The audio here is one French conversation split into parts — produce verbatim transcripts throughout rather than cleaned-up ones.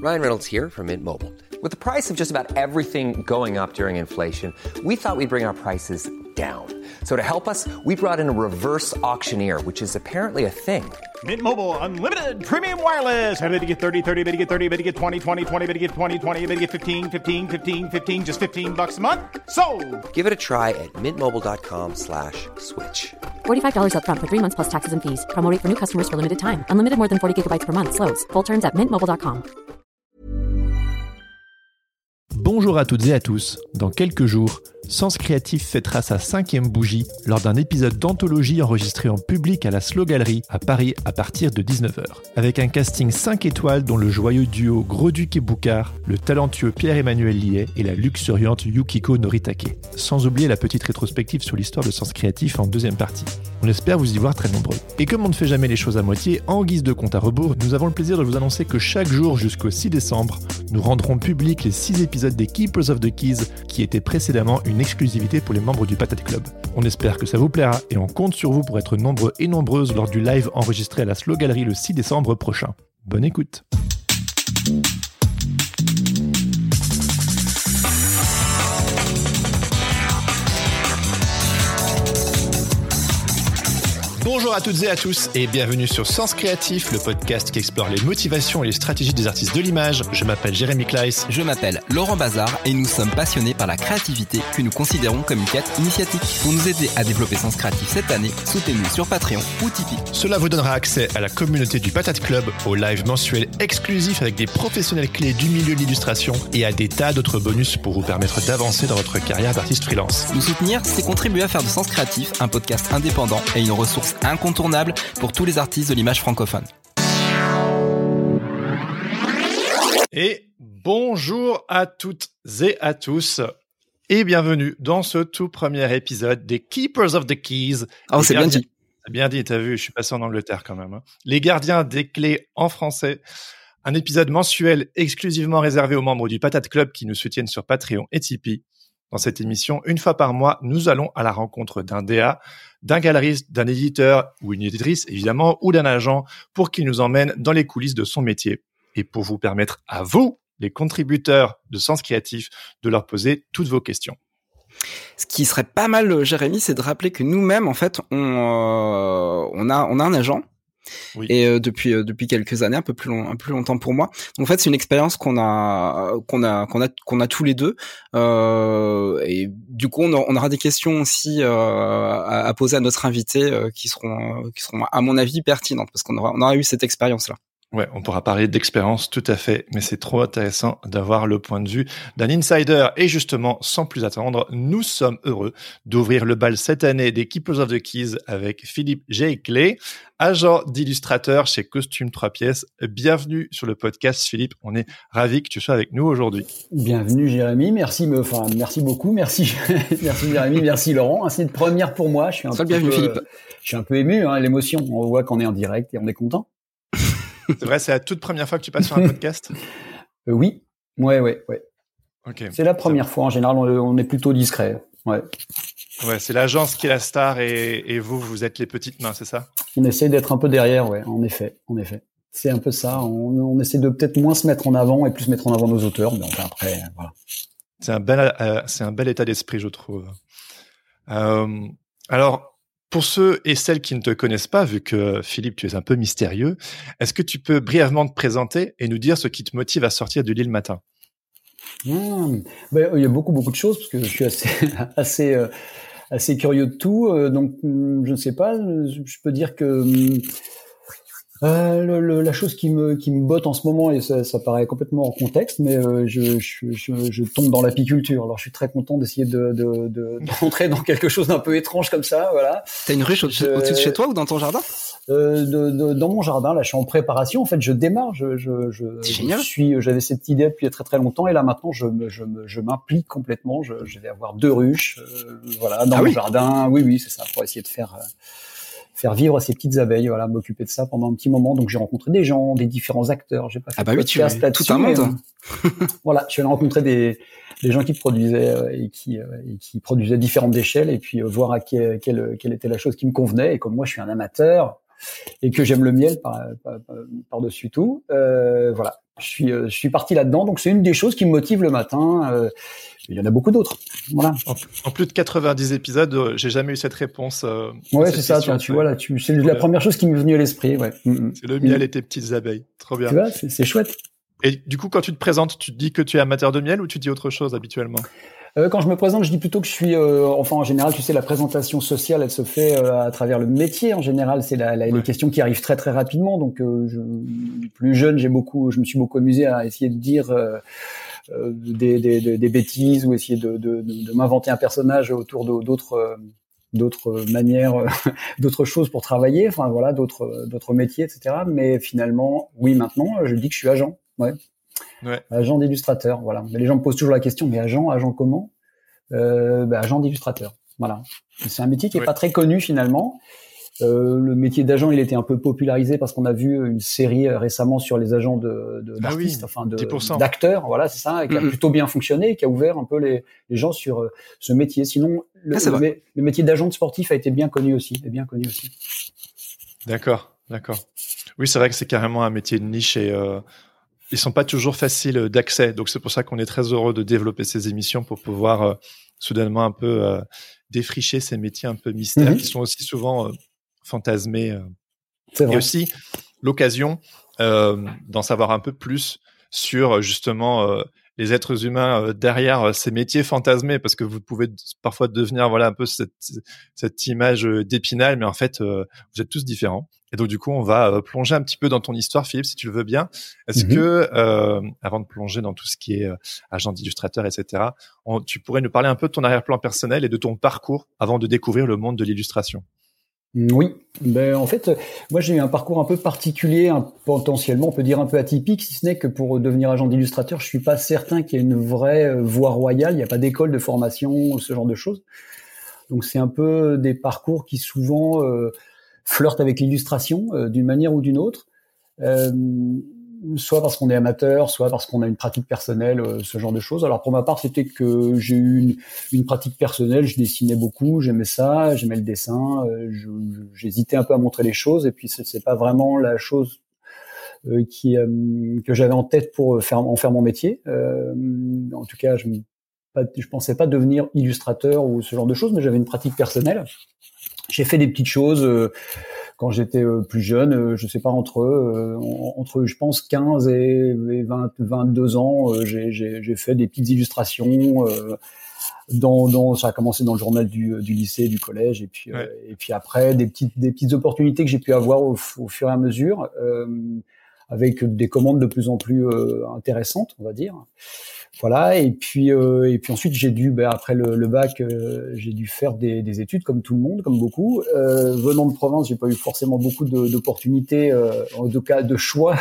Ryan Reynolds here from Mint Mobile. With the price of just about everything going up during inflation, we thought we'd bring our prices down. So to help us, we brought in a reverse auctioneer, which is apparently a thing. Mint Mobile Unlimited Premium Wireless. How to get thirty, thirty, how to get thirty, how to get twenty, twenty, twenty, how to get twenty, twenty, how to get fifteen, fifteen, fifteen, fifteen, just fifteen bucks a month? Sold! Give it a try at mintmobile.com slash switch. forty-five dollars up front for three months plus taxes and fees. Promo rate for new customers for limited time. Unlimited more than forty gigabytes per month. Slows full terms at mint mobile dot com. Bonjour à toutes et à tous. Dans quelques jours, Sens Créatif fêtera sa cinquième bougie lors d'un épisode d'anthologie enregistré en public à la Slow Gallery à Paris à partir de dix-neuf heures. Avec un casting cinq étoiles dont le joyeux duo Gros-Duc et Boucard, le talentueux Pierre-Emmanuel Liet et la luxuriante Yukiko Noritake. Sans oublier la petite rétrospective sur l'histoire de Sens Créatif en deuxième partie. On espère vous y voir très nombreux. Et comme on ne fait jamais les choses à moitié, en guise de compte à rebours, nous avons le plaisir de vous annoncer que chaque jour jusqu'au six décembre, nous rendrons publics les six épisodes des Keepers of the Keys qui étaient précédemment une exclusivité pour les membres du Patate Club. On espère que ça vous plaira et on compte sur vous pour être nombreux et nombreuses lors du live enregistré à la Slow Gallery le six décembre prochain. Bonne écoute. Bonjour à toutes et à tous et bienvenue sur Sens Créatif, le podcast qui explore les motivations et les stratégies des artistes de l'image. Je m'appelle Jérémy Kleiss. Je m'appelle Laurent Bazar et nous sommes passionnés par la créativité que nous considérons comme une quête initiatique. Pour nous aider à développer Sens Créatif cette année, soutenez-nous sur Patreon ou Tipeee. Cela vous donnera accès à la communauté du Patate Club, aux lives mensuels exclusifs avec des professionnels clés du milieu de l'illustration et à des tas d'autres bonus pour vous permettre d'avancer dans votre carrière d'artiste freelance. Nous soutenir, c'est contribuer à faire de Sens Créatif un podcast indépendant et une ressource incontournable pour tous les artistes de l'image francophone. Et bonjour à toutes et à tous et bienvenue dans ce tout premier épisode des Keepers of the Keys. Oh, c'est bien dit. Bien dit, t'as vu, je suis passé en Angleterre quand même. Hein. Les gardiens des clés en français. Un épisode mensuel exclusivement réservé aux membres du Patate Club qui nous soutiennent sur Patreon et Tipeee. Dans cette émission, une fois par mois, nous allons à la rencontre d'un D A, d'un galeriste, d'un éditeur ou une éditrice, évidemment, ou d'un agent pour qu'il nous emmène dans les coulisses de son métier. Et pour vous permettre à vous, les contributeurs de Sens Créatif, de leur poser toutes vos questions. Ce qui serait pas mal, Jérémy, c'est de rappeler que nous-mêmes, en fait, on, euh, on a, on a un agent. Oui. Et euh, depuis euh, depuis quelques années, un peu plus long, un peu plus longtemps pour moi. En fait, c'est une expérience qu'on a qu'on a qu'on a qu'on a tous les deux. Euh, et du coup, on, a, on aura des questions aussi euh, à, à poser à notre invité euh, qui seront qui seront à mon avis pertinentes parce qu'on aura on aura eu cette expérience-là. Ouais, on pourra parler d'expérience, tout à fait, mais c'est trop intéressant d'avoir le point de vue d'un insider. Et justement, sans plus attendre, nous sommes heureux d'ouvrir le bal cette année des Keepers of the Keys avec Philippe J. Clay, agent d'illustrateur chez Costume trois pièces. Bienvenue sur le podcast, Philippe. On est ravis que tu sois avec nous aujourd'hui. Bienvenue, Jérémy. Merci, me, enfin, merci beaucoup. Merci, merci Jérémy. Merci Laurent. C'est une première pour moi. Je suis un peu, bienvenue, Philippe. Je suis un peu ému, hein, l'émotion. On voit qu'on est en direct et on est content. C'est vrai, c'est la toute première fois que tu passes sur un podcast? euh, Oui, ouais, ouais, ouais. Okay. C'est la première fois. En général, on, on est plutôt discret. Ouais. Ouais, c'est l'agence qui est la star et, et vous, vous êtes les petites mains, c'est ça? On essaie d'être un peu derrière, ouais. En effet, en effet. C'est un peu ça. On, on essaie de peut-être moins se mettre en avant et plus mettre en avant nos auteurs. Mais enfin, après, voilà. C'est un bel, euh, c'est un bel état d'esprit, je trouve. Euh, alors. Pour ceux et celles qui ne te connaissent pas, vu que Philippe, tu es un peu mystérieux, est-ce que tu peux brièvement te présenter et nous dire ce qui te motive à sortir du lit le matin? Mmh. Ben, il y a beaucoup, beaucoup de choses, parce que je suis assez, assez, euh, assez curieux de tout. Euh, donc, je ne sais pas, je peux dire que euh, le, le, la chose qui me, qui me botte en ce moment, et ça, ça paraît complètement hors contexte, mais euh, je, je, je, je tombe dans l'apiculture. Alors, je suis très content d'essayer de, de, de, d'entrer dans quelque chose d'un peu étrange comme ça, voilà. T'as une ruche je, au-dessus de chez toi ou dans ton jardin? Euh, de, de, dans mon jardin, là, je suis en préparation. En fait, je démarre. Je, je, je, C'est génial. je suis, j'avais cette idée depuis très très longtemps, et là maintenant, je, je, je m'implique complètement. Je, je vais avoir deux ruches, euh, voilà, dans ah mon oui. jardin. Oui, oui, c'est ça, pour essayer de faire. Euh, faire vivre ces petites abeilles, voilà, m'occuper de ça pendant un petit moment. Donc j'ai rencontré des gens, des différents acteurs. J'ai pas fait ah bah de oui, tu podcast là-dessus, tout un monde. Mais, euh, voilà, je suis allé rencontrer des des gens qui produisaient euh, et qui euh, et qui produisaient différentes échelles, et puis euh, voir à quelle, quelle quelle était la chose qui me convenait. Et comme moi, je suis un amateur et que j'aime le miel par par, par dessus tout, euh, voilà. je suis, je suis parti là-dedans. Donc c'est une des choses qui me motive le matin. Euh, il y en a beaucoup d'autres. Voilà. En, en plus de quatre-vingt-dix épisodes, euh, j'ai jamais eu cette réponse. Euh, ouais, c'est ça. Tiens, tu vois là, tu, c'est la première chose qui m'est venue à l'esprit. Ouais. C'est le miel mmh. et tes petites abeilles. Trop bien. Tu vois, c'est, c'est chouette. Et du coup, quand tu te présentes, tu te dis que tu es amateur de miel ou tu dis autre chose habituellement? Euh, quand je me présente, je dis plutôt que je suis, euh, enfin en général, tu sais, la présentation sociale, elle se fait euh, à travers le métier. En général, c'est la, la, ouais. les questions qui arrivent très très rapidement. Donc, euh, je, plus jeune, j'ai beaucoup, je me suis beaucoup amusé à essayer de dire euh, euh, des, des, des, des bêtises ou essayer de, de, de, de m'inventer un personnage autour de, d'autres. Euh, d'autres manières, d'autres choses pour travailler, enfin voilà, d'autres d'autres métiers, et cetera. Mais finalement, oui, maintenant, je dis que je suis agent, ouais, ouais. agent d'illustrateur, voilà. Mais les gens me posent toujours la question, mais agent, agent comment euh, bah, agent d'illustrateur, voilà. C'est un métier qui est ouais. pas très connu finalement. Euh, le métier d'agent, il était un peu popularisé parce qu'on a vu une série récemment sur les agents de, de d'artistes, ah oui, enfin de, dix pour cent d'acteurs, voilà, c'est ça, qui a mm-hmm. plutôt bien fonctionné, et qui a ouvert un peu les, les gens sur euh, ce métier. Sinon, le, ah, le, le métier d'agent de sportif a été bien connu aussi, est bien connu aussi. D'accord, d'accord. Oui, c'est vrai que c'est carrément un métier de niche et euh, ils sont pas toujours faciles d'accès. Donc c'est pour ça qu'on est très heureux de développer ces émissions pour pouvoir euh, soudainement un peu euh, défricher ces métiers un peu mystères mm-hmm. qui sont aussi souvent euh, fantasmé. Euh. C'est vrai. Et aussi l'occasion euh, d'en savoir un peu plus sur justement euh, les êtres humains euh, derrière euh, ces métiers fantasmés, parce que vous pouvez d- parfois devenir voilà un peu cette, cette image euh, d'Épinal, mais en fait euh, vous êtes tous différents. Et donc du coup on va euh, plonger un petit peu dans ton histoire, Philippe, si tu le veux bien. Est-ce mm-hmm. que euh, avant de plonger dans tout ce qui est euh, agent d'illustrateur, et cetera, on, tu pourrais nous parler un peu de ton arrière-plan personnel et de ton parcours avant de découvrir le monde de l'illustration? Oui, ben en fait, moi j'ai eu un parcours un peu particulier, un, potentiellement on peut dire un peu atypique, si ce n'est que pour devenir agent d'illustrateur, je suis pas certain qu'il y ait une vraie voie royale, il n'y a pas d'école de formation, ce genre de choses. Donc c'est un peu des parcours qui souvent euh, flirtent avec l'illustration euh, d'une manière ou d'une autre. Euh, soit parce qu'on est amateur, soit parce qu'on a une pratique personnelle, euh, ce genre de choses. Alors pour ma part, c'était que j'ai eu une, une pratique personnelle, je dessinais beaucoup, j'aimais ça, j'aimais le dessin, euh, je, je, j'hésitais un peu à montrer les choses, et puis c'est, c'est pas vraiment la chose euh, qui euh, que j'avais en tête pour faire en faire mon métier. Euh, en tout cas, je pas, je pensais pas devenir illustrateur ou ce genre de choses, mais j'avais une pratique personnelle. J'ai fait des petites choses. Euh, Quand j'étais plus jeune, je sais pas, entre euh, entre je pense quinze et vingt, vingt-deux ans, euh, j'ai, j'ai j'ai fait des petites illustrations. Euh, dans dans ça a commencé dans le journal du du lycée, du collège, et puis ouais. euh, et puis après des petites des petites opportunités que j'ai pu avoir au, au fur et à mesure, euh, avec des commandes de plus en plus euh, intéressantes, on va dire. Voilà, et puis euh, et puis ensuite j'ai dû, ben, après le, le bac, euh, j'ai dû faire des, des études comme tout le monde, comme beaucoup. Euh, venant de province, j'ai pas eu forcément beaucoup de, d'opportunités, euh, en tout cas de choix.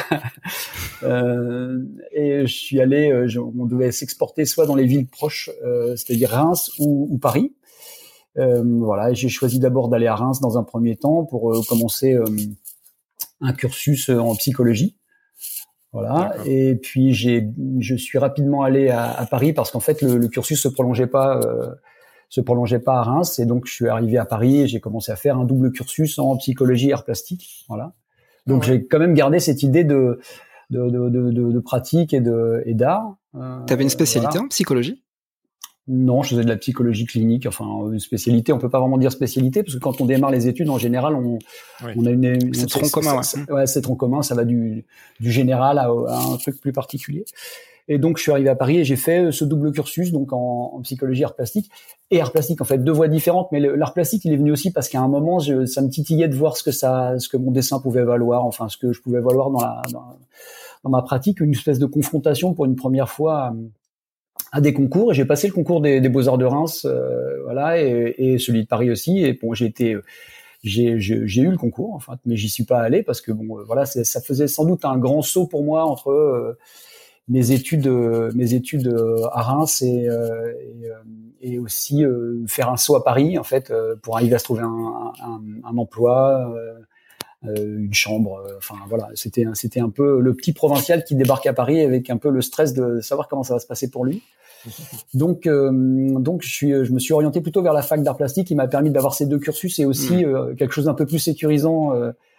euh, et je suis allé, euh, je, on devait s'exporter soit dans les villes proches, euh, c'est-à-dire Reims ou, ou Paris. Euh, voilà, et j'ai choisi d'abord d'aller à Reims dans un premier temps pour euh, commencer euh, un cursus en psychologie. Voilà. D'accord. Et puis j'ai, je suis rapidement allé à, à Paris parce qu'en fait le, le cursus se prolongeait pas, euh, se prolongeait pas à Reims, et donc je suis arrivé à Paris et j'ai commencé à faire un double cursus en psychologie et arts plastiques. Voilà. Donc ah ouais. j'ai quand même gardé cette idée de de de de, de, de pratique et de et d'art. Euh, T'avais une spécialité voilà. en psychologie? Non, je faisais de la psychologie clinique. Enfin, une spécialité, on peut pas vraiment dire spécialité, parce que quand on démarre les études, en général, on, oui. on a une, une c'est tronc commun. Ouais. C'est, ouais, c'est tronc commun. Ça va du, du général à, à un truc plus particulier. Et donc, je suis arrivé à Paris et j'ai fait ce double cursus, donc en, en psychologie, art plastique et art plastique. En fait, deux voies différentes. Mais le, l'art plastique, il est venu aussi parce qu'à un moment, je, ça me titillait de voir ce que ça, ce que mon dessin pouvait valoir. Enfin, ce que je pouvais valoir dans la, dans, dans ma pratique, une espèce de confrontation pour une première fois. À des concours, et j'ai passé le concours des, des Beaux-Arts de Reims, euh, voilà, et, et celui de Paris aussi. Et bon, j'ai été, j'ai, j'ai, j'ai eu le concours, enfin, mais j'y suis pas allé parce que bon, euh, voilà, c'est, ça faisait sans doute un grand saut pour moi entre euh, mes études, euh, mes études euh, à Reims et, euh, et, euh, et aussi euh, faire un saut à Paris, en fait, euh, pour arriver à se trouver un, un, un emploi. Euh, Euh, une chambre, euh, enfin voilà, c'était c'était un peu le petit provincial qui débarque à Paris avec un peu le stress de savoir comment ça va se passer pour lui. Donc euh, donc je suis je me suis orienté plutôt vers la fac d'art plastique, qui m'a permis d'avoir ces deux cursus et aussi euh, quelque chose d'un peu plus sécurisant. Euh,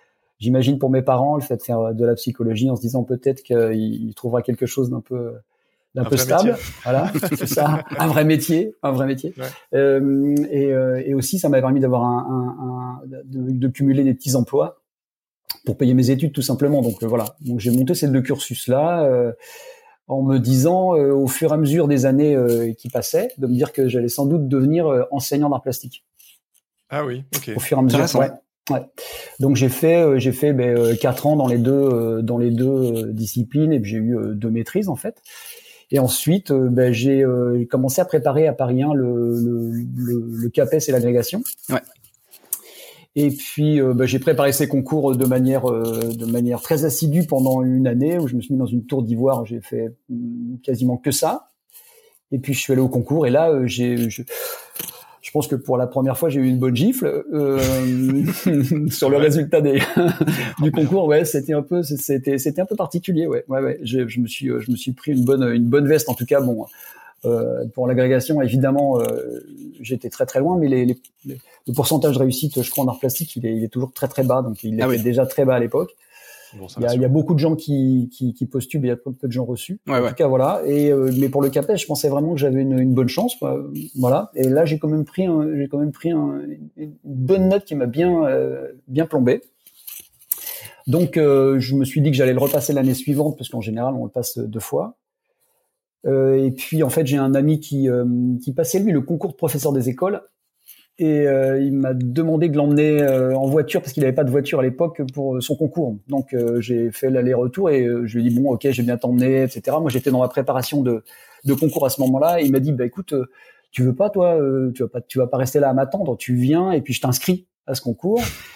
j'imagine pour mes parents, le fait de faire de la psychologie en se disant peut-être qu'il trouvera quelque chose d'un peu d'un un peu stable, métier. Voilà, c'est ça, un vrai métier, un vrai métier. Ouais. Euh, et, euh, et aussi, ça m'a permis d'avoir un, un, un de, de cumuler des petits emplois pour payer mes études tout simplement. Donc euh, voilà, donc j'ai monté ces deux cursus-là euh, en me disant, euh, au fur et à mesure des années euh, qui passaient, de me dire que j'allais sans doute devenir euh, enseignant d'art plastique. Ah oui, ok. Au fur et à mesure, ouais. Ouais. Donc j'ai fait euh, j'ai fait ben, euh, quatre ans dans les deux euh, dans les deux euh, disciplines et puis j'ai eu euh, deux maîtrises en fait. Et ensuite, euh, ben, j'ai euh, commencé à préparer à Paris un le, le, le, le CAPES et l'agrégation. Ouais. Et puis, euh, ben, j'ai préparé ces concours de manière, euh, de manière très assidue pendant une année où je me suis mis dans une tour d'ivoire. J'ai fait mm, quasiment que ça. Et puis, je suis allé au concours. Et là, euh, j'ai, je, je pense que pour la première fois, j'ai eu une bonne gifle euh, sur le résultat des du concours. Ouais, c'était un peu, c'était, c'était un peu particulier. Ouais, ouais, ouais. Je, je me suis, je me suis pris une bonne, une bonne veste. En tout cas, bon, euh, pour l'agrégation, évidemment, euh, j'étais très très loin, mais les, les, les, le pourcentage de réussite, je crois, en art plastique, il est, il est toujours très très bas. Donc, il ah était oui. déjà très bas à l'époque. Bon, il, y a, il y a beaucoup de gens qui, qui, qui postulent, mais il y a peu, peu de gens reçus. Ouais, en ouais. tout cas, voilà. Et euh, mais pour le CAPES, je pensais vraiment que j'avais une, une bonne chance, quoi. Voilà. Et là, j'ai quand même pris, un, j'ai quand même pris un, une bonne note qui m'a bien, euh, bien plombé. Donc, euh, je me suis dit que j'allais le repasser l'année suivante, parce qu'en général, on le passe deux fois. Euh, et puis, en fait, j'ai un ami qui, euh, qui passait lui le concours de professeur des écoles. Et euh, il m'a demandé de l'emmener euh, en voiture parce qu'il n'avait pas de voiture à l'époque pour son concours. Donc euh, j'ai fait l'aller-retour et euh, je lui ai dit bon ok j'ai bien t'emmener et cetera. Moi j'étais dans ma préparation de, de concours à ce moment-là. Et il m'a dit bah écoute euh, tu veux pas toi euh, tu vas pas tu vas pas rester là à m'attendre, tu viens et puis je t'inscris à ce concours.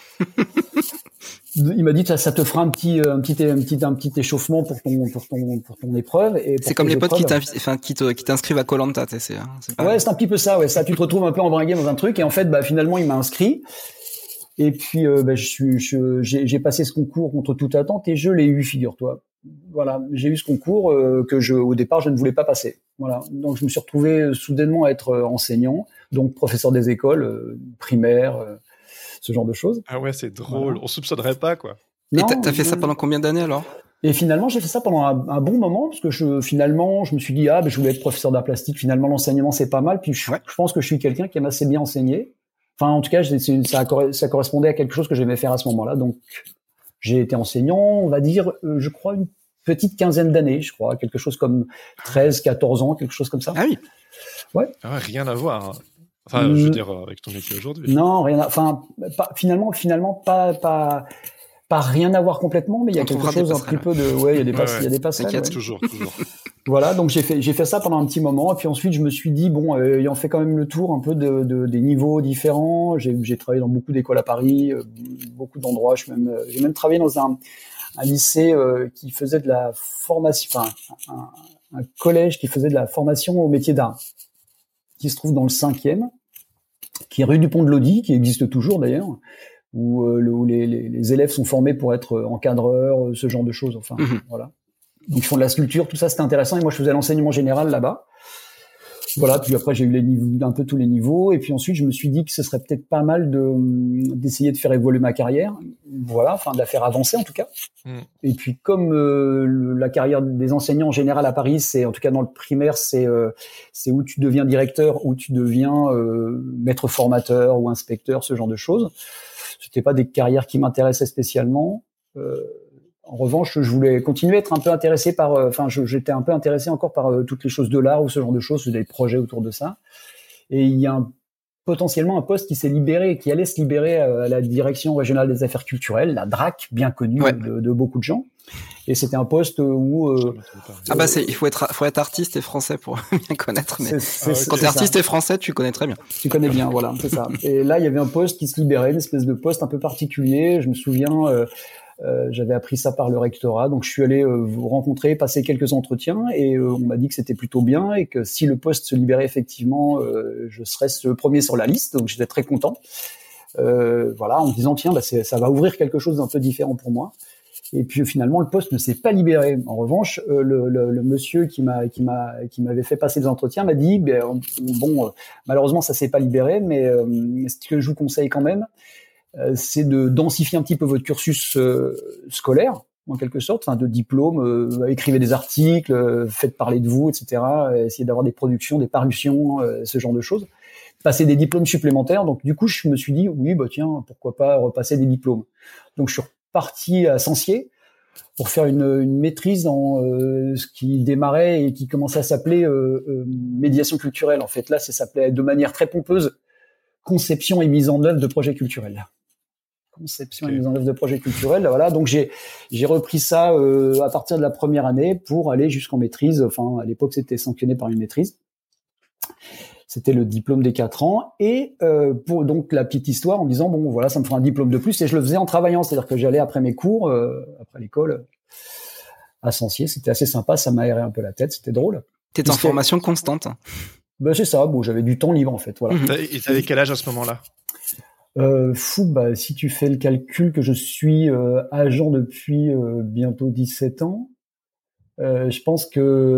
Il m'a dit ça, ça te fera un petit un petit un petit un petit échauffement pour ton pour ton pour ton épreuve. Et c'est comme les potes qui t'invitent, enfin qui te, qui t'inscrivent à Koh-Lanta, tu sais. C'est pas... Ouais, c'est un petit peu ça. Ouais, ça tu te retrouves un peu embringué dans un truc et en fait bah finalement il m'a inscrit. Et puis euh, bah, je suis je, j'ai, j'ai passé ce concours contre toute attente et je l'ai eu, figure-toi. Voilà, j'ai eu ce concours euh, que je au départ je ne voulais pas passer. Voilà, donc je me suis retrouvé euh, soudainement à être euh, enseignant, donc professeur des écoles euh, primaires. Euh, ce genre de choses. Ah ouais, c'est drôle. Voilà. On soupçonnerait pas, quoi. Et non, t'as, t'as fait ça pendant combien d'années, alors? Et finalement, j'ai fait ça pendant un, un bon moment, parce que je, finalement, je me suis dit, ah, ben, je voulais être professeur d'art plastique. Finalement, l'enseignement, c'est pas mal. Puis, je, ouais. je pense que je suis quelqu'un qui aime assez bien enseigner. Enfin, en tout cas, c'est, ça, ça correspondait à quelque chose que j'aimais faire à ce moment-là. Donc, j'ai été enseignant, on va dire, euh, je crois, une petite quinzaine d'années, je crois. Quelque chose comme treize, quatorze ans, quelque chose comme ça. Ah oui. Ouais. Ah ouais, rien à voir, hein. Enfin, je veux dire, avec ton métier aujourd'hui. Non, rien à, enfin, pas, finalement, finalement, pas, pas, pas rien à voir complètement, mais il y a On quelque chose un petit peu de, ouais, il y a des passerelles, ouais, ouais. il y a des passerelles. T'inquiète, ouais. toujours, toujours. Voilà, donc j'ai fait, j'ai fait ça pendant un petit moment, et puis ensuite, je me suis dit, bon, euh, ayant fait quand même le tour un peu de, de des niveaux différents, j'ai, j'ai travaillé dans beaucoup d'écoles à Paris, euh, beaucoup d'endroits, je suis même, euh, j'ai même travaillé dans un, un lycée, euh, qui faisait de la formation, enfin, un, un collège qui faisait de la formation au métier d'art, qui se trouve dans le cinquième, qui est rue du Pont de Lodi, qui existe toujours d'ailleurs, où, euh, le, où les, les, les élèves sont formés pour être encadreurs, ce genre de choses. Enfin, mmh. voilà. Donc ils font de la sculpture, tout ça, c'était intéressant. Et moi, je faisais l'enseignement général là-bas. Voilà. Puis après, j'ai eu les niveaux, un peu tous les niveaux. Et puis ensuite, je me suis dit que ce serait peut-être pas mal de d'essayer de faire évoluer ma carrière. Voilà, enfin de la faire avancer en tout cas. Mmh. Et puis comme euh, le, la carrière des enseignants en général à Paris, c'est en tout cas dans le primaire, c'est euh, c'est où tu deviens directeur, où tu deviens euh, maître formateur ou inspecteur, ce genre de choses. C'était pas des carrières qui m'intéressaient spécialement. Euh, En revanche, je voulais continuer à être un peu intéressé par, enfin, euh, j'étais un peu intéressé encore par euh, toutes les choses de l'art ou ce genre de choses, des projets autour de ça. Et il y a un, potentiellement un poste qui s'est libéré, qui allait se libérer à la direction régionale des affaires culturelles, la D R A C, bien connue ouais. de, de beaucoup de gens. Et c'était un poste où euh, ah bah c'est, il faut être, faut être artiste et français pour bien connaître. Mais c'est, c'est, c'est, quand t'es artiste ça. Et français, tu connais très bien. Tu connais bien, voilà, c'est ça. Et là, il y avait un poste qui se libérait, une espèce de poste un peu particulier. Je me souviens. Euh, Euh, j'avais appris ça par le rectorat, donc je suis allé euh, vous rencontrer, passer quelques entretiens et euh, on m'a dit que c'était plutôt bien et que si le poste se libérait effectivement, euh, je serais le premier sur la liste, donc j'étais très content. Euh, voilà, en me disant tiens, bah c'est, ça va ouvrir quelque chose d'un peu différent pour moi. Et puis finalement le poste ne s'est pas libéré. En revanche, euh, le, le, le monsieur qui m'a qui m'a qui m'avait fait passer les entretiens m'a dit ben, bon, euh, malheureusement ça s'est pas libéré, mais euh, ce que je vous conseille quand même. euh, c'est de densifier un petit peu votre cursus euh, scolaire, en quelque sorte, enfin de diplôme, euh, écrivez des articles, euh, faites parler de vous, et cetera. Euh, essayez d'avoir des productions, des parutions, euh, ce genre de choses. Passer des diplômes supplémentaires. Donc du coup, je me suis dit oui, bah tiens, pourquoi pas repasser des diplômes. Donc je suis reparti à Censier pour faire une, une maîtrise dans euh, ce qui démarrait et qui commençait à s'appeler euh, euh, médiation culturelle. En fait, là, ça s'appelait de manière très pompeuse conception et mise en œuvre de projets culturels. Conception okay. et mise en œuvre de projets culturels. Voilà, donc j'ai j'ai repris ça euh, à partir de la première année pour aller jusqu'en maîtrise. Enfin, à l'époque, c'était sanctionné par une maîtrise. C'était le diplôme des quatre ans. Et euh, pour donc la petite histoire, en disant bon, voilà, ça me fera un diplôme de plus. Et je le faisais en travaillant, c'est-à-dire que j'allais après mes cours, euh, après l'école, à Censier. C'était assez sympa, ça m'aérait un peu la tête, c'était drôle. T'étais en formation constante. Ben c'est ça. Bon, j'avais du temps libre en fait. Voilà. Mmh. Et t'avais quel âge à ce moment-là? Euh, fou, bah, si tu fais le calcul que je suis euh, agent depuis euh, bientôt dix-sept ans, euh, je pense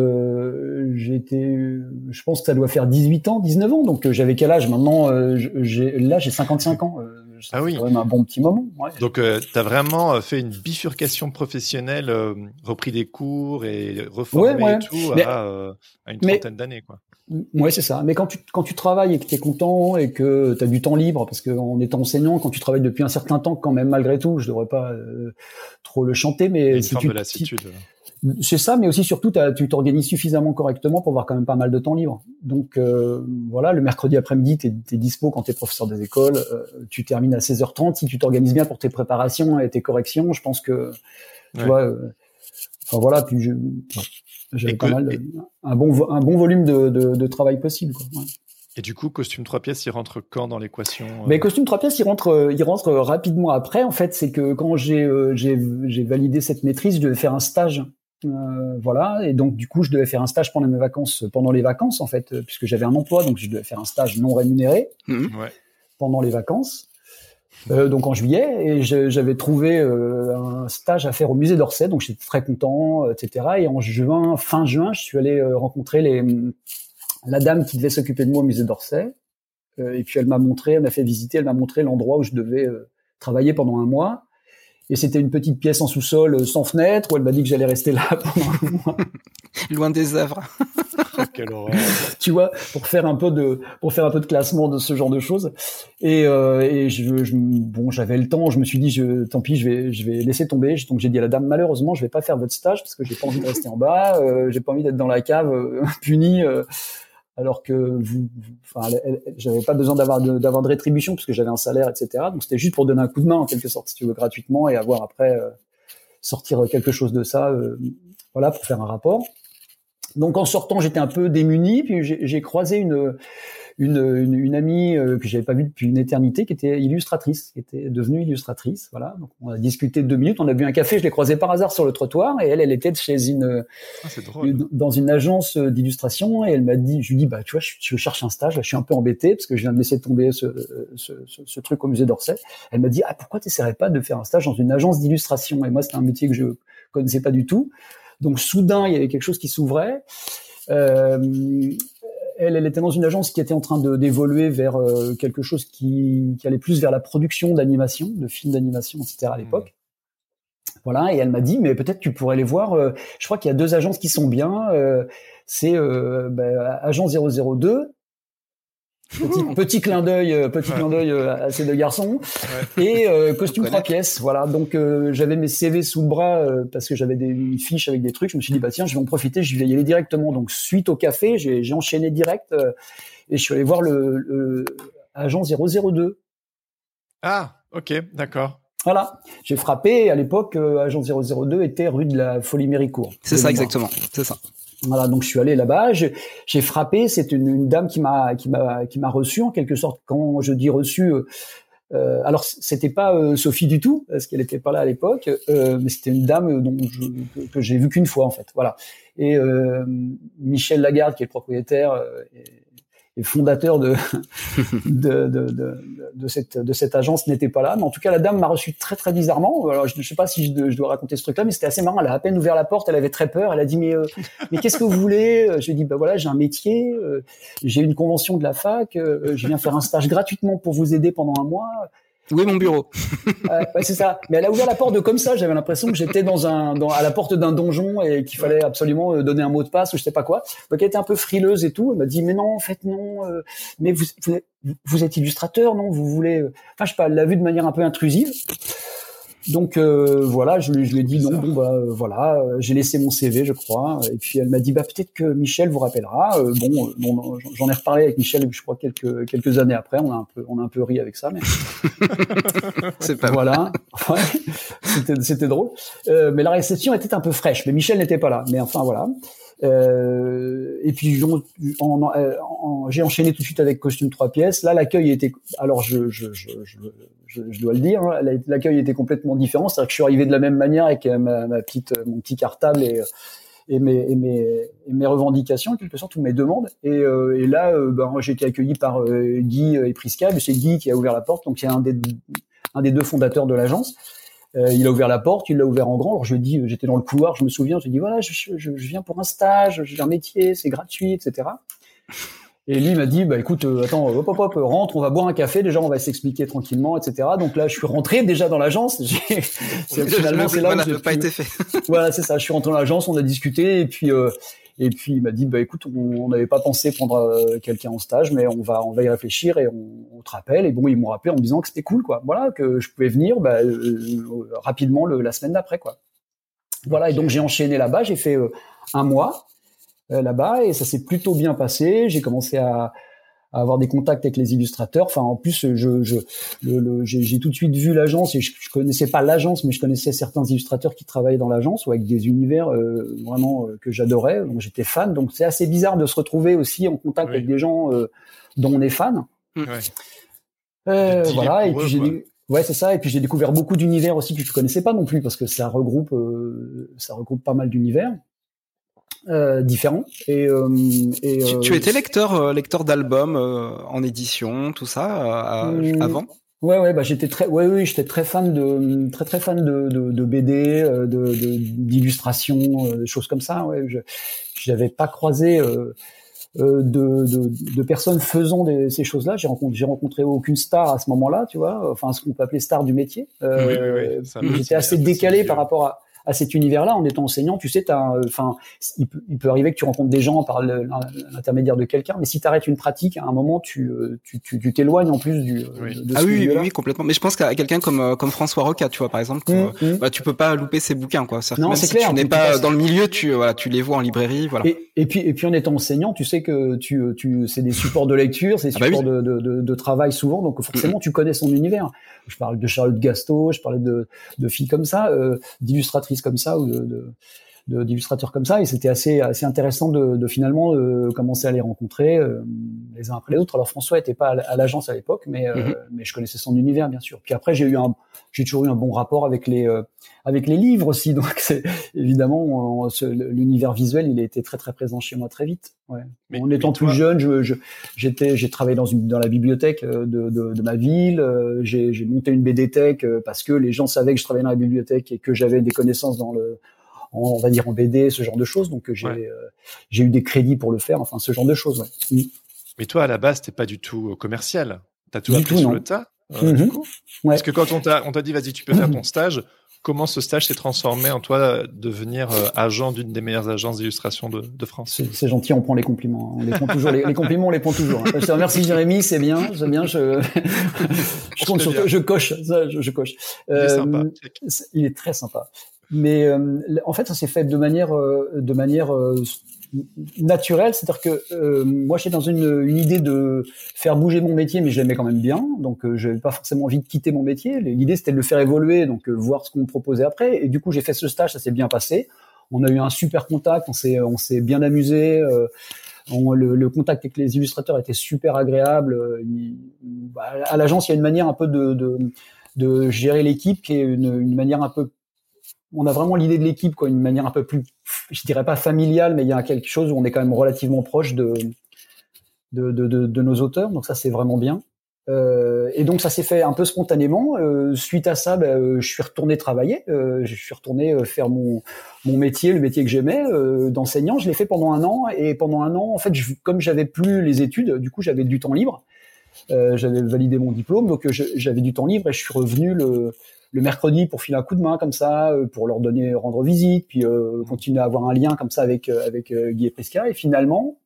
que j'étais, je pense que ça doit faire dix-huit ans, dix-neuf ans. Donc euh, j'avais quel âge maintenant? euh, j'ai, Là, j'ai cinquante-cinq ans. Euh, ah oui. C'est quand même un bon petit moment. Ouais. Donc euh, t'as vraiment fait une bifurcation professionnelle, euh, repris des cours et reformé ouais, ouais. et tout mais, à, euh, à une trentaine mais, d'années, quoi. Ouais, c'est ça. Mais quand tu quand tu travailles et que t'es content et que t'as du temps libre, parce que en étant enseignant, quand tu travailles depuis un certain temps, quand même malgré tout, je devrais pas euh, trop le chanter, mais une si forme tu, de lassitude. Si, c'est ça, mais aussi surtout tu t'organises suffisamment correctement pour avoir quand même pas mal de temps libre. Donc euh, voilà, le mercredi après-midi, t'es t'es dispo quand t'es professeur des écoles, euh, tu termines à seize heures trente. Si tu t'organises bien pour tes préparations et tes corrections, je pense que tu ouais. vois. Euh, enfin voilà, puis je. Ouais. J'avais pas mal, de, un bon un bon volume de, de, de travail possible, quoi. Ouais. Et du coup, costume trois pièces, il rentre quand dans l'équation? euh... Mais costume trois pièces, il rentre, il rentre rapidement après. En fait, c'est que quand j'ai euh, j'ai j'ai validé cette maîtrise, je devais faire un stage, euh, voilà. Et donc du coup, je devais faire un stage pendant mes vacances, pendant les vacances en fait, puisque j'avais un emploi, donc je devais faire un stage non rémunéré mmh. ouais. pendant les vacances. Euh, donc en juillet, et je, j'avais trouvé euh, un stage à faire au musée d'Orsay, donc j'étais très content, et cetera. Et en juin, fin juin, je suis allé euh, rencontrer les, la dame qui devait s'occuper de moi au musée d'Orsay. Euh, et puis elle m'a montré, elle m'a fait visiter, elle m'a montré l'endroit où je devais euh, travailler pendant un mois. Et c'était une petite pièce en sous-sol euh, sans fenêtre, où elle m'a dit que j'allais rester là pendant un mois. Loin des œuvres. Oh, quelle horreur. Tu vois, pour faire un peu de, pour faire un peu de classement de ce genre de choses. Et, euh, et je, je, bon, j'avais le temps. Je me suis dit, je, tant pis, je vais, je vais laisser tomber. Donc j'ai dit à la dame, malheureusement, je vais pas faire votre stage parce que j'ai pas envie de rester en bas. Euh, j'ai pas envie d'être dans la cave euh, puni. Euh, alors que vous, enfin, j'avais pas besoin d'avoir de, d'avoir de rétribution parce que j'avais un salaire, et cetera. Donc c'était juste pour donner un coup de main en quelque sorte, si tu veux, gratuitement, et avoir après euh, sortir quelque chose de ça, euh, voilà, pour faire un rapport. Donc en sortant, j'étais un peu démuni, puis j'ai, j'ai croisé une, une, une, une amie euh, que j'avais pas vue depuis une éternité, qui était illustratrice, qui était devenue illustratrice. Voilà, donc on a discuté deux minutes, on a bu un café, je l'ai croisée par hasard sur le trottoir, et elle, elle était chez une, ah, c'est drôle. une dans une agence d'illustration, et elle m'a dit, je lui dis, bah tu vois, je, je cherche un stage, là, je suis un peu embêté parce que je viens de laisser tomber ce, ce, ce, ce truc au musée d'Orsay. Elle m'a dit, ah pourquoi t'essaierais pas de faire un stage dans une agence d'illustration? Et moi, c'était un métier que je connaissais pas du tout. Donc soudain, il y avait quelque chose qui s'ouvrait. Euh, elle, elle était dans une agence qui était en train de, d'évoluer vers euh, quelque chose qui, qui allait plus vers la production d'animation, de films d'animation, et cetera à l'époque. Mmh. Voilà, et elle m'a dit, mais peut-être tu pourrais les voir. Euh, je crois qu'il y a deux agences qui sont bien. Euh, c'est euh, bah, Agence zéro zéro deux. Petit, petit clin d'œil, petit ouais. clin d'œil à ces deux garçons, ouais. et euh, costume trois pièces. Voilà, donc euh, j'avais mes C V sous le bras euh, parce que j'avais des une fiche avec des trucs. Je me suis dit bah tiens, je vais en profiter, je vais y aller directement. Donc suite au café, j'ai, j'ai enchaîné direct euh, et je suis allé voir le, le agent zéro zéro deux. Ah, ok, d'accord. Voilà, j'ai frappé. À l'époque, euh, agent zéro zéro deux était rue de la Folie-Méricourt. C'est ça, exactement. C'est ça. Voilà, donc je suis allé là-bas, j'ai, j'ai frappé, c'est une, une dame qui m'a qui m'a qui m'a reçu en quelque sorte. Quand je dis reçu, euh, alors c'était pas euh, Sophie du tout parce qu'elle était pas là à l'époque, euh, mais c'était une dame dont je, que, que j'ai vue qu'une fois en fait. Voilà. Et euh, Michel Lagarde, qui est le propriétaire euh, et, et fondateur de de, de de de cette de cette agence, n'était pas là. Mais en tout cas, la dame m'a reçu très très bizarrement. Alors je ne sais pas si je, je dois raconter ce truc-là, mais c'était assez marrant. Elle a à peine ouvert la porte, elle avait très peur. Elle a dit mais euh, mais qu'est-ce que vous voulez? Je lui ai dit bah voilà, j'ai un métier, euh, j'ai une convention de la fac, euh, je viens faire un stage gratuitement pour vous aider pendant un mois. Où est mon bureau? euh, ouais, c'est ça. Mais elle a ouvert la porte de comme ça. J'avais l'impression que j'étais dans un, dans, à la porte d'un donjon et qu'il fallait absolument donner un mot de passe ou je sais pas quoi. Donc elle était un peu frileuse et tout. Elle m'a dit mais non, en fait non. Euh, mais vous, vous, vous êtes illustrateur, non? Vous voulez? Enfin je sais pas. Elle l'a vu de manière un peu intrusive. Donc euh, voilà, je, je lui ai dit non, bon bah euh, voilà, euh, j'ai laissé mon C V, je crois, et puis elle m'a dit bah peut-être que Michel vous rappellera. Euh, bon, euh, bon, j'en ai reparlé avec Michel, je crois quelques quelques années après, on a un peu on a un peu ri avec ça, mais c'est pas voilà, ouais, c'était c'était drôle. Euh, mais la réception était un peu fraîche, mais Michel n'était pas là. Mais enfin voilà. Euh, et puis en, en, en, j'ai enchaîné tout de suite avec Costume trois pièces. Là, l'accueil était, alors je, je, je, je, je, je dois le dire, hein, l'accueil était complètement différent. C'est-à-dire que je suis arrivé de la même manière avec ma, ma petite, mon petit cartable et, et, mes, et, mes, et mes revendications, en quelque sorte, ou mes demandes. Et, euh, et là, euh, ben, j'ai été accueilli par euh, Guy et Prisca. C'est Guy qui a ouvert la porte, donc c'est un des, un des deux fondateurs de l'agence. Euh, il a ouvert la porte, il l'a ouvert en grand. Alors je lui ai dit, j'étais dans le couloir, je me souviens, j'ai dit voilà, je, je, je viens pour un stage, j'ai un métier, c'est gratuit, et cetera. Et lui il m'a dit, bah écoute, euh, attends, hop hop hop, rentre, on va boire un café, déjà on va s'expliquer tranquillement, et cetera. Donc là je suis rentré déjà dans l'agence. J'ai, c'est, finalement c'est là voilà, où j'ai pas été fait. Voilà, c'est ça. Je suis rentré dans l'agence, on a discuté et puis. Euh, Et puis il m'a dit bah écoute, on n'avait pas pensé prendre euh, quelqu'un en stage, mais on va on va y réfléchir et on, on te rappelle. Et bon, ils m'ont rappelé en me disant que c'était cool, quoi. Voilà, que je pouvais venir bah, euh, rapidement le, la semaine d'après, quoi. Voilà. Et donc j'ai enchaîné là-bas, j'ai fait euh, un mois euh, là-bas et ça s'est plutôt bien passé. J'ai commencé à à avoir des contacts avec les illustrateurs. Enfin, en plus, je, je, le, le, j'ai, j'ai tout de suite vu l'agence et je, je connaissais pas l'agence, mais je connaissais certains illustrateurs qui travaillaient dans l'agence ou avec des univers euh, vraiment euh, que j'adorais. Donc, j'étais fan. Donc, c'est assez bizarre de se retrouver aussi en contact oui. avec des gens euh, dont on est fan. Ouais. Euh, voilà. Et puis eux, j'ai des... ouais, c'est ça. Et puis j'ai découvert beaucoup d'univers aussi que je connaissais pas non plus parce que ça regroupe, euh, ça regroupe pas mal d'univers. Euh, différents et, euh, et tu, euh, tu étais lecteur euh, lecteur d'albums euh, en édition tout ça euh, euh, avant ouais ouais bah j'étais très ouais oui j'étais très fan de très très fan de de, de B D de, de d'illustrations des choses comme ça ouais je j'avais pas croisé euh, euh, de, de de personnes faisant des, ces choses-là. J'ai rencontré j'ai rencontré aucune star à ce moment-là, tu vois, enfin ce qu'on peut appeler star du métier. Euh, oui, oui, oui. Ça j'étais assez décalé par rapport à à cet univers-là, en étant enseignant, tu sais, t'as, enfin, il peut, il peut arriver que tu rencontres des gens par le, l'intermédiaire de quelqu'un, mais si tu arrêtes une pratique, à un moment, tu, tu, tu, tu t'éloignes en plus du. Oui. De, de ah oui, oui, oui, complètement. Mais je pense qu'à quelqu'un comme comme François Roca, tu vois, par exemple, mmh, que, mmh. bah, tu peux pas louper ses bouquins, quoi. C'est-à-dire non, que même c'est si clair. tu n'es pas passes... dans le milieu, tu, voilà, tu les vois en librairie, voilà. Et, et puis, et puis, en étant enseignant, tu sais que tu, tu, c'est des supports de lecture, c'est des ah supports bah oui. de, de, de, de travail souvent, donc forcément, mmh. tu connais son univers. Je parle de Charlotte Gasto, je parlais de, de filles comme ça, euh, d'illustratrices comme ça, ou de, de De, d'illustrateurs comme ça, et c'était assez assez intéressant de, de finalement euh, commencer à les rencontrer euh, les uns après les autres. Alors François était pas à l'agence à l'époque, mais euh, mm-hmm. mais je connaissais son univers bien sûr. Puis après j'ai eu un j'ai toujours eu un bon rapport avec les euh, avec les livres aussi, donc c'est évidemment on, ce, l'univers visuel il a été très très présent chez moi très vite. Ouais. Mais, en étant plus toi... jeune, je, je j'étais j'ai travaillé dans une dans la bibliothèque de de, de ma ville. Euh, j'ai j'ai monté une B D tech parce que les gens savaient que je travaillais dans la bibliothèque et que j'avais des connaissances dans le on va dire en B D, ce genre de choses. Donc j'ai ouais. euh, j'ai eu des crédits pour le faire, enfin ce genre de choses. Ouais. Mm. Mais toi à la base t'es pas du tout commercial. T'as tout appris sur le tas. Euh, mm-hmm. du coup ouais. Parce que quand on t'a on t'a dit vas-y tu peux faire ton stage, comment ce stage s'est transformé en toi devenir euh, agent d'une des meilleures agences d'illustration de, de France? C'est, c'est gentil, on prend les compliments. On les prend toujours. Les, les compliments, on les prend toujours. Je te remercie Jérémy, c'est bien, c'est bien. Je je, compte sur, je coche, ça, je, je coche. Il est euh, sympa. Il est très sympa. Mais euh, en fait, ça s'est fait de manière euh, de manière euh, naturelle, c'est-à-dire que euh, moi, j'étais dans une, une idée de faire bouger mon métier, mais je l'aimais quand même bien, donc euh, j'avais pas forcément envie de quitter mon métier. L'idée, c'était de le faire évoluer, donc euh, voir ce qu'on me proposait après. Et du coup, j'ai fait ce stage, ça s'est bien passé. On a eu un super contact, on s'est on s'est bien amusé. Euh, on, le, le contact avec les illustrateurs était super agréable. Il, bah, à l'agence, il y a une manière un peu de de, de gérer l'équipe qui est une, une manière un peu on a vraiment l'idée de l'équipe, quoi, une manière un peu plus, je dirais pas familiale, mais il y a quelque chose où on est quand même relativement proche de de de, de, de nos auteurs, donc ça c'est vraiment bien. Euh, et donc ça s'est fait un peu spontanément. Euh, suite à ça, ben, je suis retourné travailler, euh, je suis retourné faire mon mon métier, le métier que j'aimais, euh, d'enseignant. Je l'ai fait pendant un an, et pendant un an, en fait, je, comme j'avais plus les études, du coup j'avais du temps libre. Euh, j'avais validé mon diplôme, donc je, j'avais du temps libre et je suis revenu le, le mercredi pour filer un coup de main comme ça, pour leur donner rendre visite, puis euh, continuer à avoir un lien comme ça avec avec euh, Guy et Prisca. Et finalement,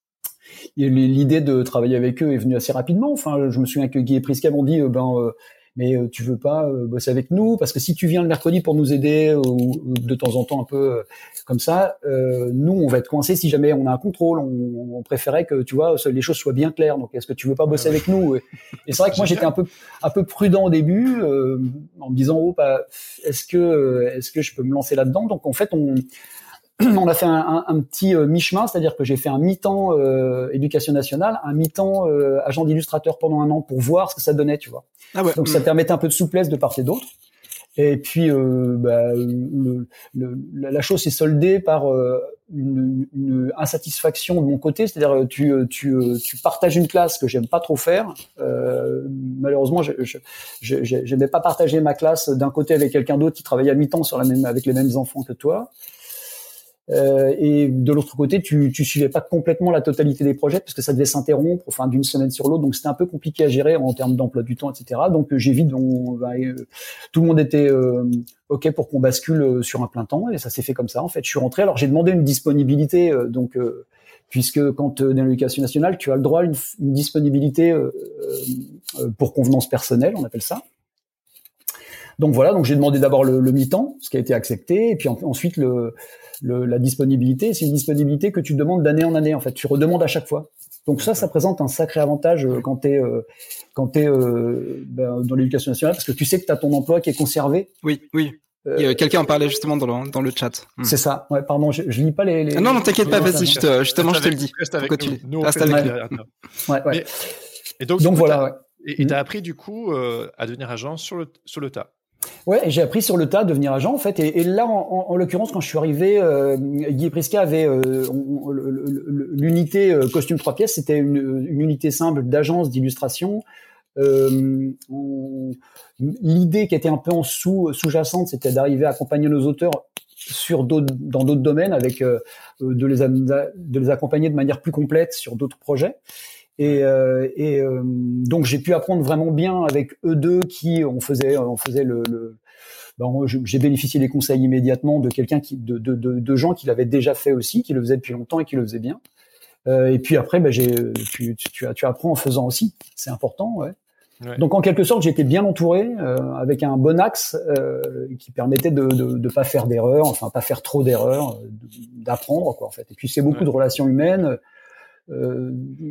l'idée de travailler avec eux est venue assez rapidement. Enfin, je me souviens que Guy et Prisca m'ont dit, euh, ben, euh, mais euh, tu veux pas euh, bosser avec nous parce que si tu viens le mercredi pour nous aider ou, ou de temps en temps un peu euh, comme ça, euh, nous on va être coincés si jamais on a un contrôle. On, on préférait que tu vois les choses soient bien claires. Donc est-ce que tu veux pas bosser avec nous? Et c'est vrai que moi j'étais un peu un peu prudent au début euh, en me disant oh bah est-ce que est-ce que je peux me lancer là-dedans? Donc en fait on on a fait un, un, un petit euh, mi-chemin, c'est-à-dire que j'ai fait un mi-temps euh, éducation nationale, un mi-temps euh, agent d'illustrateur pendant un an pour voir ce que ça donnait, tu vois. Ah ouais. Donc mmh. ça permettait un peu de souplesse de part et d'autre. Et puis euh, bah, le, le, la chose s'est soldée par euh, une, une insatisfaction de mon côté, c'est-à-dire tu tu tu partages une classe que j'aime pas trop faire. Euh, malheureusement, je, je, je, j'aimais pas partager ma classe d'un côté avec quelqu'un d'autre qui travaillait à mi-temps sur la même avec les mêmes enfants que toi. Euh, et de l'autre côté, tu, tu suivais pas complètement la totalité des projets parce que ça devait s'interrompre, enfin d'une semaine sur l'autre, donc c'était un peu compliqué à gérer en termes d'emploi du temps, et cetera. Donc j'ai vite, on, bah, euh, tout le monde était euh, ok pour qu'on bascule sur un plein temps et ça s'est fait comme ça. En fait, je suis rentré. Alors j'ai demandé une disponibilité, euh, donc euh, puisque quand euh, dans l'éducation nationale, tu as le droit à une, une disponibilité euh, euh, pour convenance personnelle, on appelle ça. Donc voilà, donc j'ai demandé d'abord le, le mi-temps, ce qui a été accepté, et puis en, ensuite le Le, la disponibilité, c'est une disponibilité que tu demandes d'année en année. En fait, tu redemandes à chaque fois. Donc ça, ça présente un sacré avantage euh, quand t'es euh, quand t'es euh, ben, dans l'éducation nationale, parce que tu sais que t'as ton emploi qui est conservé. Oui, oui. Euh, Et, euh, quelqu'un en parlait justement dans le dans le chat. C'est hmm. ça. Ouais, pardon, je, je lis pas les. les... Ah non, non, t'inquiète pas, vas-y. Je te, justement, je te le dis. Reste avec nous. Tu... nous on reste avec avec nous. Ouais, ouais. Mais, et donc, donc coup, voilà. Ouais. Et t'as appris du coup euh, à devenir agent sur le sur le tas. Ouais, j'ai appris sur le tas à devenir agent en fait, et, et là, en, en, en l'occurrence, quand je suis arrivé, euh, Guy et Prisca avait euh, on, le, le, l'unité euh, costume trois pièces, c'était une, une unité simple d'agence d'illustration. Euh, on, l'idée qui était un peu en sous sous-jacente, c'était d'arriver à accompagner nos auteurs sur d'autres dans d'autres domaines, avec euh, de les de les accompagner de manière plus complète sur d'autres projets. Et, euh, et euh, donc j'ai pu apprendre vraiment bien avec eux deux qui on faisait on faisait le, le ben, j'ai bénéficié des conseils immédiatement de quelqu'un qui de, de, de, de gens qui l'avaient déjà fait aussi, qui le faisaient depuis longtemps et qui le faisaient bien. Euh, et puis après ben j'ai tu, tu, tu, tu apprends en faisant aussi, c'est important, ouais. Ouais. Donc en quelque sorte j'étais bien entouré euh, avec un bon axe euh, qui permettait de, de de pas faire d'erreurs, enfin pas faire trop d'erreurs, d'apprendre quoi en fait. Et puis c'est beaucoup ouais. de relations humaines. Euh,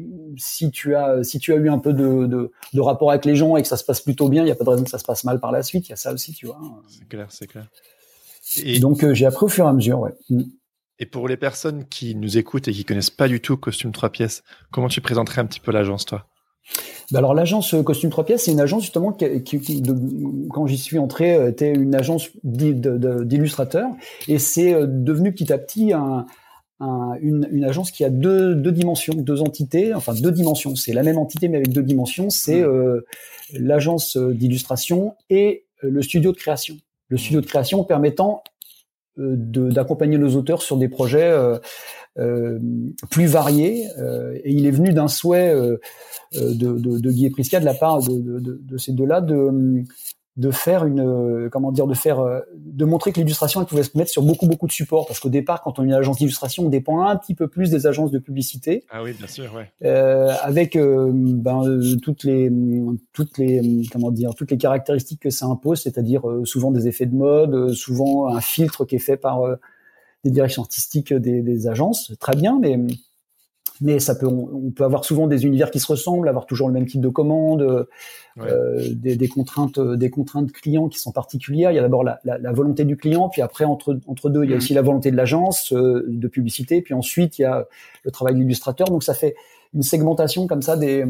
si tu as si tu as eu un peu de, de de rapport avec les gens et que ça se passe plutôt bien, il y a pas de raison que ça se passe mal par la suite. Il y a ça aussi, tu vois. C'est clair, c'est clair. Et donc euh, j'ai appris au fur et à mesure, ouais. Et pour les personnes qui nous écoutent et qui connaissent pas du tout Costume trois pièces, comment tu présenterais un petit peu l'agence, toi? Ben alors l'agence Costume trois pièces, c'est une agence justement qui, qui de, quand j'y suis entré, était une agence d'illustrateurs et c'est devenu petit à petit un Un, une, une agence qui a deux, deux dimensions, deux entités, enfin deux dimensions. C'est la même entité mais avec deux dimensions. C'est euh, l'agence d'illustration et euh, le studio de création. Le studio de création permettant euh, de, d'accompagner nos auteurs sur des projets euh, euh, plus variés. Euh, et il est venu d'un souhait euh, de, de, de Guy et Prisca de la part de, de, de, de ces deux-là de de faire une comment dire de faire de montrer que l'illustration elle pouvait se mettre sur beaucoup beaucoup de supports, parce qu'au départ quand on est une agence d'illustration on dépend un petit peu plus des agences de publicité. Ah oui, bien sûr, ouais. Euh, avec euh, ben euh, toutes les toutes les comment dire toutes les caractéristiques que ça impose, c'est-à-dire euh, souvent des effets de mode, euh, souvent un filtre qui est fait par euh, des directions artistiques des, des agences, très bien, mais mais ça peut, on, on peut avoir souvent des univers qui se ressemblent, avoir toujours le même type de commande, ouais. euh, des, des contraintes, des contraintes clients qui sont particulières. Il y a d'abord la, la, la volonté du client, puis après entre entre deux, il y a aussi la volonté de l'agence euh, de publicité, puis ensuite il y a le travail de l'illustrateur. Donc ça fait une segmentation comme ça des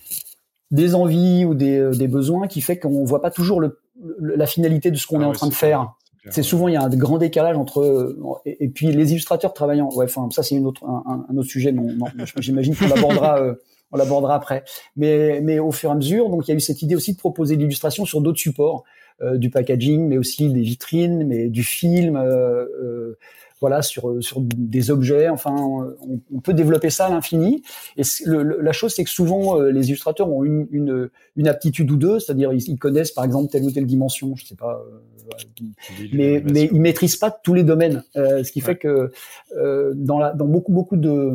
des envies ou des des besoins qui fait qu'on voit pas toujours le, le la finalité de ce qu'on ah est ouais, en train de faire. C'est souvent il y a un grand décalage entre et, et puis les illustrateurs travaillant. Ouais, enfin ça c'est une autre un, un autre sujet. Non, non j'imagine qu'on l'abordera euh, on l'abordera après. Mais mais au fur et à mesure, donc il y a eu cette idée aussi de proposer l'illustration sur d'autres supports, euh, du packaging, mais aussi des vitrines, mais du film, euh, euh, voilà, sur sur des objets. Enfin, on, on peut développer ça à l'infini. Et le, le, la chose, c'est que souvent euh, les illustrateurs ont une, une une aptitude ou deux, c'est-à-dire ils, ils connaissent par exemple telle ou telle dimension, je sais pas, euh, mais mais ils maîtrisent pas tous les domaines. Euh, ce qui ouais. fait que euh, dans la dans beaucoup beaucoup de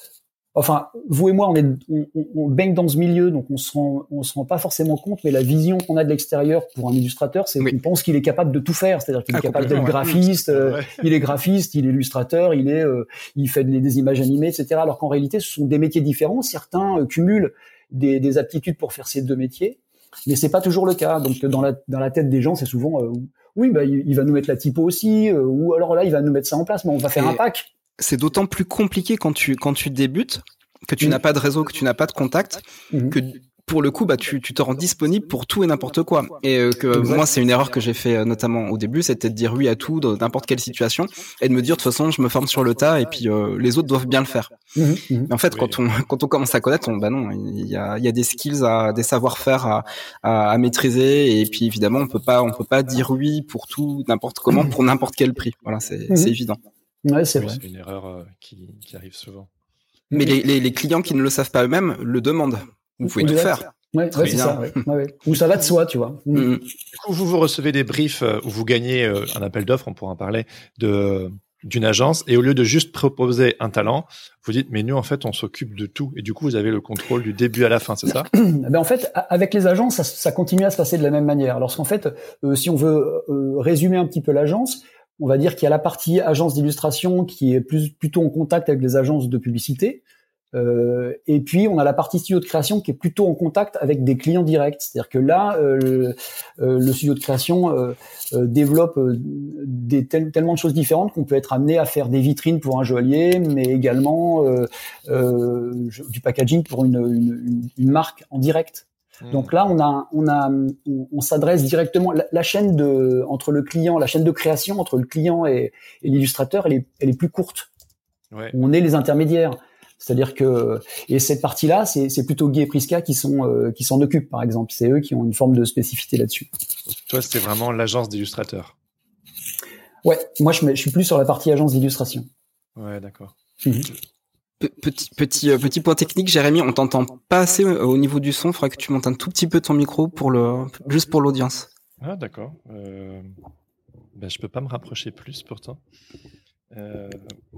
Enfin, vous et moi, on, est, on, on baigne dans ce milieu, donc on se rend, on se rend pas forcément compte, mais la vision qu'on a de l'extérieur pour un illustrateur, c'est oui. qu'on pense qu'il est capable de tout faire, c'est-à-dire qu'il ah, est capable d'être graphiste, euh, ouais. il est graphiste, il est illustrateur, il est, euh, il fait des, des images animées, et cetera. Alors qu'en réalité, ce sont des métiers différents. Certains euh, cumulent des, des aptitudes pour faire ces deux métiers, mais c'est pas toujours le cas. Donc, dans la, dans la tête des gens, c'est souvent, euh, oui, bah, il, il va nous mettre la typo aussi, euh, ou alors là, il va nous mettre ça en place, mais on va faire Et... un pack. C'est d'autant plus compliqué quand tu quand tu débutes, que tu mmh. n'as pas de réseau, que tu n'as pas de contact, mmh. que pour le coup bah tu tu te rends disponible pour tout et n'importe quoi. Et euh, que exact. Moi c'est une erreur que j'ai fait euh, notamment au début, c'était de dire oui à tout dans n'importe quelle situation et de me dire de toute façon je me forme sur le tas et puis euh, les autres doivent bien le faire. Mmh. Mais en fait oui. quand on quand on commence à connaître, on, bah non, il y a il y a des skills à des savoir-faire à, à à maîtriser et puis évidemment on peut pas on peut pas dire oui pour tout n'importe comment pour n'importe quel prix. Voilà, c'est mmh. c'est évident. Ouais, c'est oui, vrai. C'est une erreur euh, qui, qui arrive souvent. Mais les, les, les clients qui ne le savent pas eux-mêmes le demandent. Vous pouvez tout faire. Ouais, ouais, c'est ça. Ouais. Ouais, ouais. Ou ça va de soi, tu vois. Mm. Du coup, vous vous recevez des briefs euh, où vous gagnez euh, un appel d'offres, on pourra en parler, de d'une agence, et au lieu de juste proposer un talent, vous dites mais nous en fait on s'occupe de tout, et du coup vous avez le contrôle du début à la fin, c'est ça? Ben en fait, avec les agences, ça, ça continue à se passer de la même manière. Lorsqu'en fait, euh, si on veut euh, résumer un petit peu l'agence, on va dire qu'il y a la partie agence d'illustration qui est plus plutôt en contact avec les agences de publicité, euh, et puis on a la partie studio de création qui est plutôt en contact avec des clients directs. C'est-à-dire que là, euh, le, euh, le studio de création euh, euh, développe euh, des tel, tellement de choses différentes qu'on peut être amené à faire des vitrines pour un joaillier, mais également euh, euh, du packaging pour une, une, une, une marque en direct. Donc là, on a, on a, on, on s'adresse directement. La, la chaîne de entre le client, la chaîne de création entre le client et, et l'illustrateur, elle est, elle est plus courte. Ouais. On est les intermédiaires, c'est-à-dire que et cette partie-là, c'est, c'est plutôt Guy et Prisca qui sont, euh, qui s'en occupent, par exemple. C'est eux qui ont une forme de spécificité là-dessus. Toi, c'est vraiment l'agence d'illustrateurs. Ouais, moi, je, me, je suis plus sur la partie agence d'illustration. Ouais, d'accord. Mmh. Petit, petit, euh, petit point technique, Jérémy, on t'entend pas assez au niveau du son. Il faudrait que tu montes un tout petit peu ton micro pour le, juste pour l'audience. Ah, d'accord. Euh, ben, je peux pas me rapprocher plus pourtant. Euh...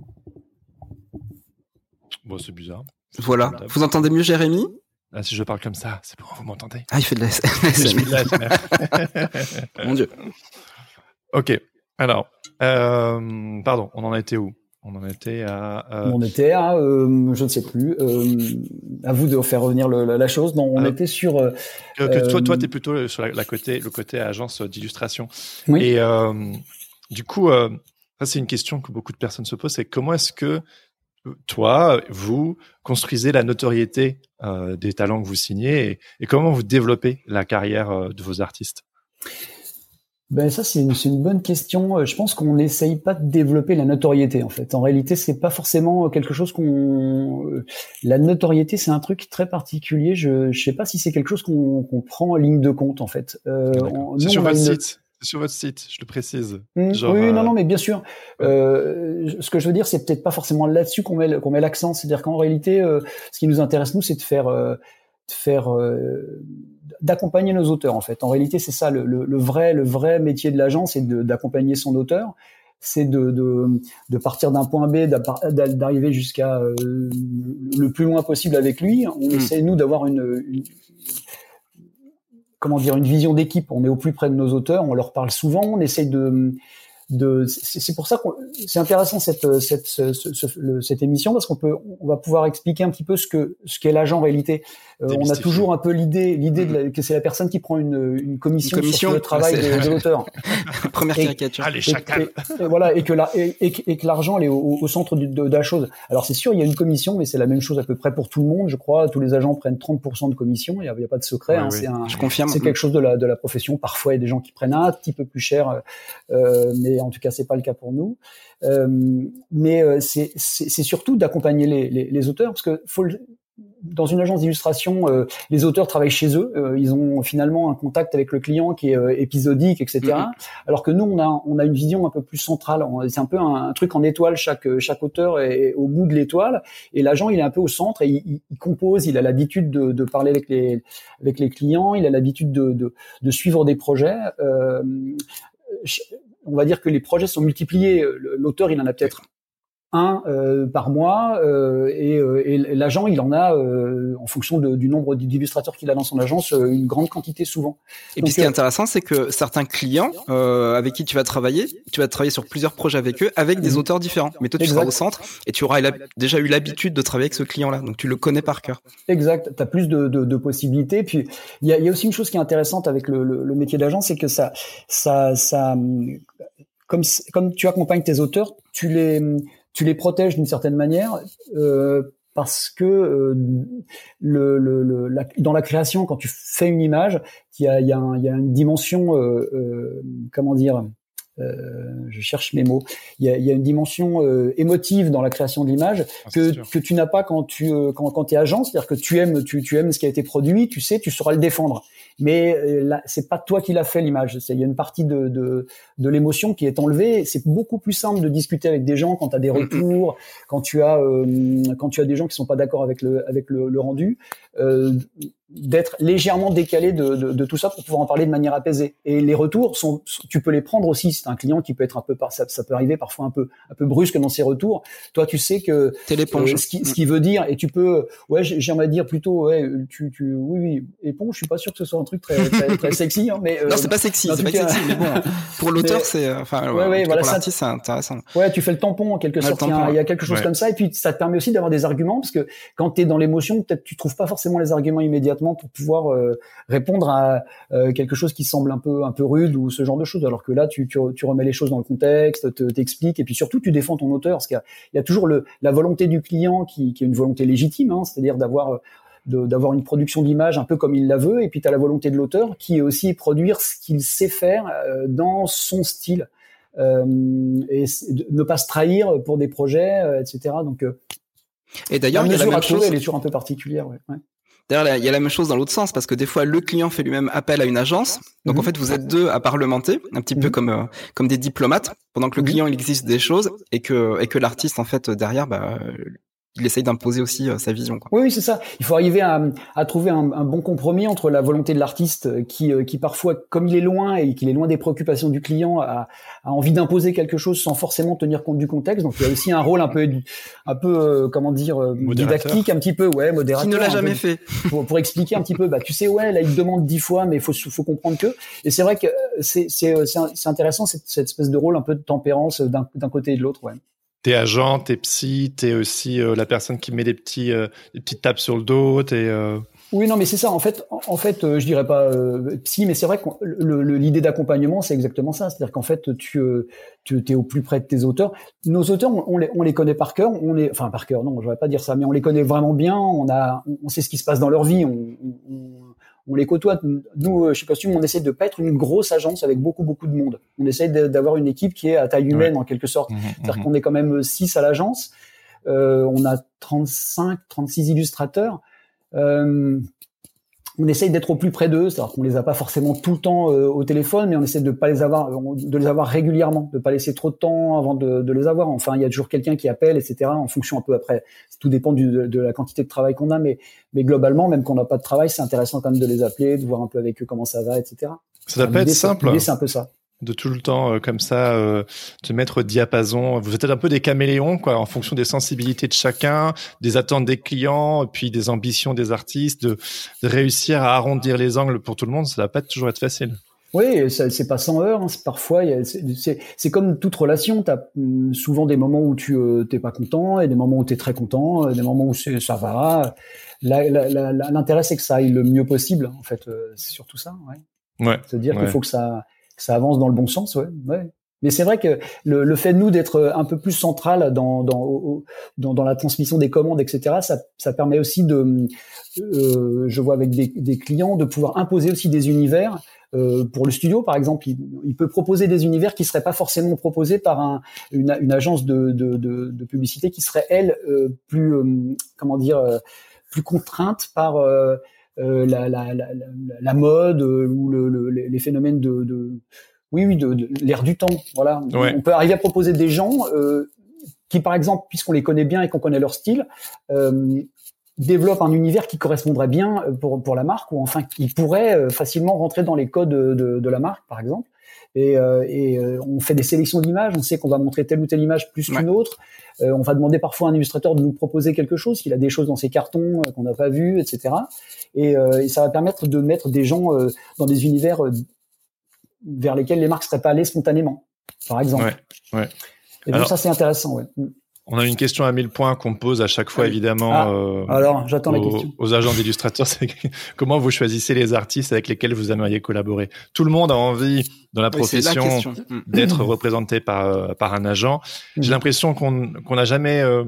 Bon, c'est bizarre. C'est voilà. Vous entendez mieux, Jérémy? Ah, si je parle comme ça, c'est bon, vous m'entendez? Ah, il fait de la S M R. Mon Dieu. Ok. Alors, euh, pardon, on en était où? On en était à... Euh... On était à, euh, je ne sais plus, euh, à vous de faire revenir le, la, la chose. Non, on ah, était sur... Euh, que, que toi, toi, t'es plutôt sur la, la côté, le côté agence d'illustration. Oui. Et euh, du coup, euh, ça c'est une question que beaucoup de personnes se posent, c'est comment est-ce que toi, vous, construisez la notoriété euh, des talents que vous signez et, et comment vous développez la carrière euh, de vos artistes? Ben ça c'est une, c'est une bonne question. Je pense qu'on n'essaye pas de développer la notoriété en fait. En réalité, c'est pas forcément quelque chose qu'on. La notoriété, c'est un truc très particulier. Je, je sais pas si c'est quelque chose qu'on, qu'on prend en ligne de compte en fait. Euh, on, c'est nous, sur votre une... site. C'est sur votre site. Je le précise. Mmh, Genre, oui, euh... non, non, mais bien sûr. Euh, ce que je veux dire, c'est peut-être pas forcément là-dessus qu'on met qu'on met l'accent. C'est-à-dire qu'en réalité, euh, ce qui nous intéresse nous, c'est de faire euh, de faire euh, d'accompagner nos auteurs en fait. En réalité, c'est ça le, le, le vrai le vrai métier de l'agence, c'est de, d'accompagner son auteur, c'est de de, de partir d'un point B, d'arriver jusqu'à euh, le plus loin possible avec lui. On mmh. essaie nous d'avoir une, une comment dire une vision d'équipe. On est au plus près de nos auteurs, on leur parle souvent, on essaie de de c'est, c'est pour ça que c'est intéressant cette cette ce, ce, ce, le, cette émission parce qu'on peut on va pouvoir expliquer un petit peu ce que ce qu'est l'agent en réalité. Euh, on a toujours un peu l'idée l'idée de la, que c'est la personne qui prend une une commission, une commission sur le travail de, de l'auteur. Première caricature. Allez, chacun. Et, et, et voilà et que la et, et, et que l'argent elle est au, au centre de, de, de la chose. Alors c'est sûr il y a une commission mais c'est la même chose à peu près pour tout le monde je crois. Tous les agents prennent trente pour cent de commission. Il y a, il y a pas de secret. Ouais, hein, oui. C'est un. Je confirme. C'est quelque chose de la de la profession. Parfois il y a des gens qui prennent un petit peu plus cher euh, mais en tout cas c'est pas le cas pour nous. Euh, mais euh, c'est, c'est, c'est surtout d'accompagner les, les, les auteurs parce que faut le, dans une agence d'illustration, euh, les auteurs travaillent chez eux. Euh, ils ont finalement un contact avec le client qui est euh, épisodique, et cetera. Mm-hmm. Alors que nous, on a, on a une vision un peu plus centrale. C'est un peu un, un truc en étoile. Chaque, chaque auteur est au bout de l'étoile, et l'agent, il est un peu au centre et il, il compose. Il a l'habitude de, de parler avec les, avec les clients. Il a l'habitude de, de, de suivre des projets. Euh, on va dire que les projets sont multipliés. L'auteur, il en a peut-être un euh, par mois euh, et, euh, et l'agent il en a euh, en fonction de, du nombre d'illustrateurs qu'il a dans son agence euh, une grande quantité souvent. Et Donc, puis ce qui est euh, intéressant c'est que certains clients euh, avec qui tu vas travailler, tu vas travailler sur plusieurs projets avec eux avec des auteurs différents. Mais toi tu exact. seras au centre et tu auras déjà eu l'habitude de travailler avec ce client-là, donc tu le connais par cœur. Exact, tu as plus de, de, de possibilités. Puis il y a, y a aussi une chose qui est intéressante avec le, le, le métier d'agent, c'est que ça, ça, ça, comme comme tu accompagnes tes auteurs, tu les tu les protèges d'une certaine manière euh, parce que euh, le, le, le, la, dans la création, quand tu fais une image, il y a, il y a, un, il y a une dimension, euh, euh, comment dire, euh, je cherche mes mots. Il y a, il y a une dimension euh, émotive dans la création de l'image ah, que que tu n'as pas quand tu euh, quand quand t'es agent, c'est-à-dire que tu aimes tu tu aimes ce qui a été produit, tu sais, tu sauras le défendre. Mais euh, là, c'est pas toi qui l'as fait l'image. C'est, il y a une partie de de de l'émotion qui est enlevée. C'est beaucoup plus simple de discuter avec des gens quand tu as des retours, quand tu as euh, quand tu as des gens qui sont pas d'accord avec le avec le, le rendu. Euh, d'être légèrement décalé de, de, de tout ça pour pouvoir en parler de manière apaisée. Et les retours sont, tu peux les prendre aussi. C'est un client qui peut être un peu, ça, ça peut arriver parfois un peu, un peu brusque dans ses retours. Toi, tu sais que T'es l'éponge. Euh, ce qui, ce qui veut dire, et tu peux, ouais, j'aimerais dire plutôt, ouais, tu, tu, oui, oui, éponge. Je suis pas sûr que ce soit un truc très, très, très sexy, hein, mais euh, non, c'est pas sexy, c'est pas cas... sexy, mais bon, pour l'auteur, mais... c'est, enfin, ouais, ouais, voilà, pour l'artiste, c'est intéressant. Ouais, tu fais le tampon en quelque ouais, sorte. Il y, a, il y a quelque chose ouais. comme ça, et puis ça te permet aussi d'avoir des arguments, parce que quand t'es dans l'émotion, peut-être tu trouves pas forcément les arguments immédiatement pour pouvoir euh, répondre à euh, quelque chose qui semble un peu un peu rude ou ce genre de choses, alors que là tu tu, tu remets les choses dans le contexte, te, t'expliques, et puis surtout tu défends ton auteur, parce qu'il y a, il y a toujours le la volonté du client qui, qui est une volonté légitime, hein, c'est-à-dire d'avoir de, d'avoir une production d'image un peu comme il la veut, et puis tu as la volonté de l'auteur qui est aussi produire ce qu'il sait faire euh, dans son style, euh, et ne pas se trahir pour des projets, euh, et cetera. Donc euh, et d'ailleurs il y a la même chose, elle est toujours un peu particulière, ouais. ouais. D'ailleurs, il y a la même chose dans l'autre sens, parce que des fois, le client fait lui-même appel à une agence. Donc, mmh. en fait, vous êtes deux à parlementer, un petit mmh. peu comme euh, comme des diplomates, pendant que le client, il existe des choses, et que et que l'artiste, en fait, derrière, bah, il essaye d'imposer aussi euh, sa vision, quoi. Oui, oui, c'est ça. Il faut arriver à, à trouver un, un bon compromis entre la volonté de l'artiste qui, qui parfois, comme il est loin et qu'il est loin des préoccupations du client, a, a envie d'imposer quelque chose sans forcément tenir compte du contexte. Donc il y a aussi un rôle un peu, un peu, euh, comment dire, didactique, un petit peu, ouais, modérateur. Qui ne l'a jamais peu, fait. Pour, pour expliquer un petit peu, bah tu sais, ouais, là il demande dix fois, mais il faut, faut comprendre que. Et c'est vrai que c'est, c'est, c'est intéressant cette, cette espèce de rôle un peu de tempérance d'un, d'un côté et de l'autre, ouais. T'es agent, t'es psy, t'es aussi euh, la personne qui met des petits, euh, des petites tapes sur le dos, t'es. Euh... Oui, non, mais c'est ça. En fait, en, en fait, euh, je dirais pas euh, psy, mais c'est vrai que le, le, l'idée d'accompagnement, c'est exactement ça. C'est-à-dire qu'en fait, tu, euh, tu t'es au plus près de tes auteurs. Nos auteurs, on, on les, on les connaît par cœur. On les, enfin par cœur, non, je vais pas dire ça, mais on les connaît vraiment bien. On a, on sait ce qui se passe dans leur vie. On, on, on les côtoie. Nous, chez Costume, on essaie de pas être une grosse agence avec beaucoup, beaucoup de monde. On essaie de, d'avoir une équipe qui est à taille humaine, ouais. en quelque sorte. Mmh, C'est-à-dire mmh. qu'on est quand même six à l'agence. Euh, on a trente-cinq, trente-six illustrateurs. Euh, on essaye d'être au plus près d'eux, c'est-à-dire qu'on les a pas forcément tout le temps euh, au téléphone, mais on essaie de pas les avoir, de les avoir régulièrement, de pas laisser trop de temps avant de, de les avoir. Enfin, il y a toujours quelqu'un qui appelle, et cetera. En fonction un peu après, tout dépend du, de, de la quantité de travail qu'on a, mais, mais globalement, même quand on n'a pas de travail, c'est intéressant quand même de les appeler, de voir un peu avec eux comment ça va, et cetera. Ça doit pas être simple. L'idée, c'est un peu ça. De tout le temps euh, comme ça euh, te mettre au diapason. Vous êtes un peu des caméléons, quoi, en fonction des sensibilités de chacun, des attentes des clients, puis des ambitions des artistes, de, de réussir à arrondir les angles pour tout le monde. Ça va pas toujours être facile. Oui, ça, c'est pas sans heurts. Hein. C'est parfois, y a, c'est, c'est, c'est comme toute relation. T'as hum, souvent des moments où tu euh, t'es pas content, et des moments où t'es très content, et des moments où c'est, ça va. La, la, la, la, l'intérêt, c'est que ça aille le mieux possible. En fait, euh, c'est surtout ça. Ouais. Ouais. C'est-à-dire ouais. qu'il faut que ça ça avance dans le bon sens, ouais, ouais. Mais c'est vrai que le, le fait de nous d'être un peu plus central dans dans dans, dans la transmission des commandes, et cetera. Ça ça permet aussi de, euh, je vois avec des, des clients, de pouvoir imposer aussi des univers. Euh, pour le studio, par exemple, il, il peut proposer des univers qui seraient pas forcément proposés par un, une, une agence de, de, de, de publicité qui serait elle euh, plus, euh, comment dire. Euh, plus contrainte par euh, euh, la, la, la, la, la mode euh, ou le, le, les phénomènes de, de oui oui de, de l'air du temps. Voilà, ouais. On peut arriver à proposer des gens euh, qui, par exemple, puisqu'on les connaît bien et qu'on connaît leur style, euh, développent un univers qui correspondrait bien pour pour la marque, ou enfin qui pourrait facilement rentrer dans les codes de, de, de la marque, par exemple. Et, euh, et euh, on fait des sélections d'images, on sait qu'on va montrer telle ou telle image plus ouais. qu'une autre. Euh, on va demander parfois à un illustrateur de nous proposer quelque chose, qu'il a des choses dans ses cartons euh, qu'on n'a pas vues, et cetera. Et, euh, et ça va permettre de mettre des gens euh, dans des univers euh, vers lesquels les marques seraient pas allées spontanément, par exemple. Ouais, ouais. Et donc alors, ça c'est intéressant. Ouais. On a une question à mille points qu'on pose à chaque fois, évidemment. Ah, euh, alors, j'attends aux, la question. Aux agents d'illustrateurs, c'est comment vous choisissez les artistes avec lesquels vous aimeriez collaborer. Tout le monde a envie, dans la profession, oui, la d'être représenté par par un agent. Mmh. J'ai l'impression qu'on qu'on n'a jamais euh,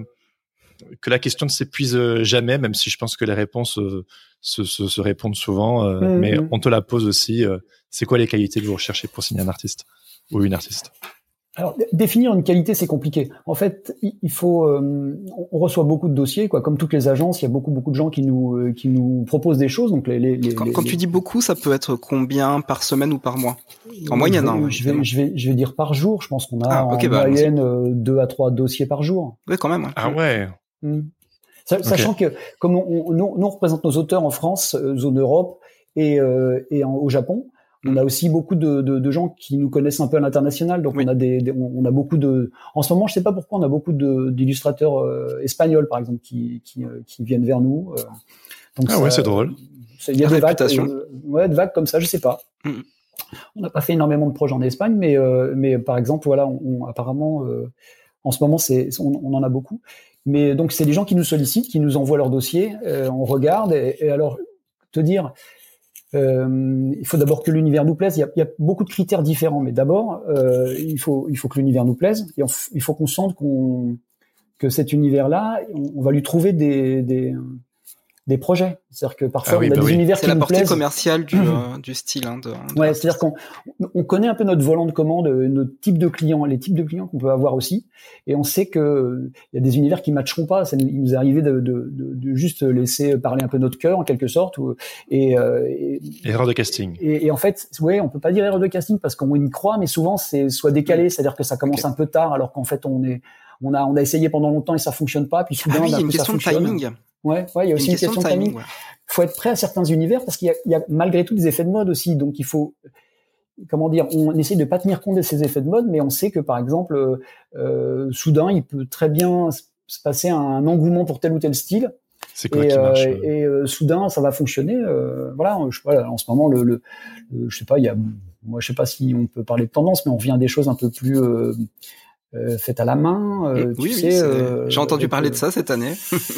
que la question ne s'épuise jamais, même si je pense que les réponses euh, se, se se répondent souvent. Euh, mmh. Mais on te la pose aussi. Euh, c'est quoi les qualités que vous recherchez pour signer un artiste ou une artiste? Alors, définir une qualité, c'est compliqué. En fait, il faut, euh, on reçoit beaucoup de dossiers, quoi. Comme toutes les agences, il y a beaucoup, beaucoup de gens qui nous, euh, qui nous proposent des choses. Donc, les, les, quand, les, quand les... tu dis beaucoup, ça peut être combien par semaine ou par mois? En moyenne, hein. Je vais, je vais, je vais dire par jour. Je pense qu'on a ah, okay, en bah, moyenne euh, deux à trois dossiers par jour. Oui, quand même. Ouais. Ah ouais. Mmh. Sachant okay. que, comme on, on, nous, nous, on représente nos auteurs en France, euh, zone Europe et, euh, et en, au Japon. On a aussi beaucoup de, de, de gens qui nous connaissent un peu à l'international, donc oui. on a des, des, on a beaucoup de. En ce moment, je sais pas pourquoi, on a beaucoup de, d'illustrateurs euh, espagnols, par exemple, qui, qui, euh, qui viennent vers nous. Euh, donc ah ça, ouais, c'est drôle. Il y a des vagues, euh, ouais, de vagues comme ça, je sais pas. Mm. On n'a pas fait énormément de projets en Espagne, mais, euh, mais par exemple, voilà, on, on, apparemment, euh, en ce moment, c'est, on, on en a beaucoup. Mais donc, c'est des gens qui nous sollicitent, qui nous envoient leurs dossiers, euh, on regarde, et, et alors te dire. Euh, il faut d'abord que l'univers nous plaise. Il y a, il y a beaucoup de critères différents, mais d'abord, euh, il faut, il faut que l'univers nous plaise. Et on, il faut qu'on sente qu'on, que cet univers-là, on, on va lui trouver des, des, des projets. C'est-à-dire que parfois, ah oui, on a bah des oui. univers c'est qui la nous portée plaisent. commerciale du, euh, du style. Hein, de, de ouais, c'est-à-dire qu'on on connaît un peu notre volant de commande, notre type de clients, les types de clients qu'on peut avoir aussi, et on sait que il y a des univers qui matcheront pas. Ça, il nous est arrivé de, de, de, de juste laisser parler un peu notre cœur en quelque sorte, ou, et, et erreur de casting. Et, et en fait, ouais, on peut pas dire erreur de casting parce qu'on y croit, mais souvent c'est soit décalé, c'est-à-dire que ça commence okay. un peu tard, alors qu'en fait on est, on a, on a essayé pendant longtemps et ça fonctionne pas, puis soudain, ah oui, il y a une coup, question de timing. Ouais, ouais, il y a aussi une, une question, question de timing. timing ouais. Faut être prêt à certains univers parce qu'il y a, il y a malgré tout des effets de mode aussi. Donc il faut, comment dire, on essaie de pas tenir compte de ces effets de mode, mais on sait que par exemple, euh, soudain, il peut très bien se passer un engouement pour tel ou tel style. C'est quoi et, qui marche euh, Et euh, soudain, ça va fonctionner. Euh, voilà, je sais pas. En ce moment, le, le, le, je sais pas, il y a, moi, je sais pas si on peut parler de tendance, mais on revient à des choses un peu plus euh, euh, faites à la main. Euh, oui, tu oui, sais, euh, j'ai entendu parler euh, de ça cette année.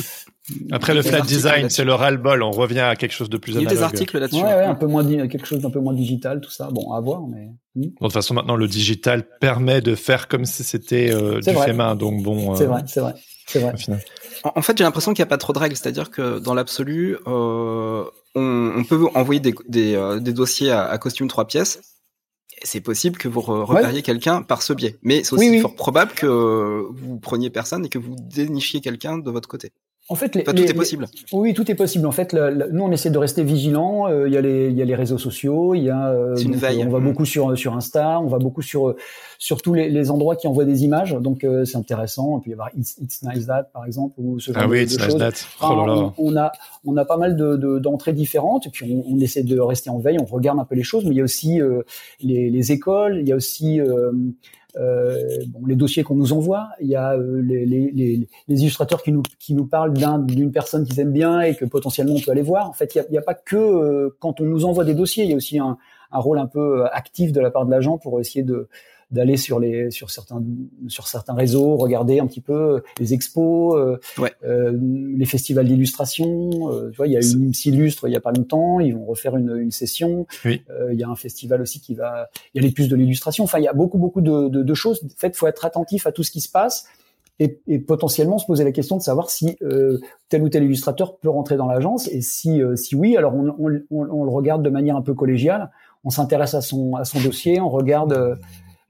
Après le flat design, c'est le ras-le-bol. On revient à quelque chose de plus analogue. Il y a des articles là-dessus. Ouais, ouais, un peu moins, quelque chose d'un peu moins digital, tout ça. Bon, à voir, mais. Bon, de toute façon, maintenant, le digital permet de faire comme si c'était euh, du vrai. fait main. Donc bon. Euh, c'est vrai, c'est vrai, c'est vrai. En, en fait, j'ai l'impression qu'il n'y a pas trop de règles. C'est-à-dire que dans l'absolu, euh, on, on peut envoyer des, des, euh, des dossiers à, à costume trois pièces. C'est possible que vous repériez ouais. quelqu'un par ce biais. Mais c'est aussi oui, oui. fort probable que vous preniez personne et que vous dénichiez quelqu'un de votre côté. En fait, les, enfin, tout les, est possible. Les, oui, tout est possible. En fait, le, le, nous, on essaie de rester vigilants. Il euh, y a les, il y a les réseaux sociaux. Il y a, euh, c'est une donc, veille. On va mmh. beaucoup sur sur Insta. On va beaucoup sur sur tous les, les endroits qui envoient des images. Donc, euh, c'est intéressant. Et puis, il y avoir It's, It's Nice That, par exemple, ou ce genre ah de, oui, de It's choses. Nice That. Oh enfin, là là. On, on a on a pas mal de, de d'entrées différentes. Et puis, on, on essaie de rester en veille. On regarde un peu les choses. Mais il y a aussi euh, les, les écoles. Il y a aussi euh, Euh, bon, les dossiers qu'on nous envoie, il y a euh, les, les, les, les illustrateurs qui nous qui nous parlent d'un, d'une personne qu'ils aiment bien et que potentiellement on peut aller voir. En fait, il y a, il y a pas que euh, quand on nous envoie des dossiers, il y a aussi un, un rôle un peu actif de la part de l'agent pour essayer de d'aller sur les sur certains sur certains réseaux, regarder un petit peu les expos, euh, ouais. euh, les festivals d'illustration. Euh, tu vois, il y a une Illustre il y a pas longtemps, ils vont refaire une, une session. Oui. Euh, il y a un festival aussi qui va. Il y a les puces de l'illustration. Enfin, il y a beaucoup beaucoup de, de, de choses. En fait, faut être attentif à tout ce qui se passe et, et potentiellement se poser la question de savoir si euh, tel ou tel illustrateur peut rentrer dans l'agence et si euh, si oui, alors on, on, on, on le regarde de manière un peu collégiale. On s'intéresse à son à son dossier, on regarde. Euh,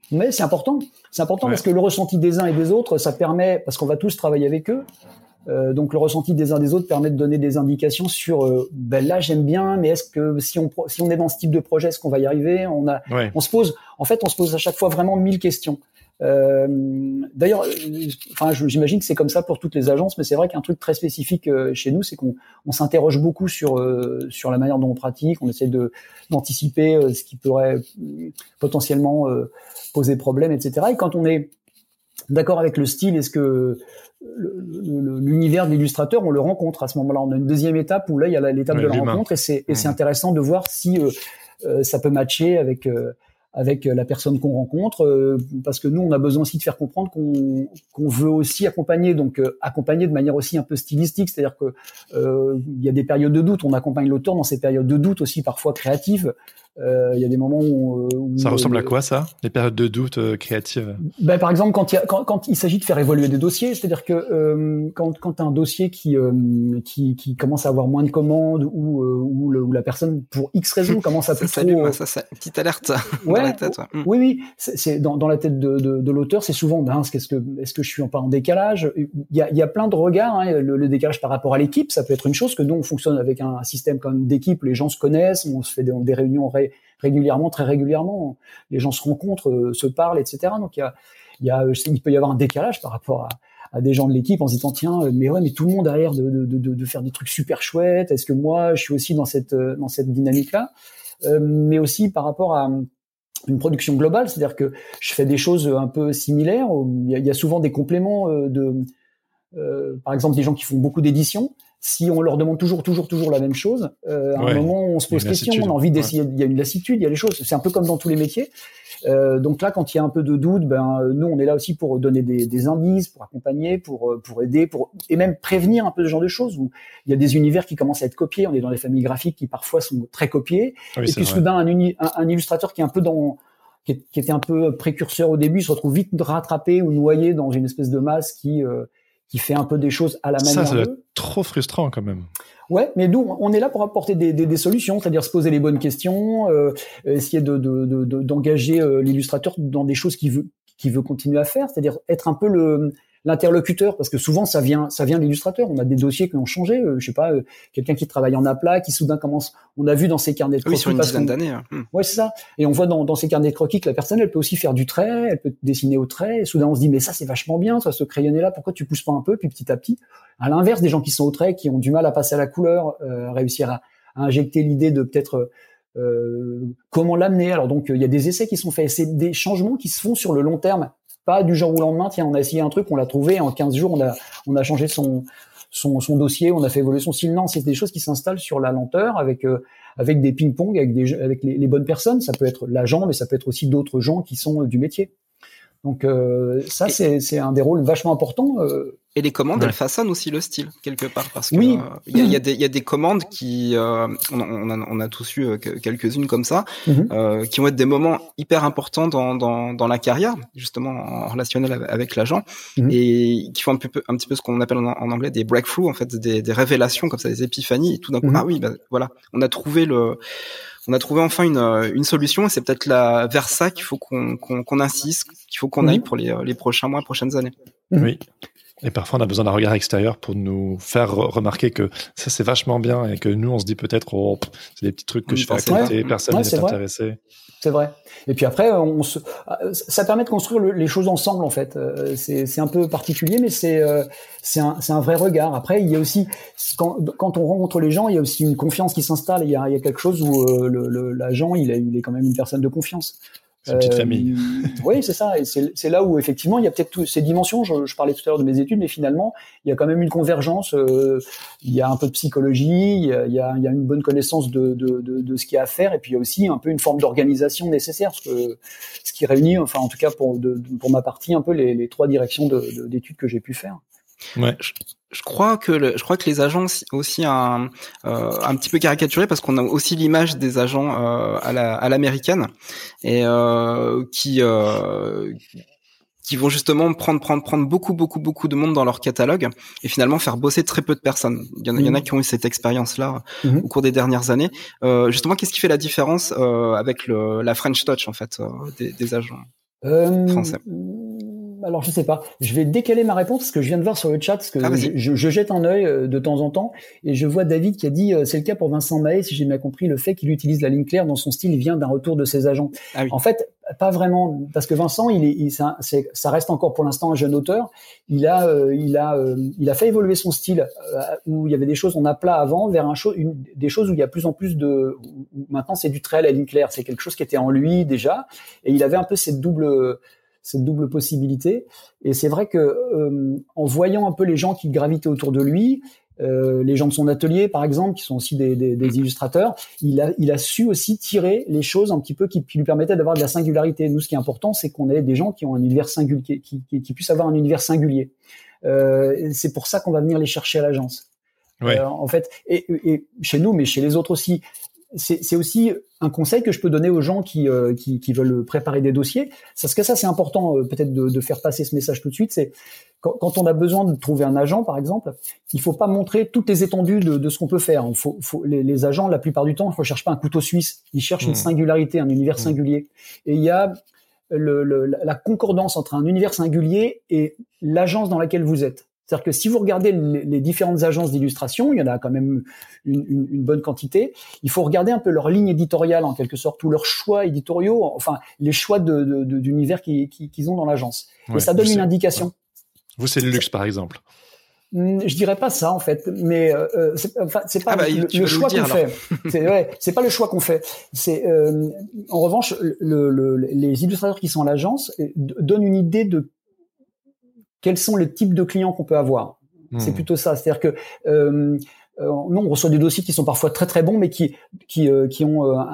Mais c'est important. C'est important ouais. parce que le ressenti des uns et des autres, ça permet, parce qu'on va tous travailler avec eux. Euh, donc le ressenti des uns des autres permet de donner des indications sur euh, ben là j'aime bien, mais est-ce que si on si on est dans ce type de projet, est-ce qu'on va y arriver? On a, ouais. on se pose, en fait, on se pose à chaque fois vraiment mille questions. Euh, d'ailleurs, euh, enfin, j'imagine que c'est comme ça pour toutes les agences, mais c'est vrai qu'un truc très spécifique euh, chez nous, c'est qu'on on s'interroge beaucoup sur euh, sur la manière dont on pratique. On essaie de d'anticiper euh, ce qui pourrait euh, potentiellement euh, poser problème, et cetera. Et quand on est d'accord avec le style, est-ce que l'univers de l'illustrateur, on le rencontre à ce moment-là. On a une deuxième étape où là, il y a l'étape ouais, de la l'humain. rencontre et c'est, et mmh. c'est intéressant de voir si euh, euh, ça peut matcher avec euh, avec la personne qu'on rencontre, euh, parce que nous, on a besoin aussi de faire comprendre qu'on qu'on veut aussi accompagner, donc euh, accompagner de manière aussi un peu stylistique, c'est-à-dire que euh, il y a des périodes de doute, on accompagne l'auteur dans ces périodes de doute aussi parfois créatives. Euh, il y a des moments où, où ça ressemble euh, à quoi ça, les périodes de doute euh, créatives? Ben par exemple quand il y a, quand, quand il s'agit de faire évoluer des dossiers, c'est-à-dire que euh, quand quand t'as un dossier qui euh, qui qui commence à avoir moins de commandes ou euh, où, le, où la personne pour X raisons commence à ça plus s'allume, trop, ça, ça petite alerte ouais, dans la tête. Ouais. Oui oui, c'est, c'est dans dans la tête de de, de l'auteur, c'est souvent ben est-ce que est-ce que je suis pas en décalage? Il y a il y a plein de regards, hein, le, le décalage par rapport à l'équipe, ça peut être une chose que nous on fonctionne avec un, un système quand même d'équipe, les gens se connaissent, on se fait des, des réunions ré, régulièrement, très régulièrement, les gens se rencontrent, euh, se parlent, et cetera. Donc il y a, il y a, il peut y avoir un décalage par rapport à, à des gens de l'équipe en se disant tiens, mais ouais, mais tout le monde a l'air de, de, de, de faire des trucs super chouettes. Est-ce que moi, je suis aussi dans cette dans cette dynamique-là, euh, mais aussi par rapport à une production globale, c'est-à-dire que je fais des choses un peu similaires. Il y a, il y a souvent des compléments de, euh, par exemple, des gens qui font beaucoup d'éditions. Si on leur demande toujours, toujours, toujours la même chose, euh, à ouais, un moment, on se pose question, on a envie d'essayer. Ouais. Il y a une lassitude, il y a les choses. C'est un peu comme dans tous les métiers. Euh, donc là, quand il y a un peu de doute, ben nous, on est là aussi pour donner des, des indices, pour accompagner, pour pour aider, pour et même prévenir un peu ce genre de choses. Où il y a des univers qui commencent à être copiés. On est dans les familles graphiques qui parfois sont très copiées. Oui, et puis vrai. soudain, un, uni, un, un illustrateur qui est un peu dans qui, est, qui était un peu précurseur au début se retrouve vite rattrapé ou noyé dans une espèce de masse qui euh, qui fait un peu des choses à la manière ça, ça doit d'eux. être trop frustrant quand même. Ouais, mais nous, on est là pour apporter des, des, des solutions, c'est-à-dire se poser les bonnes questions, euh, essayer de, de, de, de d'engager euh, l'illustrateur dans des choses qu'il veut, qu'il veut continuer à faire, c'est-à-dire être un peu le l'interlocuteur, parce que souvent ça vient, ça vient de l'illustrateur. On a des dossiers qui ont changé. Euh, je sais pas, euh, quelqu'un qui travaille en aplat, qui soudain commence. On a vu dans ses carnets de croquis. Oui, sur une dizaine d'années. Hein. Ouais, c'est ça. Et on voit dans, dans ses carnets de croquis que la personne, elle peut aussi faire du trait, elle peut dessiner au trait. Et soudain, on se dit, mais ça, c'est vachement bien, ça, ce crayonné-là. Pourquoi tu pousses pas un peu, puis petit à petit. À l'inverse, des gens qui sont au trait, qui ont du mal à passer à la couleur, euh, réussir à, à injecter l'idée de peut-être euh, comment l'amener. Alors donc, il y a des essais qui sont faits. C'est des changements qui se font sur le long terme. Pas du jour au lendemain, tiens, on a essayé un truc, on l'a trouvé, en quinze jours, on a, on a changé son, son, son dossier, on a fait évoluer son style. Non, c'est des choses qui s'installent sur la lenteur avec, euh, avec des ping-pong, avec des, avec les, les bonnes personnes. Ça peut être l'agent, mais ça peut être aussi d'autres gens qui sont euh, du métier. Donc, euh, ça, c'est, c'est un des rôles vachement importants. Euh, Et les commandes, ouais. elles façonnent aussi le style quelque part, parce que oui. il euh, y, a, y, a des, y a des commandes qui, euh, on, on, a, on a tous eu quelques-unes comme ça, mm-hmm. euh, qui vont être des moments hyper importants dans, dans, dans la carrière, justement en relationnel avec, avec l'agent, mm-hmm. et qui font un, peu, un petit peu ce qu'on appelle en, en anglais des breakthroughs, en fait, des, des révélations comme ça, des épiphanies. Et tout d'un coup, mm-hmm. ah oui, bah, voilà, on a trouvé le. On a trouvé enfin une, une solution et c'est peut-être là vers ça qu'il faut qu'on, qu'on, qu'on insiste, qu'il faut qu'on mmh. aille pour les, les prochains mois, prochaines années. Oui. Et parfois, on a besoin d'un regard extérieur pour nous faire remarquer que ça, c'est vachement bien et que nous, on se dit peut-être, oh, c'est des petits trucs que on je fais à côté, ouais. personne n'est ouais, intéressé. C'est vrai. Et puis après, on se, ça permet de construire le, les choses ensemble, en fait. C'est, c'est un peu particulier, mais c'est, c'est un, c'est un vrai regard. Après, il y a aussi, quand, quand on rencontre les gens, il y a aussi une confiance qui s'installe. Il y a, il y a quelque chose où le, le, l'agent, il est, il est quand même une personne de confiance. C'est une petite euh, famille. Oui, c'est ça. Et c'est, c'est là où, effectivement, il y a peut-être toutes ces dimensions. Je, je parlais tout à l'heure de mes études, mais finalement, il y a quand même une convergence. Euh, il y a un peu de psychologie, il y a, il y a, il y a une bonne connaissance de, de, de, de ce qu'il y a à faire, et puis il y a aussi un peu une forme d'organisation nécessaire, ce, que, ce qui réunit, enfin, en tout cas, pour, de, pour ma partie, un peu les, les trois directions de, de, d'études que j'ai pu faire. Ouais. Je, je crois que le, je crois que les agents aussi un euh, un petit peu caricaturé parce qu'on a aussi l'image des agents euh, à la à l'américaine et euh, qui euh, qui vont justement prendre prendre prendre beaucoup beaucoup beaucoup de monde dans leur catalogue et finalement faire bosser très peu de personnes. Il y en a, mmh. il y en a qui ont eu cette expérience-là mmh. au cours des dernières années. Euh, justement, qu'est-ce qui fait la différence euh, avec le la French Touch en fait euh, des, des agents? euh, français. Alors je sais pas, je vais décaler ma réponse parce que je viens de voir sur le chat parce que ah, je, je, je jette un œil de temps en temps et je vois David qui a dit c'est le cas pour Vincent Mahé, si j'ai bien compris, le fait qu'il utilise la ligne claire dans son style vient d'un retour de ses agents. Ah, oui. En fait, pas vraiment, parce que Vincent, il est, il, ça, c'est, ça reste encore pour l'instant un jeune auteur. Il a, euh, il a, euh, il a fait évoluer son style euh, où il y avait des choses en aplat avant vers un cho- une, des choses où il y a plus en plus de. Où maintenant, c'est du trait à la ligne claire. C'est quelque chose qui était en lui déjà, et il avait un peu cette double. cette double possibilité. Et c'est vrai que euh, en voyant un peu les gens qui gravitaient autour de lui, euh, les gens de son atelier par exemple, qui sont aussi des, des, des illustrateurs, il a, il a su aussi tirer les choses un petit peu qui, qui lui permettaient d'avoir de la singularité. Nous, ce qui est important, c'est qu'on ait des gens qui ont un univers singulier, qui, qui, qui puissent avoir un univers singulier. Euh, c'est pour ça qu'on va venir les chercher à l'agence. Ouais. Euh, en fait, et, et chez nous, mais chez les autres aussi. C'est, c'est aussi un conseil que je peux donner aux gens qui, euh, qui, qui veulent préparer des dossiers. Parce que ça, c'est important euh, peut-être de, de faire passer ce message tout de suite. C'est quand, quand on a besoin de trouver un agent, par exemple, il faut pas montrer toutes les étendues de, de ce qu'on peut faire. Il faut, faut, les, les agents, la plupart du temps, ne recherchent pas un couteau suisse. Ils cherchent mmh. une singularité, un univers mmh. singulier. Et il y a le, le, la concordance entre un univers singulier et l'agence dans laquelle vous êtes. C'est-à-dire que si vous regardez les différentes agences d'illustration, il y en a quand même une, une, une bonne quantité, il faut regarder un peu leur ligne éditoriale en quelque sorte, ou leurs choix éditoriaux, enfin les choix de, de, de, d'univers qu'ils, qu'ils ont dans l'agence. Ouais, et ça donne une indication. Ouais. Vous, c'est le luxe par exemple. Je dirais pas ça en fait, mais euh, c'est, enfin, c'est pas ah bah, le, le choix dire, qu'on alors. fait. C'est, ouais, c'est pas le choix qu'on fait. C'est euh, en revanche, le, le, les illustrateurs qui sont à l'agence donnent une idée de quels sont les types de clients qu'on peut avoir. Mmh. C'est plutôt ça. C'est-à-dire que euh, euh, nous, on reçoit des dossiers qui sont parfois très très bons, mais qui qui euh, qui ont, euh,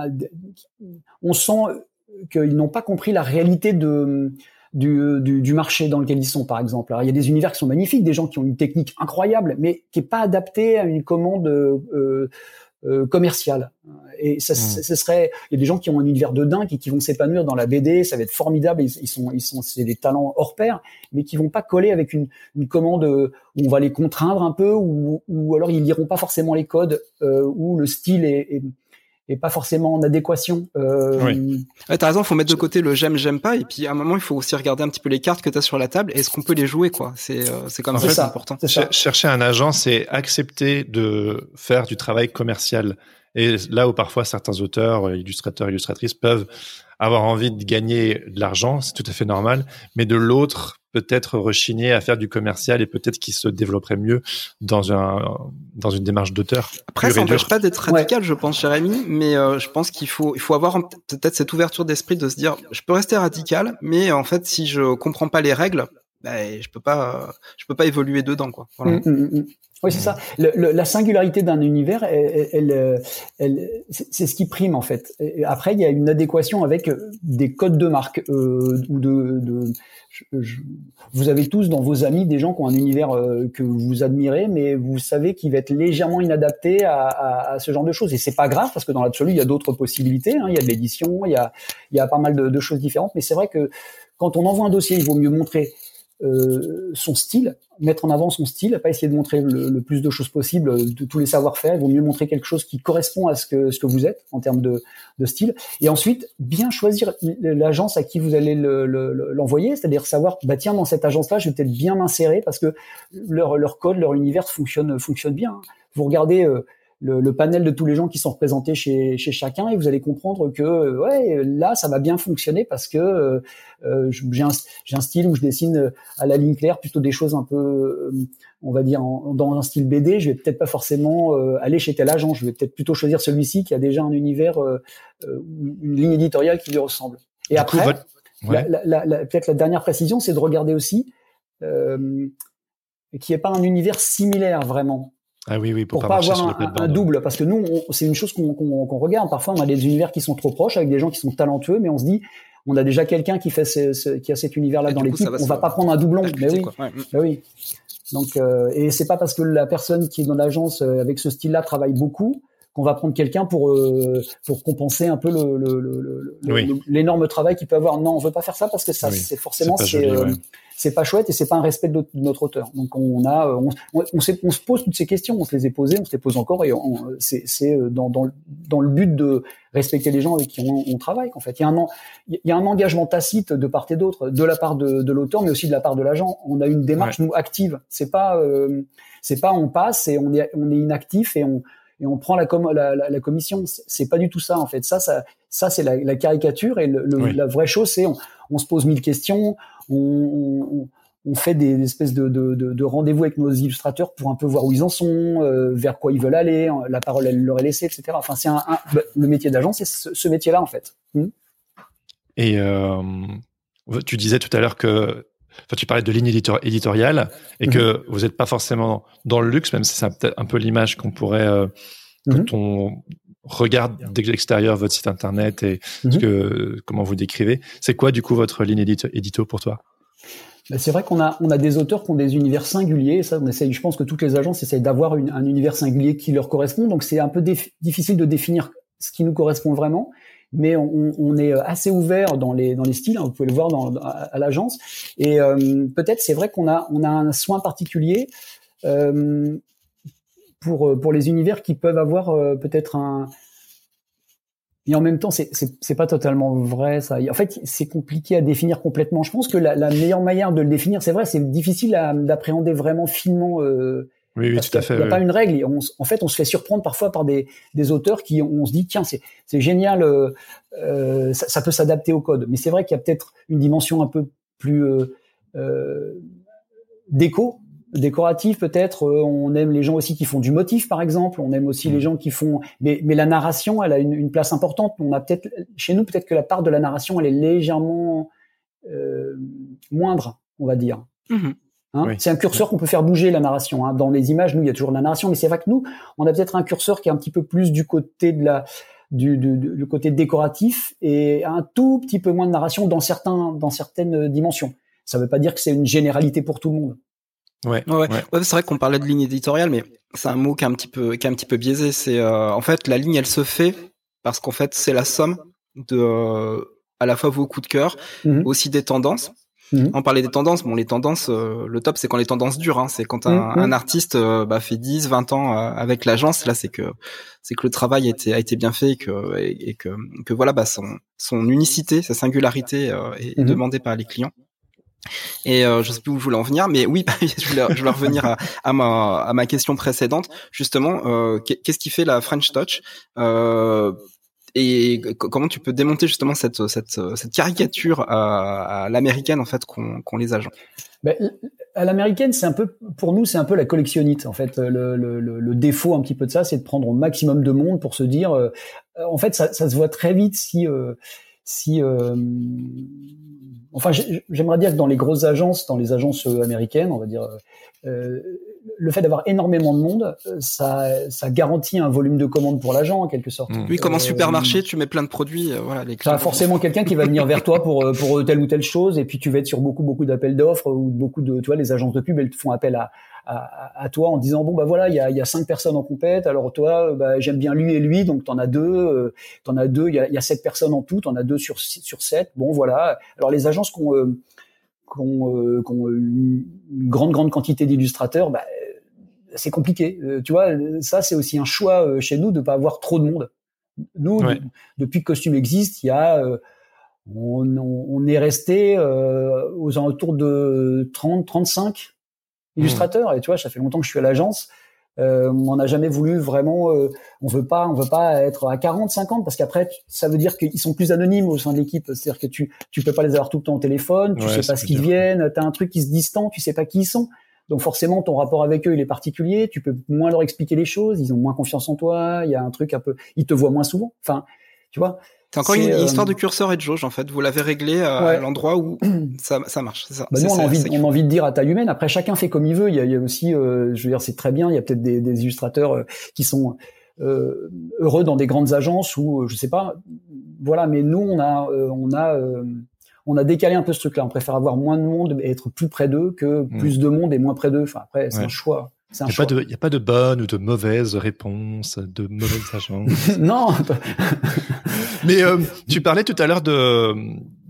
on sent qu'ils n'ont pas compris la réalité de du, du du marché dans lequel ils sont, par exemple. Alors, il y a des univers qui sont magnifiques, des gens qui ont une technique incroyable, mais qui est pas adaptée à une commande euh, euh, commerciale. Et ça, mmh. ce serait, il y a des gens qui ont un univers de dingue et qui vont s'épanouir dans la B D, ça va être formidable, ils, ils sont, ils sont, c'est des talents hors pair, mais qui vont pas coller avec une, une commande où on va les contraindre un peu, ou, ou alors ils liront pas forcément les codes, euh, où le style est, est, est pas forcément en adéquation. Euh, oui. Ouais, t'as raison, faut mettre de côté le j'aime, j'aime pas, et puis à un moment il faut aussi regarder un petit peu les cartes que t'as sur la table. Est-ce qu'on peut les jouer, quoi? C'est, euh, c'est comme ça, c'est important. C'est ça. Chercher un agent, c'est accepter de faire du travail commercial. Et là où parfois certains auteurs, illustrateurs, illustratrices peuvent avoir envie de gagner de l'argent, c'est tout à fait normal. Mais de l'autre, peut-être rechigner à faire du commercial et peut-être qu'ils se développeraient mieux dans un dans une démarche d'auteur. Après, ça n'empêche pas d'être radical, ouais. je pense, Jérémy. Mais euh, je pense qu'il faut il faut avoir peut-être cette ouverture d'esprit de se dire, je peux rester radical, mais en fait, si je comprends pas les règles, ben je peux pas je peux pas évoluer dedans, quoi. Voilà. Mmh, mmh, mmh. Oui, c'est ça. Le, le, la singularité d'un univers, elle, elle, elle, c'est, c'est ce qui prime en fait. Et après, il y a une adéquation avec des codes de marque euh, ou de. de je, je, vous avez tous dans vos amis des gens qui ont un univers euh, que vous admirez, mais vous savez qu'il va être légèrement inadapté à, à, à ce genre de choses. Et c'est pas grave parce que dans l'absolu, il y a d'autres possibilités. Hein. Il y a de l'édition, il y a, il y a pas mal de, de choses différentes. Mais c'est vrai que quand on envoie un dossier, il vaut mieux montrer Euh, son style, mettre en avant son style, pas essayer de montrer le, le plus de choses possible, de tous les savoir-faire. Il vaut mieux montrer quelque chose qui correspond à ce que ce que vous êtes en termes de, de style. Et ensuite, bien choisir l'agence à qui vous allez le, le, l'envoyer, c'est-à-dire savoir, bah tiens, dans cette agence-là, je vais peut-être bien m'insérer parce que leur leur code, leur univers fonctionne fonctionne bien. Vous regardez euh, Le, le panel de tous les gens qui sont représentés chez, chez chacun et vous allez comprendre que ouais là ça va bien fonctionner parce que euh, j'ai, un, j'ai un style où je dessine à la ligne claire plutôt des choses un peu euh, on va dire en, dans un style B D. Je vais peut-être pas forcément euh, aller chez tel agent, je vais peut-être plutôt choisir celui-ci qui a déjà un univers euh, une ligne éditoriale qui lui ressemble. Et du après coup, votre... ouais. la, la, la, peut-être la dernière précision, c'est de regarder aussi euh, qu'il n'y ait pas un univers similaire vraiment. Ah oui, oui, pour, pour pas, pas avoir un, un double, parce que nous, on, c'est une chose qu'on, qu'on, qu'on regarde. Parfois, on a des univers qui sont trop proches avec des gens qui sont talentueux, mais on se dit, on a déjà quelqu'un qui fait ce, ce, qui a cet univers-là et dans l'équipe, va on va pas prendre un doublon. Mais oui, ouais. mais oui. Donc, euh, et c'est pas parce que la personne qui est dans l'agence euh, avec ce style-là travaille beaucoup qu'on va prendre quelqu'un pour euh, pour compenser un peu le, le, le, le, oui. le l'énorme travail qu'il peut avoir. Non, on veut pas faire ça parce que ça, oui. c'est forcément c'est, c'est, euh, ouais. c'est pas chouette et c'est pas un respect de notre, de notre auteur. Donc on a, on, on, on, s'est, on se pose toutes ces questions, on se les est posées, on se les pose encore et on, c'est, c'est dans, dans, dans le but de respecter les gens avec qui on, on travaille. En fait, il y a un, il y a un engagement tacite de part et d'autre, de la part de, de l'auteur, mais aussi de la part de l'agent. On a une démarche ouais. nous active. C'est pas, euh, c'est pas on passe et on est, on est inactif et on et on prend la, com- la, la, la commission. C'est pas du tout ça en fait. Ça, ça, ça c'est la, la caricature et le, le, oui. la vraie chose, c'est on, on se pose mille questions, on, on, on fait des espèces de, de, de, de rendez-vous avec nos illustrateurs pour un peu voir où ils en sont, euh, vers quoi ils veulent aller, la parole elle leur est laissée, et cetera. Enfin, c'est un, un le métier d'agent, c'est ce, ce métier-là en fait. Mmh. Et euh, tu disais tout à l'heure que Enfin, tu parlais de ligne éditor- éditoriale et mmh. que vous n'êtes pas forcément dans le luxe, même si c'est peut-être un peu l'image qu'on pourrait, euh, mmh. quand on regarde de l'extérieur votre site internet et mmh. ce que, comment vous décrivez. C'est quoi, du coup, votre ligne édito, édito pour toi? Ben c'est vrai qu'on a, on a des auteurs qui ont des univers singuliers. Et ça, on essaye, je pense que toutes les agences essayent d'avoir une, un univers singulier qui leur correspond. Donc, c'est un peu déf- difficile de définir ce qui nous correspond vraiment. Mais on, on est assez ouvert dans les dans les styles, hein, vous pouvez le voir dans, à, à l'agence. Et euh, peut-être c'est vrai qu'on a on a un soin particulier euh, pour pour les univers qui peuvent avoir euh, peut-être un. Et en même temps, c'est c'est c'est pas totalement vrai ça. En fait, c'est compliqué à définir complètement. Je pense que la, la meilleure manière de le définir, c'est vrai, c'est difficile à, d'appréhender vraiment finement. Euh, Oui, oui, tout à fait. Il n'y a oui. pas une règle. On, en fait, on se fait surprendre parfois par des, des auteurs qui, on, on se dit, tiens, c'est, c'est génial, euh, ça, ça peut s'adapter au code. Mais c'est vrai qu'il y a peut-être une dimension un peu plus euh, euh, déco, décorative peut-être. Euh, on aime les gens aussi qui font du motif, par exemple. On aime aussi mmh. les gens qui font. Mais, mais la narration, elle a une, une place importante. On a peut-être chez nous, peut-être que la part de la narration, elle est légèrement euh, moindre, on va dire. Mmh. Hein, oui. C'est un curseur qu'on peut faire bouger la narration. Hein. Dans les images, nous, il y a toujours la narration, mais c'est vrai que nous, on a peut-être un curseur qui est un petit peu plus du côté de la, du, du, du, du côté décoratif et un tout petit peu moins de narration dans certains, dans certaines dimensions. Ça ne veut pas dire que c'est une généralité pour tout le monde. Ouais, ouais, ouais. ouais c'est vrai qu'on parlait de ligne éditoriale, mais c'est un mot qui est un petit peu, qui est un petit peu biaisé. C'est euh, en fait la ligne, elle se fait parce qu'en fait c'est la somme de euh, à la fois vos coups de cœur, mmh. aussi des tendances. Mmh. On parlait des tendances. Bon, les tendances, euh, le top, c'est quand les tendances durent. Hein. C'est quand un, mmh. un artiste euh, bah, fait dix, vingt ans euh, avec l'agence. Là, c'est que c'est que le travail a été a été bien fait et que et, et que que voilà, bah son son unicité, sa singularité euh, est, mmh. est demandée par les clients. Et euh, je sais plus où je voulais en venir, mais oui, je voulais, je voulais revenir à, à ma à ma question précédente. Justement, euh, qu'est-ce qui fait la French Touch? Euh, Et comment tu peux démonter justement cette cette cette caricature à, à l'américaine en fait qu'ont qu'ont les agents? Ben, à l'américaine, c'est un peu pour nous, c'est un peu la collectionnite en fait. Le, le, le, le défaut un petit peu de ça, c'est de prendre au maximum de monde pour se dire. Euh, en fait, ça, ça se voit très vite si euh, si. Euh, enfin, j'aimerais dire que dans les grosses agences, dans les agences américaines, on va dire. Euh, le fait d'avoir énormément de monde, ça, ça garantit un volume de commandes pour l'agent en quelque sorte. Oui, comme un supermarché, euh, tu mets plein de produits, euh, voilà. Les clients. T'as forcément quelqu'un qui va venir vers toi pour pour telle ou telle chose, et puis tu vas être sur beaucoup beaucoup d'appels d'offres ou beaucoup de, tu vois, les agences de pub, elles te font appel à à, à toi en disant bon bah voilà, il y a il y a cinq personnes en compète, alors toi bah j'aime bien lui et lui, donc t'en as deux, euh, t'en as deux, il y a il y a sept personnes en tout, t'en as deux sur sur sept. Bon voilà. Alors les agences qui ont euh, qui ont, euh, qui ont une grande grande quantité d'illustrateurs, bah c'est compliqué. Euh, tu vois, ça c'est aussi un choix euh, chez nous de pas avoir trop de monde. Nous, ouais. de, depuis que Costume existe, il y a, euh, on, on, on est resté euh, aux alentours de trente, trente-cinq illustrateurs. Mmh. Et tu vois, ça fait longtemps que je suis à l'agence. Euh, on n'a jamais voulu vraiment. Euh, on veut pas, on veut pas être à quarante, cinquante parce qu'après, ça veut dire qu'ils sont plus anonymes au sein de l'équipe. C'est-à-dire que tu, tu peux pas les avoir tout le temps au téléphone. Tu ouais, sais pas ce qu'ils viennent. T'as un truc qui se distend. Tu sais pas qui ils sont. Donc forcément, ton rapport avec eux, il est particulier. Tu peux moins leur expliquer les choses. Ils ont moins confiance en toi. Il y a un truc un peu. Ils te voient moins souvent. Enfin, tu vois. C'est encore c'est, une euh... histoire de curseur et de jauge en fait. Vous l'avez réglé à ouais. l'endroit où ça, ça marche. C'est ça. Bah c'est, nous, on a envie, c'est, on a envie de dire à taille humaine. Après, chacun fait comme il veut. Il y a, il y a aussi, euh, je veux dire, c'est très bien. Il y a peut-être des, des illustrateurs euh, qui sont euh, heureux dans des grandes agences ou, euh, je sais pas. Voilà. Mais nous, on a, euh, on a. Euh, On a décalé un peu ce truc-là. On préfère avoir moins de monde et être plus près d'eux que mmh. plus de monde et moins près d'eux. Enfin, après, c'est ouais. un choix. C'est un il n'y a, a pas de bonne ou de mauvaise réponse, de mauvaise agences. Non. Mais euh, tu parlais tout à l'heure de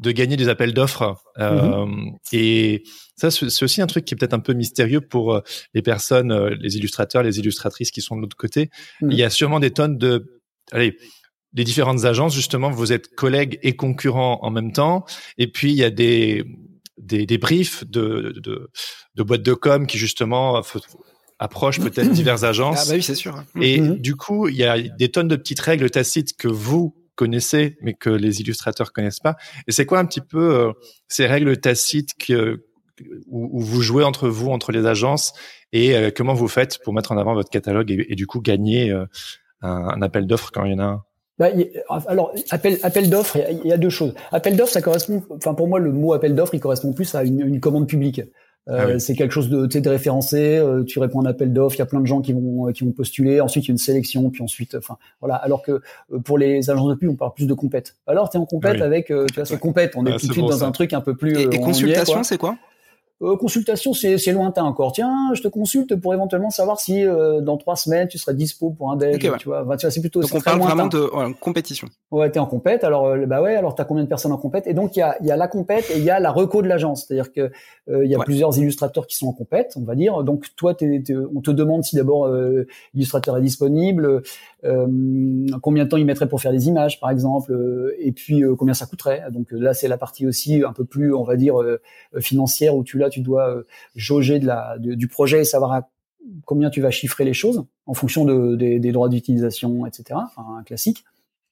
de gagner des appels d'offres. Euh, mmh. Et ça, c'est aussi un truc qui est peut-être un peu mystérieux pour les personnes, les illustrateurs, les illustratrices qui sont de l'autre côté. Mmh. Il y a sûrement des tonnes de, allez, des différentes agences, justement, vous êtes collègues et concurrents en même temps. Et puis, il y a des, des, des briefs de, de, de boîtes de com qui, justement, approchent peut-être diverses agences. Ah bah oui, c'est sûr. Et mmh. du coup, il y a des tonnes de petites règles tacites que vous connaissez, mais que les illustrateurs connaissent pas. Et c'est quoi un petit peu euh, ces règles tacites que, où, où vous jouez entre vous, entre les agences, et euh, comment vous faites pour mettre en avant votre catalogue et, et du coup gagner euh, un, un appel d'offres quand il y en a un? Bah, alors, appel, appel d'offres, il y, y a deux choses. Appel d'offres, ça correspond, enfin, pour moi, le mot appel d'offres, il correspond plus à une, une commande publique. Euh, ah oui. C'est quelque chose de, tu sais, de référencé, euh, tu réponds à un appel d'offres, il y a plein de gens qui vont, qui vont postuler, ensuite il y a une sélection, puis ensuite, enfin, voilà. Alors que, euh, pour les agences de pub, on parle plus de compète. Alors, t'es en compète ah oui. avec, euh, tu vois, c'est compète, on est ah, tout de suite bon, dans ça. Un truc un peu plus, et, et consultation, c'est quoi? Euh, consultation, c'est, c'est lointain encore. Tiens, je te consulte pour éventuellement savoir si euh, dans trois semaines tu serais dispo pour un dev. Okay, ouais. Tu vois, enfin, tu vois, c'est plutôt. Donc c'est on parle lointain. Vraiment de ouais, compétition. Ouais, t'es en compète. Alors euh, bah ouais, alors t'as combien de personnes en compète? Et donc il y a, il y a la compète et il y a la reco de l'agence. C'est-à-dire que euh, il y a ouais. plusieurs illustrateurs qui sont en compète, on va dire. Donc toi, t'es, t'es, on te demande si d'abord euh, l'illustrateur est disponible, euh, combien de temps il mettrait pour faire des images, par exemple, euh, et puis euh, combien ça coûterait. Donc là, c'est la partie aussi un peu plus, on va dire, euh, financière où tu là, tu dois euh, jauger de la, de, du projet et savoir à combien tu vas chiffrer les choses en fonction de, de, des droits d'utilisation, et cetera. Enfin, un classique.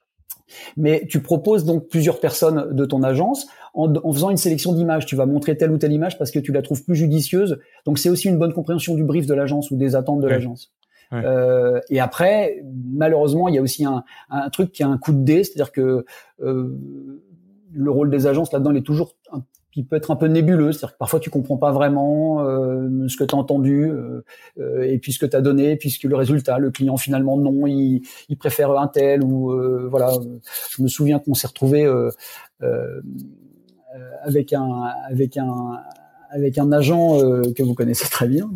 Mais tu proposes donc plusieurs personnes de ton agence en, en faisant une sélection d'images. Tu vas montrer telle ou telle image parce que tu la trouves plus judicieuse. Donc c'est aussi une bonne compréhension du brief de l'agence ou des attentes de oui. l'agence. Oui. Euh, et après, malheureusement, il y a aussi un, un truc qui a un coup de dé, c'est-à-dire que euh, le rôle des agences là-dedans, il est toujours un qui peut être un peu nébuleux, c'est-à-dire que parfois tu comprends pas vraiment euh, ce que tu as entendu euh, euh, et puis ce que tu as donné, puisque le résultat, le client finalement non, il, il préfère un tel ou euh, voilà. Je me souviens qu'on s'est retrouvé euh, euh, avec un avec un avec un agent euh, que vous connaissez très bien.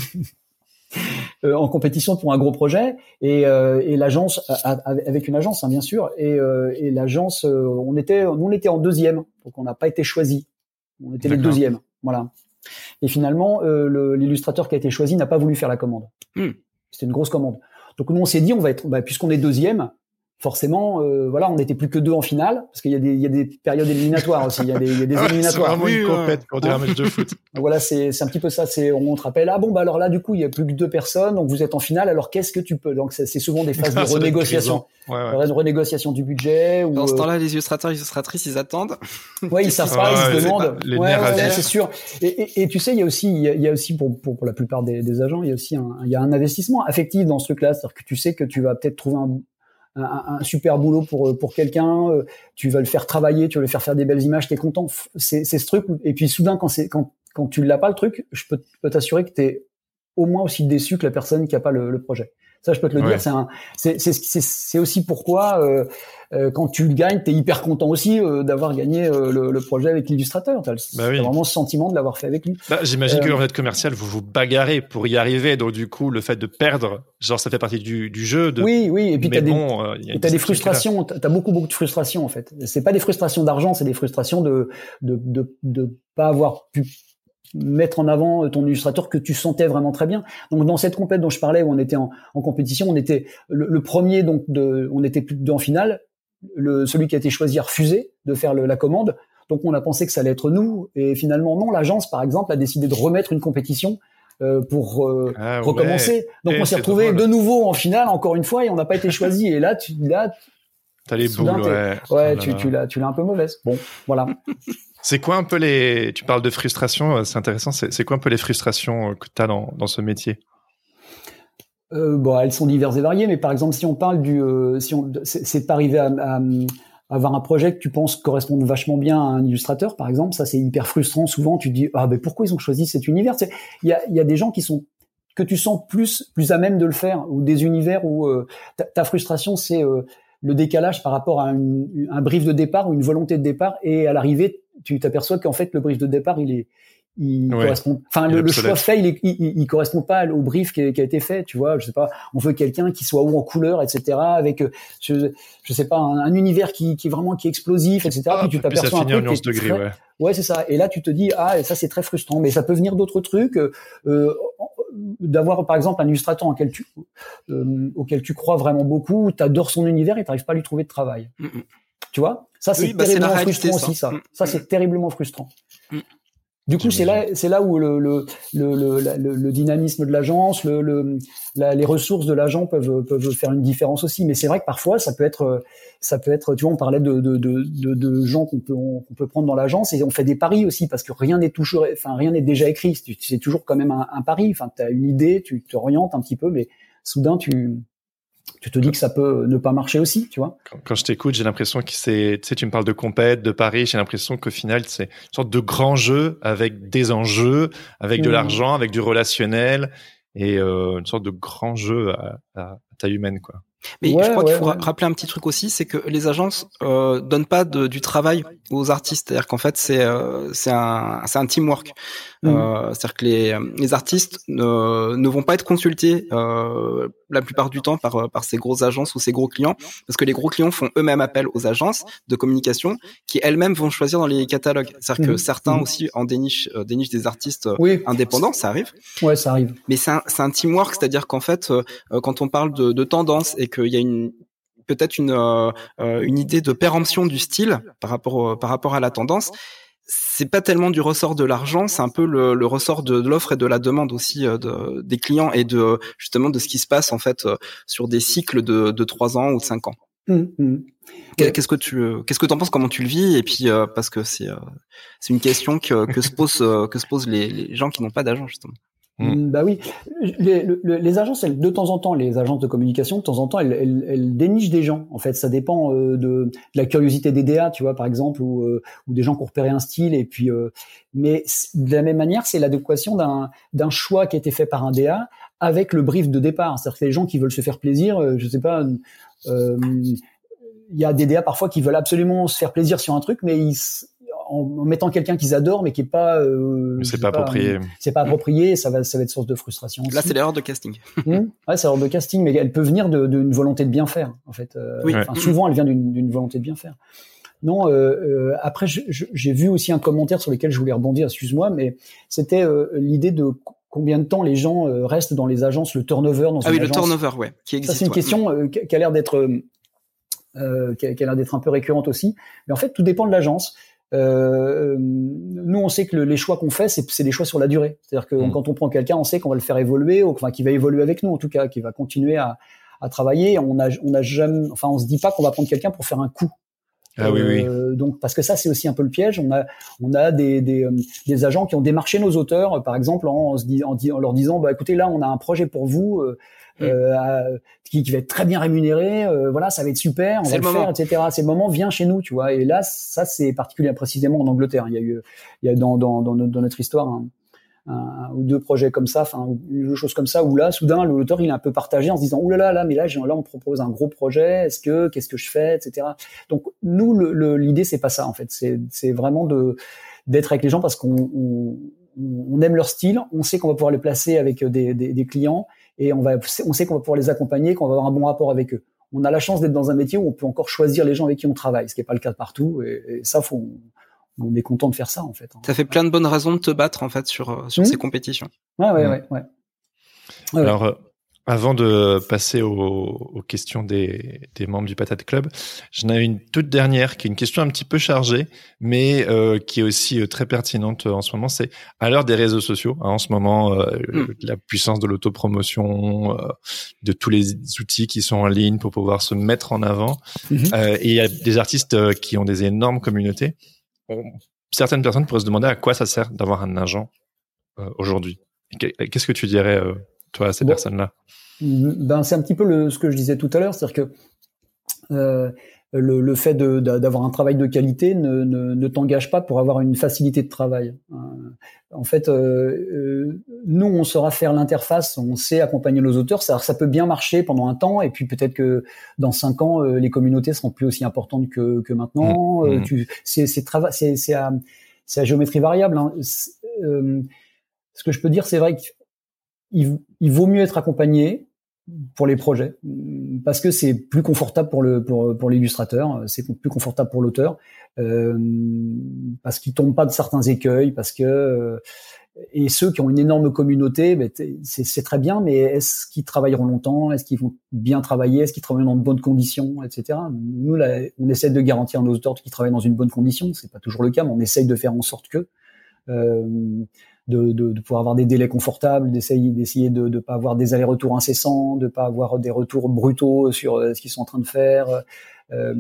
en compétition pour un gros projet et, euh, et l'agence avec une agence hein, bien sûr et, euh, et l'agence euh, on était nous on était en deuxième donc on n'a pas été choisi. On était D'accord. les deuxièmes, voilà. Et finalement, euh, le, l'illustrateur qui a été choisi n'a pas voulu faire la commande. Mm. C'était une grosse commande. Donc nous, on s'est dit, on va être, bah, puisqu'on est deuxième, forcément, euh, voilà, on n'était plus que deux en finale, parce qu'il y a des, il y a des périodes éliminatoires aussi. Il y a des, il y a des ah, éliminatoires. C'est vraiment une compète pour dire un match de foot. Donc voilà, c'est, c'est un petit peu ça. C'est, on te rappelle, ah bon, bah alors là, du coup, il y a plus que deux personnes, donc vous êtes en finale. Alors qu'est-ce que tu peux? Donc c'est, c'est souvent des phases de renégociation, ouais, ouais. renégociation du budget. Ou, Dans ce temps-là, les illustrateurs, les illustratrices, ils attendent. Ouais, ils savent pas, ah, ils se demandent. Les ouais, nerfs ouais, ouais, c'est sûr. Et, et, et tu sais, il y a aussi, il y a, il y a aussi pour, pour pour la plupart des, des agents, il y a aussi un, il y a un investissement affectif dans ce truc-là, c'est-à-dire que tu sais que tu vas peut-être trouver un Un, un super boulot pour pour quelqu'un, euh, tu vas le faire travailler, tu vas le faire faire des belles images, t'es content. C'est c'est ce truc. Et puis soudain quand c'est quand quand tu l'as pas le truc, je peux, peux t'assurer que t'es au moins aussi déçu que la personne qui a pas le, le projet. Ça, je peux te le ouais. dire. C'est un c'est c'est c'est c'est aussi pourquoi euh, euh, quand tu le gagnes, t'es hyper content aussi euh, d'avoir gagné euh, le, le projet avec l'illustrateur. T'as, bah oui. t'as vraiment ce sentiment de l'avoir fait avec lui. Bah, j'imagine euh, que en fait commercial, vous vous bagarrez pour y arriver. Donc du coup, le fait de perdre, genre ça fait partie du, du jeu. De... Oui, oui. Et puis mais t'as bon, des, euh, t'as des frustrations. T'as beaucoup, beaucoup de frustrations en fait. C'est pas des frustrations d'argent, c'est des frustrations de de de de pas avoir pu mettre en avant ton illustrateur que tu sentais vraiment très bien. Donc dans cette compète dont je parlais où on était en, en compétition, on était le, le premier donc de, on était plus de deux en finale. Le celui qui a été choisi a refusé de faire le, la commande. Donc on a pensé que ça allait être nous et finalement non. L'agence par exemple a décidé de remettre une compétition euh, pour euh, ah, recommencer. Ouais. Donc et on s'est retrouvé de nouveau en finale encore une fois et on n'a pas été choisi. Et là tu là t'as les boules, ouais. Ouais, oh tu, tu l'as tu l'as un peu mauvaise. Bon, voilà. C'est quoi un peu les... Tu parles de frustration, c'est intéressant. C'est, c'est quoi un peu les frustrations que tu as dans, dans ce métier? euh, Bon, elles sont diverses et variées, mais par exemple, si on parle du... Euh, si on, c'est, c'est pas arrivé à, à, à avoir un projet que tu penses correspondre vachement bien à un illustrateur, par exemple, ça c'est hyper frustrant. Souvent, tu te dis, ah ben pourquoi ils ont choisi cet univers? Il y a, y a des gens qui sont que tu sens plus plus à même de le faire, ou des univers où euh, ta, ta frustration, c'est... Euh, le décalage par rapport à une, un brief de départ ou une volonté de départ et à l'arrivée, tu t'aperçois qu'en fait le brief de départ il est il ouais. correspond, enfin le, le choix fait, il, est, il, il correspond pas au brief qui a, qui a été fait, tu vois. Je sais pas, on veut quelqu'un qui soit haut en couleur, et cetera. Avec, je, je sais pas, un, un univers qui, qui est vraiment qui est explosif, et cetera. Ah, puis tu t'aperçois un truc qui est degrés, très, ouais. ouais, c'est ça. Et là, tu te dis, ah, ça c'est très frustrant, mais ça peut venir d'autres trucs. Euh, d'avoir par exemple un illustrateur auquel tu, euh, auquel tu crois vraiment beaucoup, t'adores son univers et t'arrives pas à lui trouver de travail. Mm-mm. Tu vois, ça c'est oui, bah, terriblement c'est frustrant réalité, aussi. Ça, mm. ça c'est terriblement frustrant. Mm. Du coup, c'est là, c'est là où le le le le, le, le dynamisme de l'agence, le, le la, les ressources de l'agent peuvent peuvent faire une différence aussi. Mais c'est vrai que parfois, ça peut être ça peut être. Tu vois, on parlait de de de de, de gens qu'on peut on, qu'on peut prendre dans l'agence et on fait des paris aussi parce que rien n'est toujours, enfin rien n'est déjà écrit. C'est toujours quand même un, un pari. Enfin, t'as une idée, tu t'orientes un petit peu, mais soudain tu tu te dis que ça peut ne pas marcher aussi, tu vois. Quand, quand je t'écoute, j'ai l'impression que c'est, tu sais, tu me parles de compète, de paris, j'ai l'impression qu'au final, c'est une sorte de grand jeu avec des enjeux, avec de mmh. l'argent, avec du relationnel et euh, une sorte de grand jeu à, à taille humaine, quoi. Mais ouais, je crois ouais, qu'il faut ouais. rappeler un petit truc aussi, c'est que les agences euh, donnent pas de, du travail aux artistes, c'est-à-dire qu'en fait c'est euh, c'est un c'est un teamwork. Mmh. Euh, c'est-à-dire que les les artistes ne ne vont pas être consultés euh, la plupart du temps par par ces grosses agences ou ces gros clients, parce que les gros clients font eux-mêmes appel aux agences de communication qui elles-mêmes vont choisir dans les catalogues. C'est-à-dire mmh. que certains mmh. aussi en dénichent euh, dénichent des artistes oui. indépendants, ça arrive. Ouais, ça arrive. Mais c'est un c'est un teamwork, c'est-à-dire qu'en fait euh, quand on parle de, de tendance et qu'il y a une peut-être une euh, une idée de péremption du style par rapport au, par rapport à la tendance, c'est pas tellement du ressort de l'argent, c'est un peu le, le ressort de, de l'offre et de la demande aussi euh, de, des clients et de justement de ce qui se passe en fait euh, sur des cycles de de trois ans ou de cinq ans. Mmh, mmh. Qu'est-ce que tu qu'est-ce que t'en penses, comment tu le vis, et puis euh, parce que c'est euh, c'est une question que que se posent euh, que se posent les, les gens qui n'ont pas d'agent justement. Mmh. Bah oui, les, les, les agences, elles, de temps en temps, les agences de communication, de temps en temps, elles, elles, elles dénichent des gens. En fait, ça dépend euh, de, de la curiosité des D A, tu vois, par exemple, ou, euh, ou des gens qui ont repéré un style. Et puis, euh, mais de la même manière, c'est l'adéquation d'un, d'un choix qui a été fait par un D A avec le brief de départ. C'est-à-dire que les gens qui veulent se faire plaisir, euh, je sais pas. Euh, il y a des D A parfois qui veulent absolument se faire plaisir sur un truc, mais ils en mettant quelqu'un qu'ils adorent mais qui est pas euh, c'est pas, pas approprié c'est pas approprié et ça va ça va être source de frustration là aussi. C'est l'erreur de casting. Mmh. Ouais, c'est l'erreur de casting, mais elle peut venir de d'une volonté de bien faire en fait. Euh, oui. Enfin, souvent elle vient d'une d'une volonté de bien faire. Non, euh, euh, après je, je, j'ai vu aussi un commentaire sur lequel je voulais rebondir, excuse-moi, mais c'était euh, l'idée de combien de temps les gens euh, restent dans les agences, le turnover dans ah une oui, agence. Le turnover, ouais, qui existe. Ça c'est une ouais. question euh, qui a l'air d'être euh, qui a, qui a l'air d'être un peu récurrente aussi, mais en fait tout dépend de l'agence. Euh, nous, on sait que le, les choix qu'on fait, c'est, c'est des choix sur la durée. C'est-à-dire que mmh. quand on prend quelqu'un, on sait qu'on va le faire évoluer, ou enfin qu'il va évoluer avec nous, en tout cas, qu'il va continuer à, à travailler. On a, on a jamais, enfin, on se dit pas qu'on va prendre quelqu'un pour faire un coup. Ah oui, oui. Euh, donc parce que ça c'est aussi un peu le piège. On a on a des des, euh, des agents qui ont démarché nos auteurs, euh, par exemple en, en se dis, en, en leur disant bah écoutez là on a un projet pour vous euh, mmh. euh, euh, qui, qui va être très bien rémunéré. Euh, voilà ça va être super, on c'est va le, le faire, et cetera. C'est le moment, viens chez nous, tu vois. Et là ça c'est particulier précisément en Angleterre. Il y a eu il y a dans dans dans notre, dans notre histoire un, un ou deux projets comme ça, enfin une chose comme ça où là soudain l'auteur il est un peu partagé en se disant oulala là, là mais là là on me propose un gros projet, est-ce que qu'est-ce que je fais, et cetera. Donc nous le, le, l'idée c'est pas ça en fait, c'est c'est vraiment de d'être avec les gens parce qu'on on, on aime leur style, on sait qu'on va pouvoir les placer avec des, des, des clients et on va on sait qu'on va pouvoir les accompagner, qu'on va avoir un bon rapport avec eux. On a la chance d'être dans un métier où on peut encore choisir les gens avec qui on travaille, ce qui est pas le cas de partout et, et ça faut on est content de faire ça en fait. Ça fait plein de bonnes raisons de te battre en fait sur sur mmh. ces compétitions. Ouais ouais mmh. ouais ouais. ouais Alors ouais. Euh, avant de passer aux, aux questions des des membres du Patate Club, j'en avais une toute dernière qui est une question un petit peu chargée, mais euh, qui est aussi euh, très pertinente euh, en ce moment. C'est à l'heure des réseaux sociaux. Hein, en ce moment, euh, mmh. la puissance de l'autopromotion, euh, de tous les outils qui sont en ligne pour pouvoir se mettre en avant. Mmh. Euh, et il y a des artistes euh, qui ont des énormes communautés. On, certaines personnes pourraient se demander à quoi ça sert d'avoir un agent euh, aujourd'hui. Qu'est-ce que tu dirais, euh, toi, à ces bon, personnes-là ? Ben, c'est un petit peu le, ce que je disais tout à l'heure, c'est-à-dire que euh, le, le fait de, d'avoir un travail de qualité ne, ne, ne t'engage pas pour avoir une facilité de travail. Euh, en fait, euh, euh, nous, on saura faire l'interface, on sait accompagner nos auteurs, ça, ça peut bien marcher pendant un temps, et puis peut-être que dans cinq ans, euh, les communautés seront plus aussi importantes que, que maintenant. Mmh. Euh, tu, c'est, c'est, trava- c'est, c'est, à, c'est à géométrie variable. Hein. euh, ce que je peux dire, c'est vrai qu'il il vaut mieux être accompagné pour les projets, parce que c'est plus confortable pour le pour pour l'illustrateur, c'est plus confortable pour l'auteur, euh, parce qu'il tombe pas de certains écueils, parce que euh, et ceux qui ont une énorme communauté, ben, c'est, c'est très bien, mais est-ce qu'ils travailleront longtemps? Est-ce qu'ils vont bien travailler? Est-ce qu'ils travaillent dans de bonnes conditions, et cetera. Nous, là, on essaie de garantir à nos auteurs qu'ils travaillent dans une bonne condition. C'est pas toujours le cas, mais on essaye de faire en sorte que euh, de, de, de pouvoir avoir des délais confortables, d'essayer, d'essayer de ne pas avoir des allers-retours incessants, de pas avoir des retours brutaux sur ce qu'ils sont en train de faire. Euh,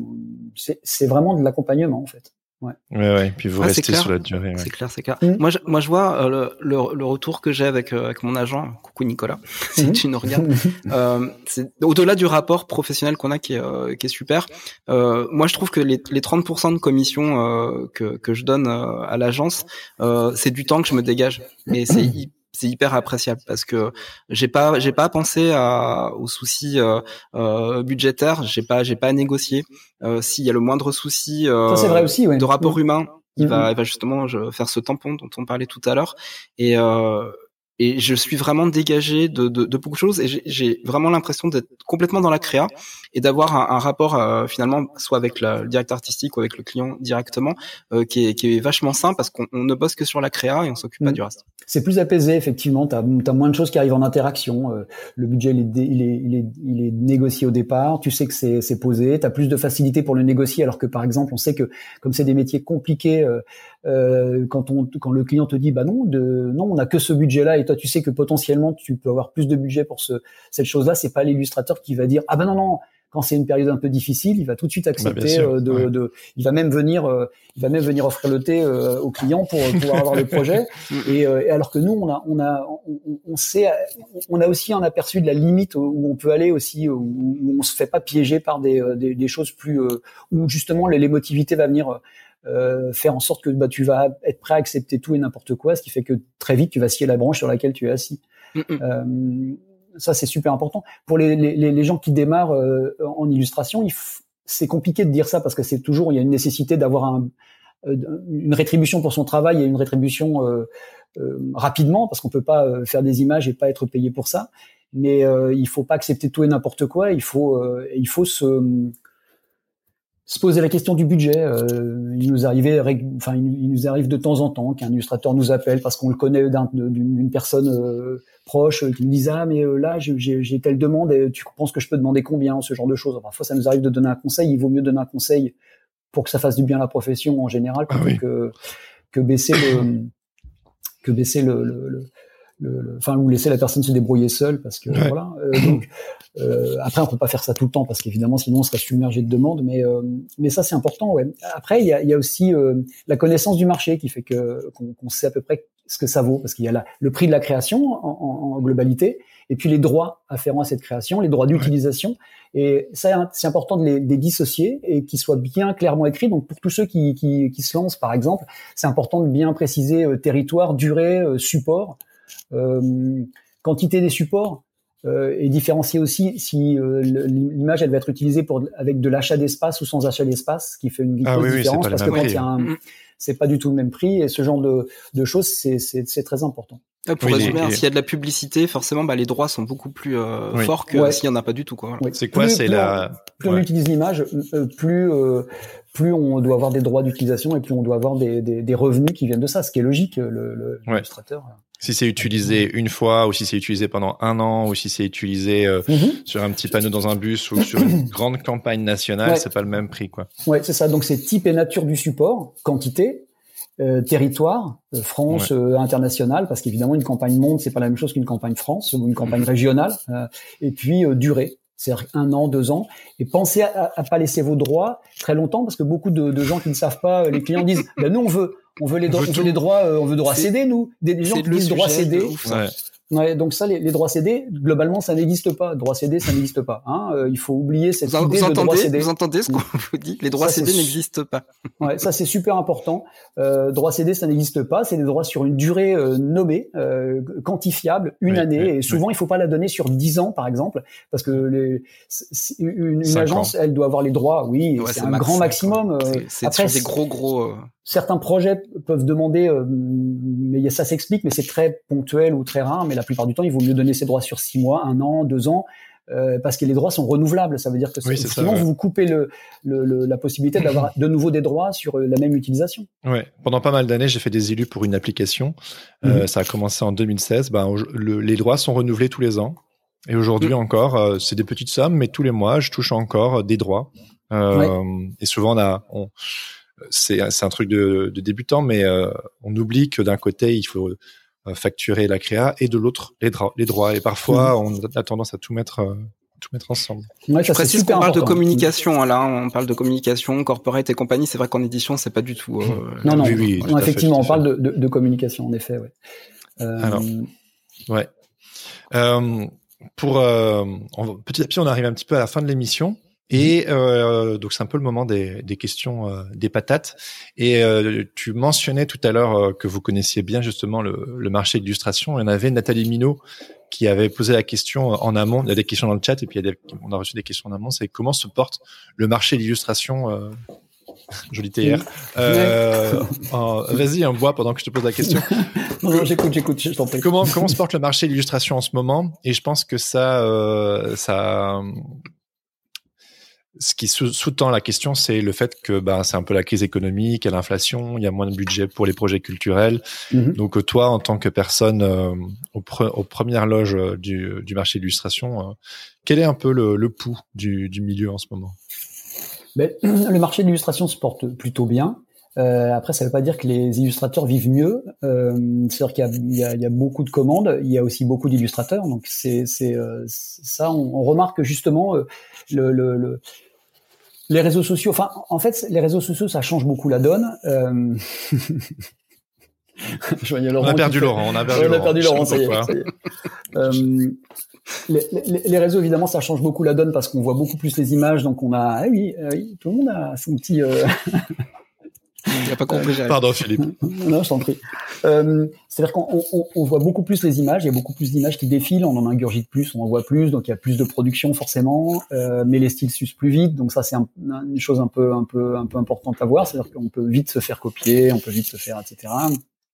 c'est, c'est vraiment de l'accompagnement, en fait. Ouais. ouais, ouais. Puis vous ah, restez sur la durée. Ouais. C'est clair, c'est clair. Mmh. Moi, je, moi, je vois euh, le, le, le retour que j'ai avec euh, avec mon agent. Coucou Nicolas, si mmh. tu nous regardes. euh, c'est au-delà du rapport professionnel qu'on a, qui est euh, qui est super. Euh, moi, je trouve que les, les trente pour cent de commission euh, que que je donne euh, à l'agence, euh, c'est du temps que je me dégage. Et c'est hyper c'est hyper appréciable parce que j'ai pas j'ai pas à penser à aux soucis euh, euh, budgétaires, j'ai pas j'ai pas à négocier. Euh, s'il y a le moindre souci euh, Ça, c'est vrai aussi, ouais. de rapport mmh. humain, il mmh. va il va justement je, faire ce tampon dont on parlait tout à l'heure et euh, et je suis vraiment dégagé de, de, de beaucoup de choses et j'ai, j'ai vraiment l'impression d'être complètement dans la créa et d'avoir un, un rapport euh, finalement soit avec la, le directeur artistique ou avec le client directement euh, qui est qui est vachement sain parce qu'on on ne bosse que sur la créa et on s'occupe mmh. pas du reste. C'est plus apaisé effectivement. T'as t'as moins de choses qui arrivent en interaction. Euh, le budget il est, dé, il est il est il est négocié au départ. Tu sais que c'est c'est posé. T'as plus de facilité pour le négocier alors que par exemple on sait que comme c'est des métiers compliqués. Euh, Euh, quand on quand le client te dit bah non de non on a que ce budget là et toi tu sais que potentiellement tu peux avoir plus de budget pour ce cette chose là, c'est pas l'illustrateur qui va dire ah ben non non quand c'est une période un peu difficile il va tout de suite accepter bah euh, de, ouais. de il va même venir euh, il va même venir offrir le thé euh, au client pour pouvoir avoir le projet et, euh, et alors que nous on a on a on, on sait on a aussi un aperçu de la limite où on peut aller aussi où, où on se fait pas piéger par des des, des choses plus euh, où justement l'émotivité va venir euh, Euh, faire en sorte que bah, tu vas être prêt à accepter tout et n'importe quoi, ce qui fait que très vite tu vas scier la branche sur laquelle tu es assis. Euh, ça c'est super important. Pour les, les, les gens qui démarrent euh, en illustration, il f... c'est compliqué de dire ça parce que c'est toujours il y a une nécessité d'avoir un, euh, une rétribution pour son travail et une rétribution euh, euh, rapidement parce qu'on peut pas euh, faire des images et pas être payé pour ça. Mais euh, il faut pas accepter tout et n'importe quoi. Il faut euh, il faut se se poser la question du budget. Euh, il nous arrivait, enfin, il nous arrive de temps en temps qu'un illustrateur nous appelle parce qu'on le connaît d'un, d'une personne euh, proche qui nous dise ah mais euh, là j'ai, j'ai telle demande et tu penses que je peux demander combien, ce genre de choses. Parfois ça nous arrive de donner un conseil. Il vaut mieux donner un conseil pour que ça fasse du bien à la profession en général plutôt ah oui. que que baisser le que baisser le, le, le Le, le, enfin, ou laisser la personne se débrouiller seule, parce que ouais. voilà. Euh, donc euh, après, on peut pas faire ça tout le temps, parce qu'évidemment, sinon, on serait submergé de demandes. Mais euh, mais ça, c'est important. Ouais. Après, il y a, il y a aussi euh, la connaissance du marché qui fait que qu'on, qu'on sait à peu près ce que ça vaut, parce qu'il y a la, le prix de la création en, en, en globalité, et puis les droits afférents à cette création, les droits d'utilisation. Ouais. Et ça, c'est important de les, de les dissocier et qu'ils soient bien clairement écrits. Donc, pour tous ceux qui, qui, qui se lancent, par exemple, c'est important de bien préciser euh, territoire, durée, euh, support. Euh, quantité des supports euh, et différencier aussi si euh, l'image elle va être utilisée pour avec de l'achat d'espace ou sans achat d'espace, ce qui fait une ah, grosse oui, différence oui, parce que quand il y a un, mmh. c'est pas du tout le même prix et ce genre de, de choses c'est, c'est, c'est très important. Pour oui, résumer, et... s'il y a de la publicité, forcément, bah, les droits sont beaucoup plus euh, oui. forts que ouais. s'il y en a pas du tout, quoi. Voilà. Oui. C'est quoi, plus, c'est plus la. On, plus ouais. on utilise l'image, euh, plus euh, plus on doit avoir des droits d'utilisation et plus on doit avoir des, des, des revenus qui viennent de ça, ce qui est logique, le, le ouais. l'illustrateur. Si c'est utilisé une fois, ou si c'est utilisé pendant un an, ou si c'est utilisé euh, mm-hmm. sur un petit panneau dans un bus ou sur une grande campagne nationale, ouais. c'est pas le même prix, quoi. Ouais, c'est ça. Donc c'est type et nature du support, quantité. Euh, territoire, euh, France, ouais. euh, international, parce qu'évidemment une campagne monde c'est pas la même chose qu'une campagne France ou une campagne régionale. Euh, et puis euh, durée, c'est-à-dire un an, deux ans. Et pensez à, à pas laisser vos droits très longtemps, parce que beaucoup de, de gens qui ne savent pas, les clients disent, ben nous on veut, on veut les, on veut on veut les droits, euh, on veut droits C D nous, des, des gens qui disent droits C D. Ouais. Ouais, donc ça, les, les droits cédés, globalement, ça n'existe pas. Droits cédés, ça n'existe pas. Hein. Euh, il faut oublier cette vous, idée vous de droits cédés. Vous entendez ce qu'on vous dit? Les droits ça, cédés n'existent pas. Ouais, ça c'est super important. Euh, droits cédés, ça n'existe pas. C'est des droits sur une durée euh, nommée, euh, quantifiable, une oui, année. Oui, et souvent, oui. il faut pas la donner sur dix ans, par exemple, parce que les, une, une agence, ans. elle doit avoir les droits. Oui, ouais, c'est, c'est un max, grand maximum. Euh, c'est, c'est après, sur des gros gros. Euh... Certains projets peuvent demander, euh, mais ça s'explique, mais c'est très ponctuel ou très rare. Mais la plupart du temps, il vaut mieux donner ses droits sur six mois, un an, deux ans, euh, parce que les droits sont renouvelables. Ça veut dire que oui, c'est sinon ça, ouais. vous coupez le, le, le, la possibilité d'avoir de nouveau des droits sur la même utilisation. Ouais. Pendant pas mal d'années, j'ai fait des élus pour une application. Mm-hmm. Euh, ça a commencé en deux mille seize. Ben, le, les droits sont renouvelés tous les ans. Et aujourd'hui mm-hmm. encore, euh, c'est des petites sommes, mais tous les mois, je touche encore des droits. Euh, ouais. Et souvent, on a... On, C'est, c'est un truc de, de débutant, mais euh, on oublie que d'un côté, il faut euh, facturer la créa et de l'autre, les, dra- les droits. Et parfois, mmh. on a tendance à tout mettre, euh, tout mettre ensemble. Ouais, je précise qu'on parle de communication. Hein, là, on parle de communication, corporate et compagnie. C'est vrai qu'en édition, c'est pas du tout... Euh, non, non, oui, oui, non effectivement, fait, on parle de, de, de communication, en effet. Ouais. Euh... Alors, ouais. Euh, pour, euh, on, petit à petit, on arrive un petit peu à la fin de l'émission. Et euh, donc c'est un peu le moment des, des questions euh, des patates. Et euh, tu mentionnais tout à l'heure euh, que vous connaissiez bien justement le, le marché de l'illustration. Il y en avait Nathalie Minot qui avait posé la question en amont. Il y a des questions dans le chat et puis il y a des, on a reçu des questions en amont. C'est comment se porte le marché de l'illustration euh, Joli T R. Euh, en, vas-y, on boit pendant que je te pose la question. non, non, j'écoute, j'écoute, je t'en prie. Comment comment se porte le marché de l'illustration en ce moment? Et je pense que ça euh, ça ce qui sous-tend la question, c'est le fait que bah, c'est un peu la crise économique, il y a l'inflation, il y a moins de budget pour les projets culturels. Mm-hmm. Donc toi, en tant que personne euh, aux, pre- aux premières loges du, du marché de l'illustration, euh, quel est un peu le, le pouls du, du milieu en ce moment? Ben, le marché de l'illustration se porte plutôt bien. Euh, après, ça ne veut pas dire que les illustrateurs vivent mieux. Euh, c'est-à-dire qu'il y a, il y, a, il y a beaucoup de commandes, il y a aussi beaucoup d'illustrateurs. Donc c'est, c'est, euh, ça, on, on remarque justement euh, le, le, le les réseaux sociaux, enfin, en fait, les réseaux sociaux, ça change beaucoup la donne. Euh... Je voyais Laurent on a perdu fait... Laurent, on a perdu on Laurent. a perdu Laurent, ça y est. Ça y est. Euh, les, les, les réseaux, évidemment, ça change beaucoup la donne parce qu'on voit beaucoup plus les images, donc on a, ah oui, ah oui, tout le monde a son petit. Euh... Il n'a pas compris. Euh, Pardon, Philippe. Non, je t'en prie. Euh, c'est-à-dire qu'on on, on voit beaucoup plus les images. Il y a beaucoup plus d'images qui défilent. On en ingurgite plus, on en voit plus. Donc il y a plus de production forcément. Euh, mais les styles s'usent plus vite. Donc ça, c'est un, une chose un peu, un peu, un peu importante à voir. C'est-à-dire qu'on peut vite se faire copier, on peut vite se faire, et cetera.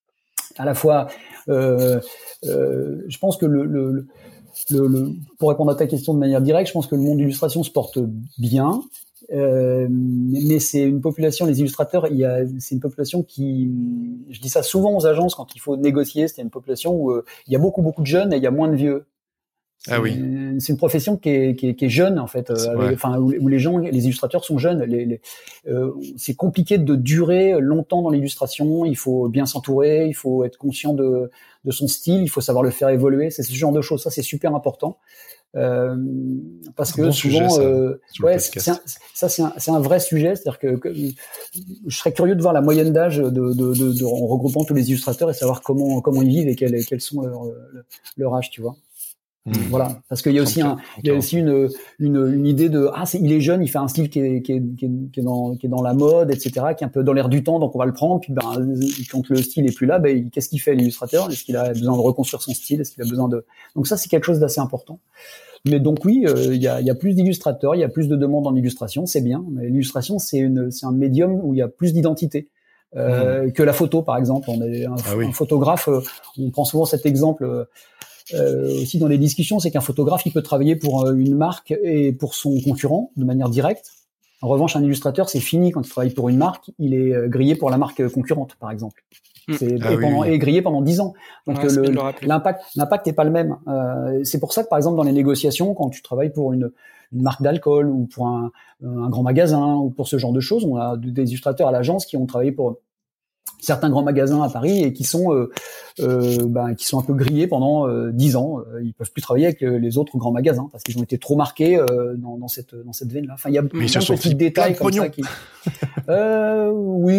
À la fois, euh, euh, je pense que le, le, le, le, pour répondre à ta question de manière directe, je pense que le monde de l'illustration se porte bien. Euh, mais c'est une population, les illustrateurs, il y a, c'est une population qui, je dis ça souvent aux agences quand il faut négocier, c'est une population où euh, il y a beaucoup beaucoup de jeunes et il y a moins de vieux. C'est, ah oui. C'est une profession qui est, qui est, qui est jeune en fait, euh, avec, enfin où, où les gens, les illustrateurs sont jeunes. Les, les, euh, c'est compliqué de durer longtemps dans l'illustration. Il faut bien s'entourer, il faut être conscient de, de son style, il faut savoir le faire évoluer. C'est ce genre de choses. Ça, c'est super important. Euh, parce que bon souvent, sujet, euh, ouais, c'est un, ça c'est un, c'est un vrai sujet, c'est-à-dire que, que je serais curieux de voir la moyenne d'âge de, de, de, de en regroupant tous les illustrateurs et savoir comment comment ils vivent et quels quels sont leurs leur âge, tu vois. Mmh. Voilà, parce qu'il y a aussi un, il y a aussi une une une idée de ah c'est il est jeune, il fait un style qui est qui est qui est, qui est dans qui est dans la mode, et cetera, qui est un peu dans l'air du temps, donc on va le prendre. Puis ben quand le style est plus là, ben qu'est-ce qu'il fait l'illustrateur? Est-ce qu'il a besoin de reconstruire son style? Est-ce qu'il a besoin de donc ça c'est quelque chose d'assez important. Mais donc oui, il euh, y a il y a plus d'illustrateurs, il y a plus de demandes en illustration, c'est bien. Mais l'illustration c'est une c'est un médium où il y a plus d'identité. Euh, mmh. que la photo par exemple. On est un, ah oui. un photographe, euh, on prend souvent cet exemple. Euh, Euh, aussi dans les discussions, c'est qu'un photographe, il peut travailler pour une marque et pour son concurrent de manière directe. En revanche, un illustrateur, c'est fini quand il travaille pour une marque, il est grillé pour la marque concurrente, par exemple. C'est ah et, pendant, oui. et grillé pendant dix ans. Donc ouais, le, l'impact, l'impact n'est pas le même. Euh, c'est pour ça que, par exemple, dans les négociations, quand tu travailles pour une, une marque d'alcool ou pour un, un grand magasin ou pour ce genre de choses, on a des illustrateurs à l'agence qui ont travaillé pour certains grands magasins à Paris et qui sont euh, euh, ben, qui sont un peu grillés pendant euh, dix ans. Euh, ils peuvent plus travailler avec euh, les autres grands magasins parce qu'ils ont été trop marqués euh, dans, dans cette dans cette veine-là. Enfin, il y a plein de petits détails comme ça qui. euh, oui,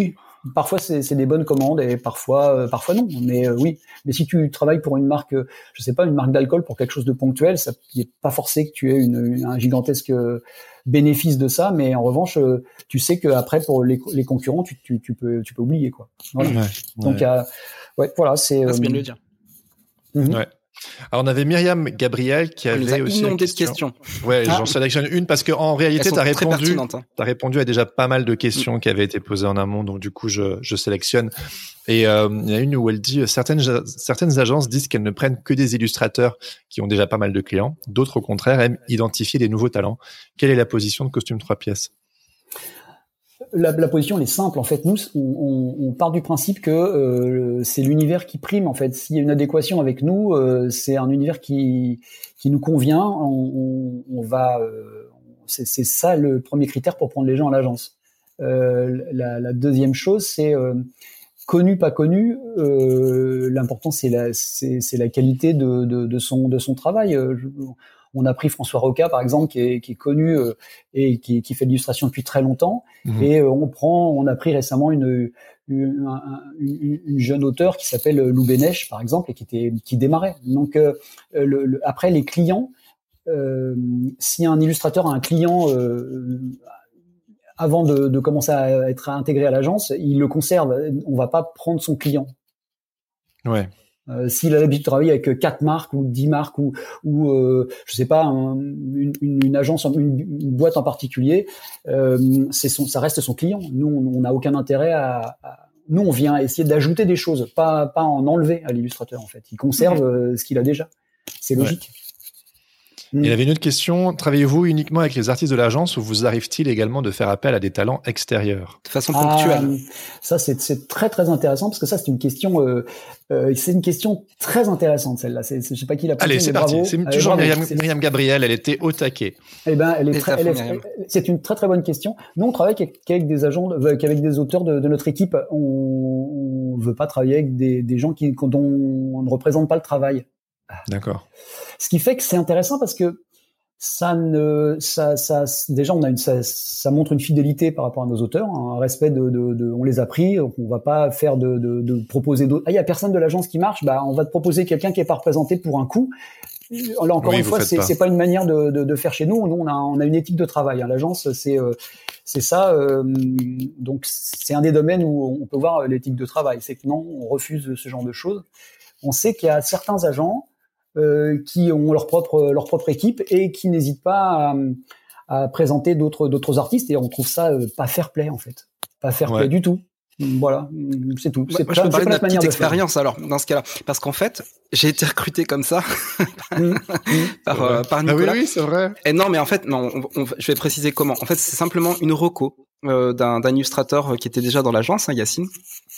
parfois c'est, c'est des bonnes commandes et parfois, euh, parfois non. Mais euh, oui, mais si tu travailles pour une marque, euh, je sais pas, une marque d'alcool pour quelque chose de ponctuel, ça n'est pas forcé que tu aies une, une, un gigantesque bénéfice de ça. Mais en revanche, euh, tu sais que après pour les, les concurrents, tu, tu, tu peux, tu peux oublier quoi. Voilà. Ouais, Donc ouais. Euh, ouais, voilà, c'est. Ah, c'est bien de le dire. Mm-hmm. Ouais. Alors on avait Myriam Gabriel qui avait on nous a aussi inondé de questions. Ouais, ah. j'en sélectionne une parce que en réalité t'as répondu, hein. t'as répondu à déjà pas mal de questions mmh. qui avaient été posées en amont, donc du coup je, je sélectionne. Et euh, il y a une où elle dit certaines certaines agences disent qu'elles ne prennent que des illustrateurs qui ont déjà pas mal de clients, d'autres au contraire aiment identifier des nouveaux talents. Quelle est la position de Costume trois pièces? La, la position elle est simple en fait. Nous, on, on, on part du principe que euh, c'est l'univers qui prime en fait. S'il y a une adéquation avec nous, euh, c'est un univers qui qui nous convient. On, on, on va, euh, c'est, c'est ça le premier critère pour prendre les gens à l'agence. Euh, la, la deuxième chose, c'est euh, connu pas connu. Euh, l'important c'est la c'est, c'est la qualité de, de de son de son travail. Je, On a pris François Roca, par exemple, qui est, qui est connu euh, et qui, qui fait de l'illustration depuis très longtemps. Mmh. Et euh, on prend, on a pris récemment une, une, une, une jeune auteure qui s'appelle Lou Bénèche, par exemple, et qui était, qui démarrait. Donc euh, le, le, après les clients, euh, si un illustrateur a un client euh, avant de, de commencer à être intégré à l'agence, il le conserve. On va pas prendre son client. Ouais. Euh, s'il a l'habitude de travailler avec quatre marques ou dix marques ou, ou euh, je sais pas, un, une, une agence, une, une boîte en particulier, euh, c'est son, ça reste son client. Nous, on n'a aucun intérêt à, à, nous, on vient essayer d'ajouter des choses, pas, pas en enlever à l'illustrateur en fait. Il conserve euh, ce qu'il a déjà. C'est logique. Ouais. Il y avait une autre question. Travaillez-vous uniquement avec les artistes de l'agence ou vous arrive-t-il également de faire appel à des talents extérieurs? De façon ponctuelle. Ah, ça, c'est, c'est très, très intéressant parce que ça, c'est une question, euh, euh, c'est une question très intéressante, celle-là. C'est, c'est, je sais pas qui l'a posée. Allez, c'est parti. C'est Allez, toujours Myriam, Myriam Gabriel. Elle était au taquet. Eh ben, elle est très, elle est, elle, c'est une très, très bonne question. Nous, on travaille qu'avec des agents, qu'avec des auteurs de, de notre équipe. On, on veut pas travailler avec des, des gens qui, dont on ne représente pas le travail. D'accord. Ce qui fait que c'est intéressant parce que ça ne, ça, ça, déjà on a une, ça, ça montre une fidélité par rapport à nos auteurs, un respect de, de, de on les a pris, donc on va pas faire de, de, de proposer d'autres. Ah, il y a personne de l'agence qui marche, bah on va te proposer quelqu'un qui est pas représenté pour un coup. Là encore oui, une fois, c'est, pas. c'est pas une manière de, de, de faire chez nous. Nous, on a, on a une éthique de travail. Hein. L'agence, c'est, euh, c'est ça. Euh, donc c'est un des domaines où on peut voir l'éthique de travail. C'est que non, on refuse ce genre de choses. On sait qu'il y a certains agents Euh, qui ont leur propre leur propre équipe et qui n'hésitent pas à, à présenter d'autres d'autres artistes et on trouve ça euh, pas fair play en fait, pas fair ouais. play du tout. Voilà, c'est tout. C'est moi, pas, je peux parler de ma petite expérience alors dans ce cas-là, parce qu'en fait j'ai été recruté comme ça mmh. par euh, par Nicolas. Ah oui, oui, c'est vrai. Et non, mais en fait non, on, on, je vais préciser comment. En fait, c'est simplement une reco euh, d'un, d'un illustrateur qui était déjà dans l'agence, hein, Yacine.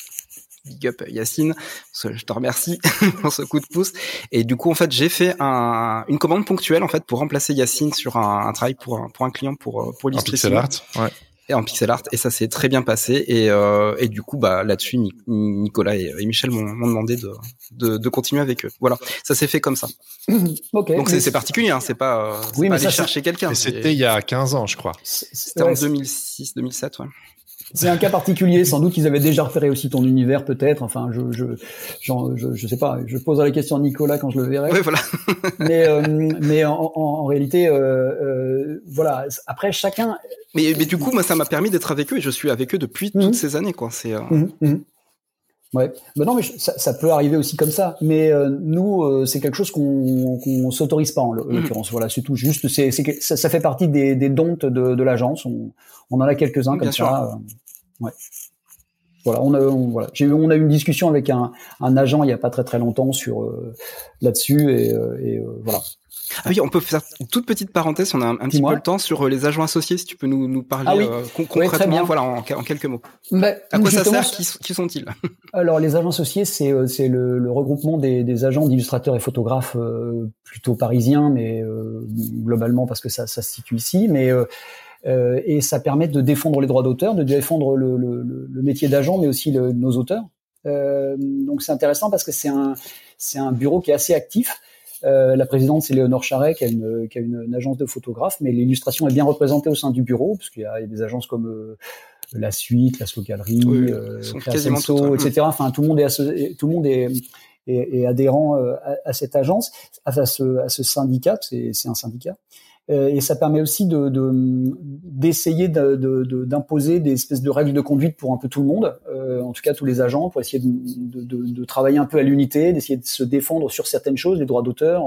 Big up Yacine, je te remercie pour ce coup de pouce. Et du coup, en fait, j'ai fait un, une commande ponctuelle en fait pour remplacer Yacine sur un, un travail pour un, pour un client pour pour illustrer. En pixel art, ouais. Et en pixel art, et ça s'est très bien passé. Et euh, et du coup, bah là-dessus, Nicolas et, et Michel m'ont, m'ont demandé de, de de continuer avec eux. Voilà, ça s'est fait comme ça. Okay. Donc c'est, c'est particulier, hein, c'est pas, euh, c'est oui, pas mais aller ça, chercher quelqu'un. Mais c'était il y a quinze ans, je crois. C'était ouais, en deux mille six, deux mille sept, ouais. C'est un cas particulier, sans doute qu'ils avaient déjà repéré aussi ton univers, peut-être. Enfin, je, je, genre, je, je sais pas. Je poserai la question à Nicolas quand je le verrai. Oui, voilà. mais, euh, mais en, en, en réalité, euh, euh, voilà. Après, chacun. Mais, mais du coup, moi, ça m'a permis d'être avec eux et je suis avec eux depuis mmh. toutes ces années, quoi. C'est. Euh... Mmh, mmh. Ouais. Ben non, mais ça, ça peut arriver aussi comme ça. Mais euh, nous, euh, c'est quelque chose qu'on, qu'on s'autorise pas en l'occurrence. Mmh. Voilà, c'est tout. Juste, c'est, c'est ça, ça fait partie des, des dons de, de l'agence. On, on en a quelques-uns oui, comme ça. Euh, ouais. Voilà, on a, on, voilà. J'ai eu, on a eu une discussion avec un, un agent il y a pas très très longtemps sur euh, là-dessus et, euh, et euh, voilà. Ah oui, on peut faire une toute petite parenthèse, on a un, un petit peu le temps sur les agents associés, si tu peux nous, nous parler ah oui. euh, con- concrètement, ouais, voilà, en, en quelques mots. Bah, à quoi ça sert, qui, qui sont-ils? Alors, les agents associés, c'est, c'est le, le regroupement des, des agents d'illustrateurs et photographes euh, plutôt parisiens, mais euh, globalement parce que ça, ça se situe ici, mais euh, euh, et ça permet de défendre les droits d'auteur, de défendre le, le, le métier d'agent, mais aussi le, nos auteurs. Euh, donc, c'est intéressant parce que c'est un, c'est un bureau qui est assez actif. Euh, la présidente, c'est Léonore Charret, qui a, une, qui a une, une agence de photographes, mais l'illustration est bien représentée au sein du bureau, parce qu'il y a, il y a des agences comme euh, la suite, la slow galerie, oui, euh, Créasenso, et cetera. Enfin, tout le monde est asso- tout le monde est, est, est adhérent à, à cette agence, à ce, à ce syndicat. C'est, c'est un syndicat. Et ça permet aussi de, de d'essayer de, de, de, d'imposer des espèces de règles de conduite pour un peu tout le monde, euh, en tout cas tous les agents, pour essayer de, de, de, de travailler un peu à l'unité, d'essayer de se défendre sur certaines choses, les droits d'auteur.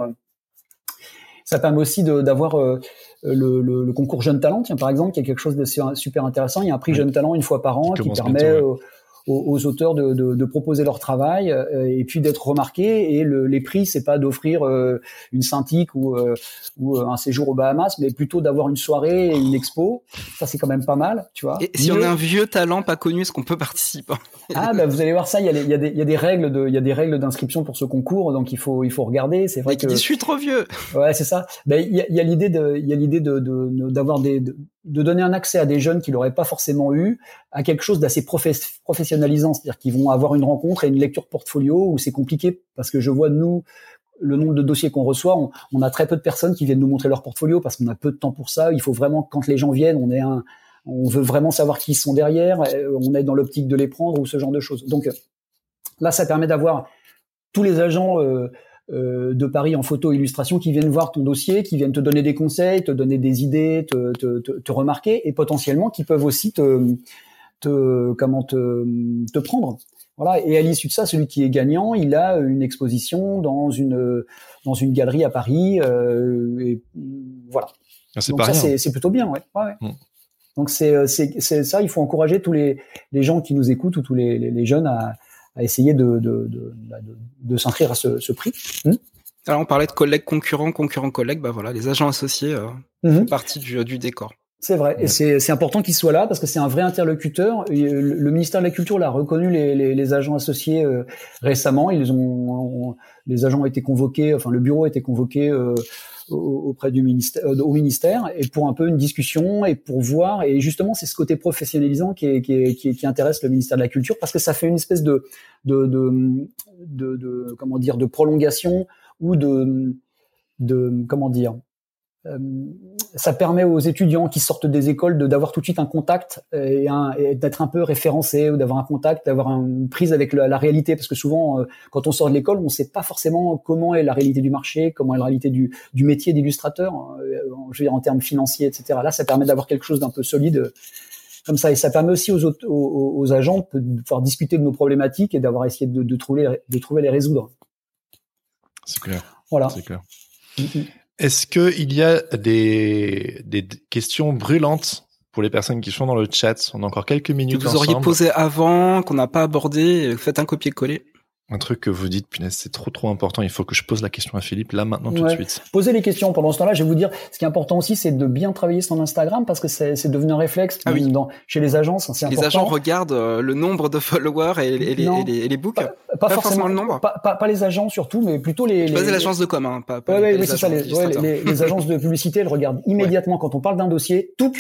Ça permet aussi de, d'avoir euh, le, le, le concours Jeune Talent, tiens, par exemple, qui est quelque chose de super intéressant. Il y a un prix oui. Jeune Talent une fois par an qui, qui permet bientôt, ouais. aux, aux auteurs de, de, de proposer leur travail euh, et puis d'être remarqués. Et le, les prix, c'est pas d'offrir euh, une Cintiq ou, euh, ou un séjour aux Bahamas, mais plutôt d'avoir une soirée et une expo. Ça, c'est quand même pas mal, tu vois. Et si Mieux. on a un vieux talent pas connu, est-ce qu'on peut participer? Ah, bah, vous allez voir ça. Il y a, les, il y a des, il y a des règles de, il y a des règles d'inscription pour ce concours, donc il faut, il faut regarder. C'est vrai et que. Dit, je suis trop vieux. Ouais, c'est ça. Ben, il y a, il y a l'idée de, il y a l'idée de, de, d'avoir des, de, de donner un accès à des jeunes qui l'auraient pas forcément eu à quelque chose d'assez professe, professionnalisant, c'est-à-dire qu'ils vont avoir une rencontre et une lecture portfolio où c'est compliqué parce que je vois nous le nombre de dossiers qu'on reçoit, on, on a très peu de personnes qui viennent nous montrer leur portfolio parce qu'on a peu de temps pour ça. Il faut vraiment quand les gens viennent, on est un, on veut vraiment savoir qui ils sont derrière, on est dans l'optique de les prendre ou ce genre de choses. Donc là, ça permet d'avoir tous les agents euh, euh, de Paris en photo illustration qui viennent voir ton dossier, qui viennent te donner des conseils, te donner des idées, te, te, te, te remarquer et potentiellement qui peuvent aussi te, te comment te, te prendre. Voilà. Et à l'issue de ça, celui qui est gagnant, il a une exposition dans une dans une galerie à Paris. Euh, et voilà. Ah, c'est Donc pas ça, rien. c'est, c'est plutôt bien, ouais. ouais, ouais. Mm. Donc c'est, c'est c'est ça. Il faut encourager tous les les gens qui nous écoutent ou tous les les, les jeunes à à essayer de de de de, de s'inscrire à ce, ce prix. Mm. Alors on parlait de collègues concurrents, concurrents collègues. Bah voilà, les agents associés euh, mm-hmm. font partie du du décor. C'est vrai, et c'est, c'est important qu'il soit là parce que c'est un vrai interlocuteur. Et le, le ministère de la Culture l'a reconnu les, les, les agents associés euh, récemment. Ils ont, ont, les agents ont été convoqués, enfin le bureau a été convoqué euh, auprès du ministère, euh, au ministère, et pour un peu une discussion et pour voir. Et justement, c'est ce côté professionnalisant qui, est, qui, est, qui, est, qui intéresse le ministère de la Culture parce que ça fait une espèce de, de, de, de, de comment dire, de prolongation ou de, de comment dire. Euh, ça permet aux étudiants qui sortent des écoles de d'avoir tout de suite un contact et, un, et d'être un peu référencé ou d'avoir un contact, d'avoir une prise avec la, la réalité parce que souvent euh, quand on sort de l'école on ne sait pas forcément comment est la réalité du marché, comment est la réalité du, du métier d'illustrateur, euh, je veux dire en termes financiers, et cetera. Là ça permet d'avoir quelque chose d'un peu solide euh, comme ça et ça permet aussi aux, autres, aux, aux agents de pouvoir discuter de nos problématiques et d'avoir essayé de, de, trouver, de trouver les résoudre. C'est clair. Voilà. C'est clair. Mm-hmm. Est-ce qu'il y a des, des questions brûlantes pour les personnes qui sont dans le chat? On a encore quelques minutes que vous ensemble. auriez posé avant, qu'on n'a pas abordé, faites un copier-coller. Un truc que vous dites, punaise, c'est trop trop important, il faut que je pose la question à Philippe là, maintenant, tout ouais. de suite. Posez les questions. Pendant ce temps-là, je vais vous dire, ce qui est important aussi, c'est de bien travailler son Instagram parce que c'est, c'est devenu un réflexe ah oui. dans, chez les agences. C'est les important. agents regardent euh, le nombre de followers et, et, les, et, les, et les books. Pas, pas, pas forcément, forcément le nombre. Pas, pas, pas les agents surtout, mais plutôt les. Je les, les agence de com, hein, pas, pas ouais, les, ouais, les oui, c'est ça. Les, ouais, les, les agences de publicité, elles regardent immédiatement ouais. quand on parle d'un dossier. Tout.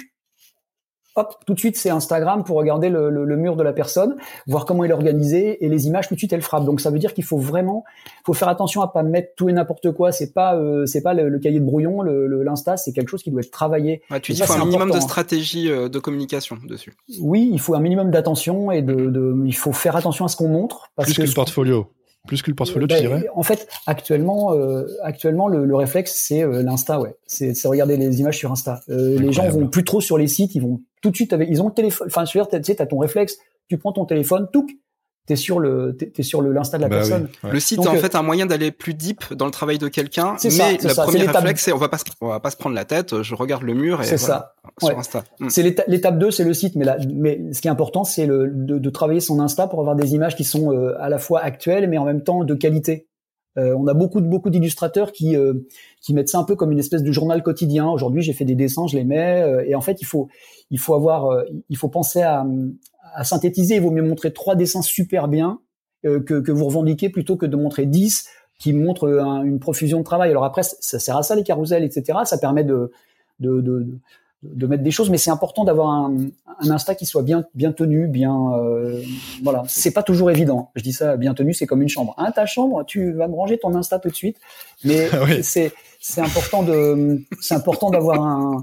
Hop, tout de suite, c'est Instagram pour regarder le, le, le mur de la personne, voir comment il est organisé et les images tout de suite elles frappent. Donc ça veut dire qu'il faut vraiment, faut faire attention à pas mettre tout et n'importe quoi. C'est pas, euh, c'est pas le, le cahier de brouillon, le, le l'Insta, c'est quelque chose qui doit être travaillé. Ouais, tu dis qu'il faut un minimum de stratégie euh, de communication dessus. Oui, il faut un minimum d'attention et de, de, il faut faire attention à ce qu'on montre. Parce Plus que, que le portfolio. Plus que le portfolio, ben, tu dirais? En fait, actuellement, euh, actuellement, le, le réflexe, c'est euh, l'Insta, ouais. C'est, c'est regarder les images sur Insta. Euh, les gens vont plus trop sur les sites, ils vont tout de suite avec, ils ont le téléphone. Enfin, je veux dire, tu sais, t'as ton réflexe, tu prends ton téléphone, touc, t'es sur le, t'es, t'es sur le l'Insta de la bah personne. Oui, ouais. Le site, donc, est en fait un moyen d'aller plus deep dans le travail de quelqu'un. C'est mais ça, c'est le ça. premier c'est réflexe, c'est on va pas, se, on va pas se prendre la tête. Je regarde le mur et c'est voilà, ça. sur ouais. Insta. Mm. C'est l'étape, l'étape deux, c'est le site, mais là, mais ce qui est important, c'est le, de, de travailler son Insta pour avoir des images qui sont euh, à la fois actuelles, mais en même temps de qualité. Euh, on a beaucoup de beaucoup d'illustrateurs qui euh, qui mettent ça un peu comme une espèce de journal quotidien. Aujourd'hui, j'ai fait des dessins, je les mets, euh, et en fait, il faut il faut avoir, euh, il faut penser à, à synthétiser. Il vaut mieux montrer trois dessins super bien euh, que que vous revendiquez plutôt que de montrer dix qui montrent un, une profusion de travail. Alors après, ça sert à ça les carousels, et cetera. Ça permet de de de, de mettre des choses, mais c'est important d'avoir un, un Insta qui soit bien bien tenu, bien euh, voilà. C'est pas toujours évident. Je dis ça, bien tenu, c'est comme une chambre. Hein, ta chambre, tu vas me ranger ton Insta tout de suite, mais oui. c'est c'est important de c'est important d'avoir un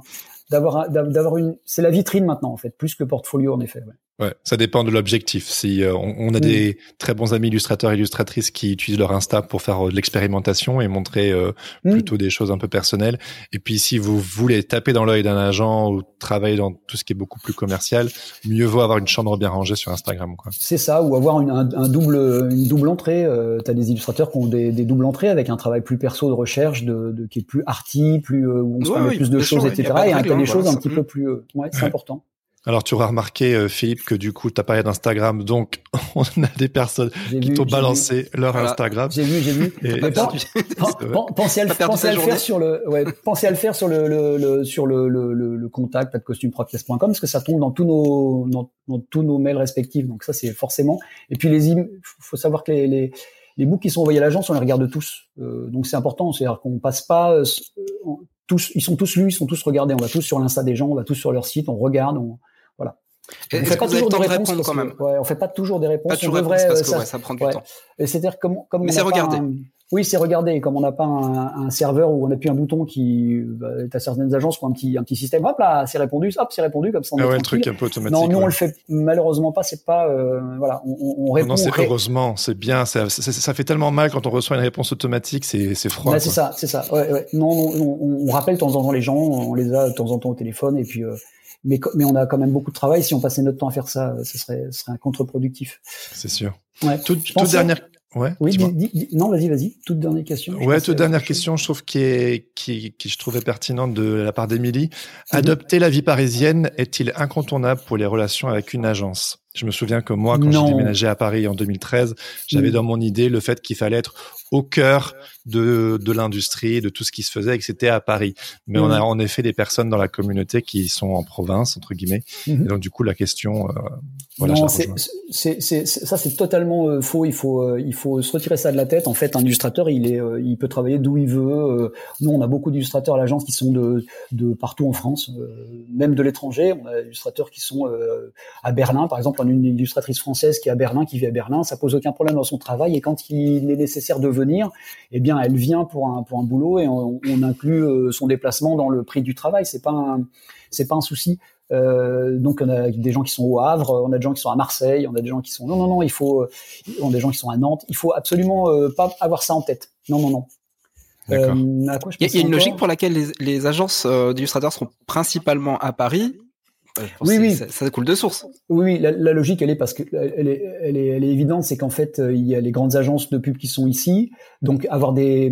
d'avoir d'avoir une, c'est la vitrine maintenant en fait, plus que portfolio en effet. Ouais. Ouais, ça dépend de l'objectif. Si euh, on, on a mmh. des très bons amis illustrateurs et illustratrices qui utilisent leur Insta pour faire euh, de l'expérimentation et montrer euh, mmh. plutôt des choses un peu personnelles. Et puis si vous voulez taper dans l'œil d'un agent ou travailler dans tout ce qui est beaucoup plus commercial, mieux vaut avoir une chambre bien rangée sur Instagram, quoi. C'est ça, ou avoir une, un, un double, une double entrée. Euh, t'as des illustrateurs qui ont des, des doubles entrées avec un travail plus perso de recherche, de, de qui est plus arty, plus euh, où on se ouais, permet oui, plus de choses, sûr, et cetera. Et t'as des voilà, choses un petit mmh. peu plus, euh, ouais, c'est ouais. important. Alors, tu auras remarqué, euh, Philippe, que du coup, tu as parlé d'Instagram, donc on a des personnes j'ai qui vu, t'ont balancé vu. leur voilà. Instagram. J'ai vu, j'ai vu. Et mais pen, pen, pensez à le, pensez à le faire sur le, ouais, pensez à le faire sur le, le, le sur le, le, le, le contact pas de costume podcast point com parce que ça tombe dans tous nos, dans, dans tous nos mails respectifs. Donc ça, c'est forcément. Et puis les, il faut savoir que les, les, les books qui sont envoyés à l'agence, on les regarde tous. Euh, donc c'est important, c'est-à-dire qu'on passe pas euh, tous, ils sont tous lus, ils sont tous regardés. On va tous sur l'Insta des gens, on va tous sur leur site, on regarde, on voilà. On fait pas toujours des réponses quand même. Que, ouais, on fait pas toujours des réponses. Pas toujours on devrait, parce que ça, ouais, ça prend du ouais. temps. Et c'est-à-dire comme comme Mais on c'est regardé. Un, oui, c'est regardé. Comme on n'a pas un, un serveur où on appuie un bouton qui, bah, t'as certaines agences qui ont un petit un petit système. Hop là, c'est répondu. Hop, c'est répondu comme ça. On ah est ouais, tranquille. Un truc un peu automatique. Non, nous ouais. on le fait malheureusement pas. C'est pas euh, voilà. On, on répond. Non, c'est ré... heureusement, c'est bien. Ça, ça, ça fait tellement mal quand on reçoit une réponse automatique. C'est c'est froid. Bah, c'est ça, c'est ça. Ouais, ouais. Non, non, on, on rappelle de temps en temps les gens. On les a de temps en temps au téléphone et puis. Euh, Mais, mais on a quand même beaucoup de travail. Si on passait notre temps à faire ça, ce serait, ce serait un contre-productif. C'est sûr. Ouais. Toute, toute dernière. Ouais. Oui. Dis, dis, dis, non, vas-y, vas-y. Toute dernière question. Ouais, toute dernière question. Je trouve qui est, qui, qui je trouvais pertinente de la part d'Émilie. Mm-hmm. Adopter la vie parisienne est-il incontournable pour les relations avec une agence? Je me souviens que moi, quand non. j'ai déménagé à Paris en deux mille treize, j'avais mmh. dans mon idée le fait qu'il fallait être au cœur de, de l'industrie, de tout ce qui se faisait et que c'était à Paris. Mais mmh. on a en effet des personnes dans la communauté qui sont en province, entre guillemets. Mmh. Et donc, du coup, la question, euh, voilà, non, c'est, c'est, c'est, c'est, ça, c'est totalement euh, faux. Il faut, euh, il faut se retirer ça de la tête. En fait, un illustrateur, il est, euh, il peut travailler d'où il veut. Euh, nous, on a beaucoup d'illustrateurs à l'agence qui sont de, de partout en France, euh, même de l'étranger. On a des illustrateurs qui sont euh, à Berlin, par exemple. Une illustratrice française qui est à Berlin, qui vit à Berlin, ça pose aucun problème dans son travail et quand il est nécessaire de venir, eh bien elle vient pour un pour un boulot et on, on inclut euh, son déplacement dans le prix du travail, c'est pas un c'est pas un souci. Euh, donc on a des gens qui sont au Havre, on a des gens qui sont à Marseille, on a des gens qui sont non non non, il faut on a des gens qui sont à Nantes, il faut absolument euh, pas avoir ça en tête. Non non non. D'accord. Euh, à quoi je il y a une logique pour laquelle les, les agences euh, d'illustrateurs seront principalement à Paris. Oui, oui, ça, ça coule de source. Oui, oui, la, la logique, elle est parce que elle est, elle est, elle est évidente, c'est qu'en fait, il y a les grandes agences de pub qui sont ici, donc avoir des,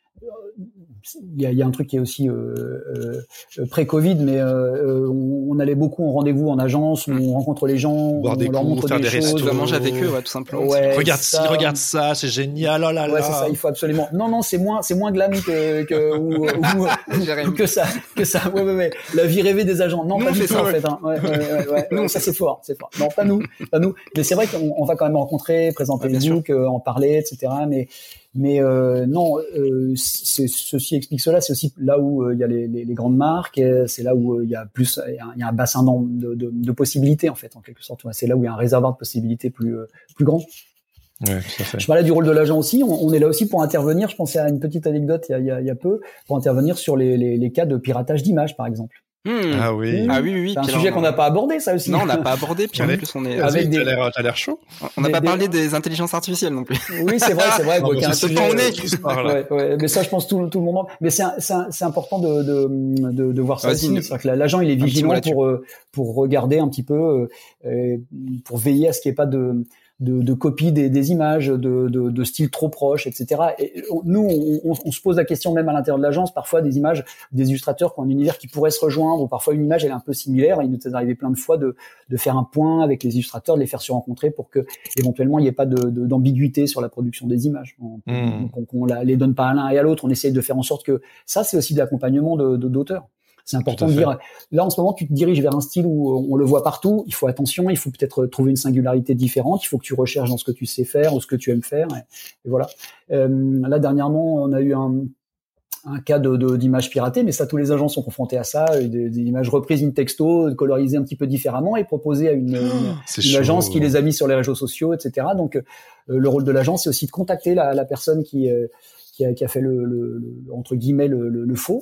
il y a, il y a un truc qui est aussi euh, euh, pré-Covid, mais euh, on, on allait beaucoup en rendez-vous en agence, où on rencontre les gens, boire on des leur coups, montre faire des, des choses, restos, on va manger avec eux, ouais, tout simplement. Ouais, regarde ça, si, regarde ça, c'est génial, oh là là. Ouais, c'est ça, il faut absolument. Non, non, c'est moins, c'est moins glam que que ou, ou, ou que ça, que ça. Ouais, ouais, ouais. La vie rêvée des agents. Non, nous, pas du tout ça, en ouais. fait. Hein. Ouais, ouais, ouais, ouais. Non, ça c'est fort, c'est fort. Non, pas nous, pas nous. Mais c'est vrai qu'on on va quand même rencontrer, présenter ouais, les books, euh, en parler, et cetera. Mais Mais euh, non, euh, c'est, ceci explique cela. C'est aussi là où il euh, y a les, les, les grandes marques. C'est là où il euh, y a plus, il y, y a un bassin de, de, de possibilités en fait, en quelque sorte. C'est là où il y a un réservoir de possibilités plus euh, plus grand. Ouais, tout à fait. Je parlais du rôle de l'agent aussi. On, on est là aussi pour intervenir. Je pensais à une petite anecdote il y a, il y a, il y a peu pour intervenir sur les, les, les cas de piratage d'images, par exemple. Mmh. Ah oui. Ah oui, oui, oui. C'est un sujet qu'on n'a pas abordé, ça aussi. Non, on n'a pas abordé. Puis en plus, on est avec des. T'as l'air, t'as l'air chaud. On n'a pas des... parlé des intelligences artificielles non plus. Oui, c'est vrai, c'est vrai. non, c'est un sujet. On est. Ouais, ouais. Mais ça, je pense tout, tout le monde. Mais c'est, c'est, c'est important de, de, de, de voir ça aussi. Une... C'est-à-dire que l'agent, il est vigilant pour, pour regarder un petit peu, euh, pour veiller à ce qu'il n'y ait pas de. de, de copie des, des images, de, de, de styles trop proches, et cetera. Et nous, on, on, on se pose la question même à l'intérieur de l'agence, parfois des images, des illustrateurs qui ont un univers qui pourrait se rejoindre, ou parfois une image elle est un peu similaire. Il nous est arrivé plein de fois de, de faire un point avec les illustrateurs, de les faire se rencontrer pour que éventuellement il n'y ait pas de, de, d'ambiguïté sur la production des images. On, mmh. Donc on, on la, les donne pas à l'un et à l'autre. On essaye de faire en sorte que ça, c'est aussi de l'accompagnement de, de, d'auteurs. C'est important de dire, là, en ce moment, tu te diriges vers un style où on le voit partout. Il faut attention, il faut peut-être trouver une singularité différente. Il faut que tu recherches dans ce que tu sais faire ou ce que tu aimes faire. Et, et voilà. Euh, là, dernièrement, on a eu un, un cas de, de, d'images piratées, mais ça, tous les agents sont confrontés à ça. Des, des images reprises in texto, colorisées un petit peu différemment et proposées à une, oh, une, une agence qui les a mis sur les réseaux sociaux, et cetera. Donc, euh, le rôle de l'agence, c'est aussi de contacter la, la personne qui, euh, qui, a, qui a fait le, le, le, entre guillemets, le, le, le faux.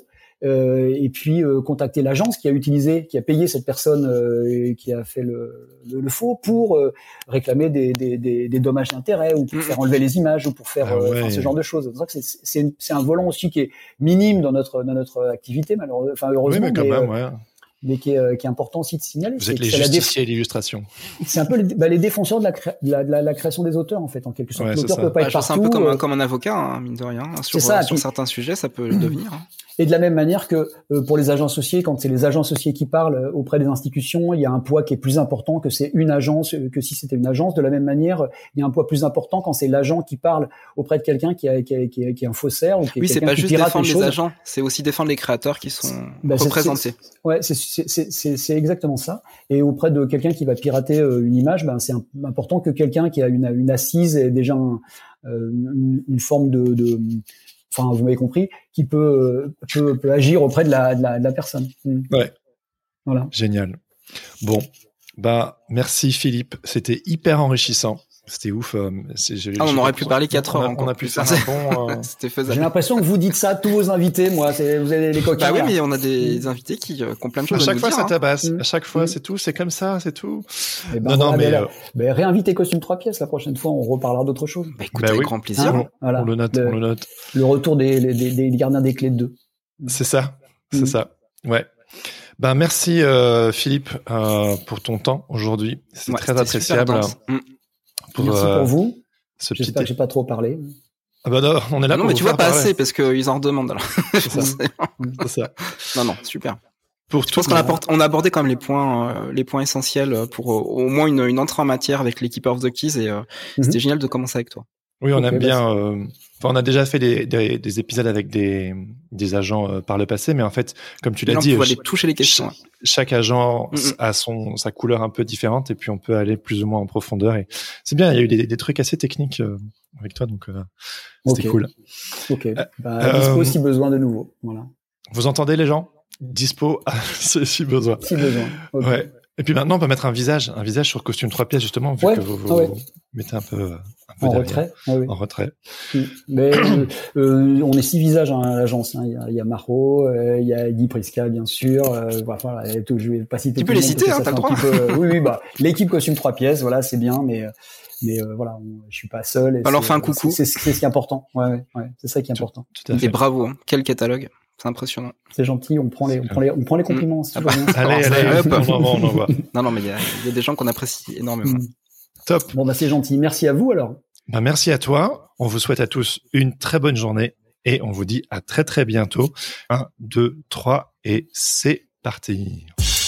euh, et puis euh, contacter l'agence qui a utilisé, qui a payé cette personne euh, qui a fait le, le, le faux pour euh, réclamer des, des, des, des dommages d'intérêt ou pour faire enlever les images ou pour faire ah ouais. euh, ce genre de choses. C'est, c'est, c'est, c'est un volant aussi qui est minime dans notre dans notre activité, malheureusement, enfin heureusement, oui, mais, quand mais, même, euh, ouais. mais qui est, qui est important aussi de signaler. Vous c'est êtes les c'est justiciers déf... et l'illustration. C'est un peu les, bah, les défenseurs de la, cré... de, la, de, la, de la création des auteurs, en fait, en quelque sorte. Ouais, L'auteur peut pas bah, être partout. C'est un peu comme un, euh... comme un avocat, hein, mine de rien. Sur, ça, sur puis... certains sujets, ça peut le devenir. Hein. Et de la même manière que euh, pour les agents associés, quand c'est les agents associés qui parlent euh, auprès des institutions, il y a un poids qui est plus important que c'est une agence, euh, que si c'était une agence. De la même manière, il y a un poids plus important quand c'est l'agent qui parle auprès de quelqu'un qui, a, qui, a, qui, a, qui est un faussaire ou qui oui, est quelqu'un qui pirate. Oui, c'est pas juste défendre les choses. agents, c'est aussi défendre les créateurs qui sont bah, représentés. C'est, c'est, ouais, c'est, c'est, c'est, c'est, c'est exactement ça. Et auprès de quelqu'un qui va pirater euh, une image, ben c'est un, important que quelqu'un qui a une, une assise et déjà un, euh, une, une forme de, de enfin, vous m'avez compris, qui peut, peut, peut agir auprès de la, de la, de la personne. Ouais. Voilà. Génial. Bon, bah, merci Philippe. C'était hyper enrichissant. C'était ouf. Euh, c'est, j'ai, ah, on j'ai aurait pu parler quatre heures. On a, on a pu faire un bon. Euh... C'était faisable. J'ai l'impression que vous dites ça à tous vos invités. Moi, c'est, vous avez les coquins. Bah oui, mais on a des mmh. invités qui euh, ont plein de choses à chaque à fois, nous ça dire, tabasse. Hein. À chaque fois, mmh. c'est tout. C'est comme ça, c'est tout. Et ben, non, voilà, non, mais. mais, Euh... mais réinvitez Costume trois pièces la prochaine fois. On reparlera d'autre chose. Bah écoute, bah, avec oui. grand plaisir. Hein, voilà. On le note. Le, on le note. Le retour des, des, des gardiens des clés de deux. C'est ça. C'est mmh. ça. Ouais. Ben merci euh, Philippe euh, pour ton temps aujourd'hui. C'est ouais, très appréciable. Mmh. Pour, merci euh, pour vous. Ce J'espère petit... que j'ai pas trop parlé. Ah bah non, on est là non, pour mais tu vois pas parler. assez parce qu'ils en redemandent alors. C'est ça. C'est ça. Non non, super. Pour je pense qu'on a, apporté, on a abordé quand même les points, euh, les points essentiels pour euh, au moins une, une entrée en matière avec l'équipe of the Keys et euh, mm-hmm. c'était génial de commencer avec toi. Oui, on okay, aime bah bien. Euh, enfin, on a déjà fait des, des, des épisodes avec des, des agents euh, par le passé, mais en fait, comme tu l'as là, dit, on peut aller toucher les questions. Ch- chaque agent mm-hmm. a son sa couleur un peu différente, et puis on peut aller plus ou moins en profondeur. Et c'est bien. Il y a eu des, des trucs assez techniques euh, avec toi, donc euh, c'était okay. cool. Ok. Bah, dispo euh, si besoin de nouveau. Voilà. Vous entendez les gens? Dispo si besoin. Si besoin. Okay. Ouais. Et puis maintenant, on peut mettre un visage, un visage sur Costume trois pièces, justement, vu ouais. que vous, vous, ah ouais. vous mettez un peu, un peu en derrière. retrait. Ah oui. En retrait. Mais euh, euh, on est six visages hein, à l'agence. Hein. Il y a, il y a Maro, euh, il y a Guy Prisca, bien sûr. Euh, voilà, tout, je vais pas citer. Tu peux les citer, hein, t'as le droit. Peu, euh, oui, oui, bah l'équipe Costume trois pièces, voilà, c'est bien, mais. Mais euh, voilà, on, je suis pas seul. Et on leur fait un coucou. C'est, c'est, c'est ce qui est important. Ouais, ouais, ouais c'est ça qui est important. Tout, tout à fait. Et bravo, hein. Quel catalogue. C'est impressionnant. C'est gentil, on prend les, on prend les, on prend les compliments. Mmh. Si ah, allez, allez, allez, hop, on envoie, on envoie. Non, non, mais il y a, y a des gens qu'on apprécie énormément. Mmh. Top. Bon, bah, c'est gentil. Merci à vous, alors. Bah, merci à toi. On vous souhaite à tous une très bonne journée et on vous dit à très, très bientôt. Un, deux, trois et c'est parti.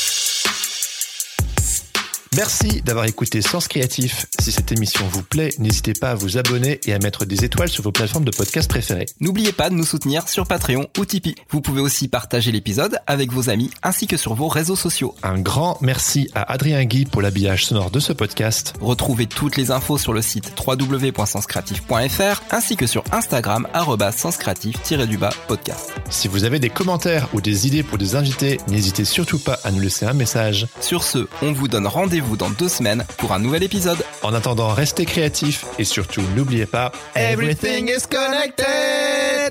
Merci d'avoir écouté Sens Créatif. Si cette émission vous plaît, n'hésitez pas à vous abonner et à mettre des étoiles sur vos plateformes de podcast préférées. N'oubliez pas de nous soutenir sur Patreon ou Tipeee. Vous pouvez aussi partager l'épisode avec vos amis ainsi que sur vos réseaux sociaux. Un grand merci à Adrien Guy pour l'habillage sonore de ce podcast. Retrouvez toutes les infos sur le site w w w point sens créatif point f r ainsi que sur Instagram arobase sens créatif tiret du bas podcast. Si vous avez des commentaires ou des idées pour des invités, n'hésitez surtout pas à nous laisser un message. Sur ce, on vous donne rendez-vous dans deux semaines pour un nouvel épisode. En attendant, restez créatifs et surtout n'oubliez pas, everything is connected.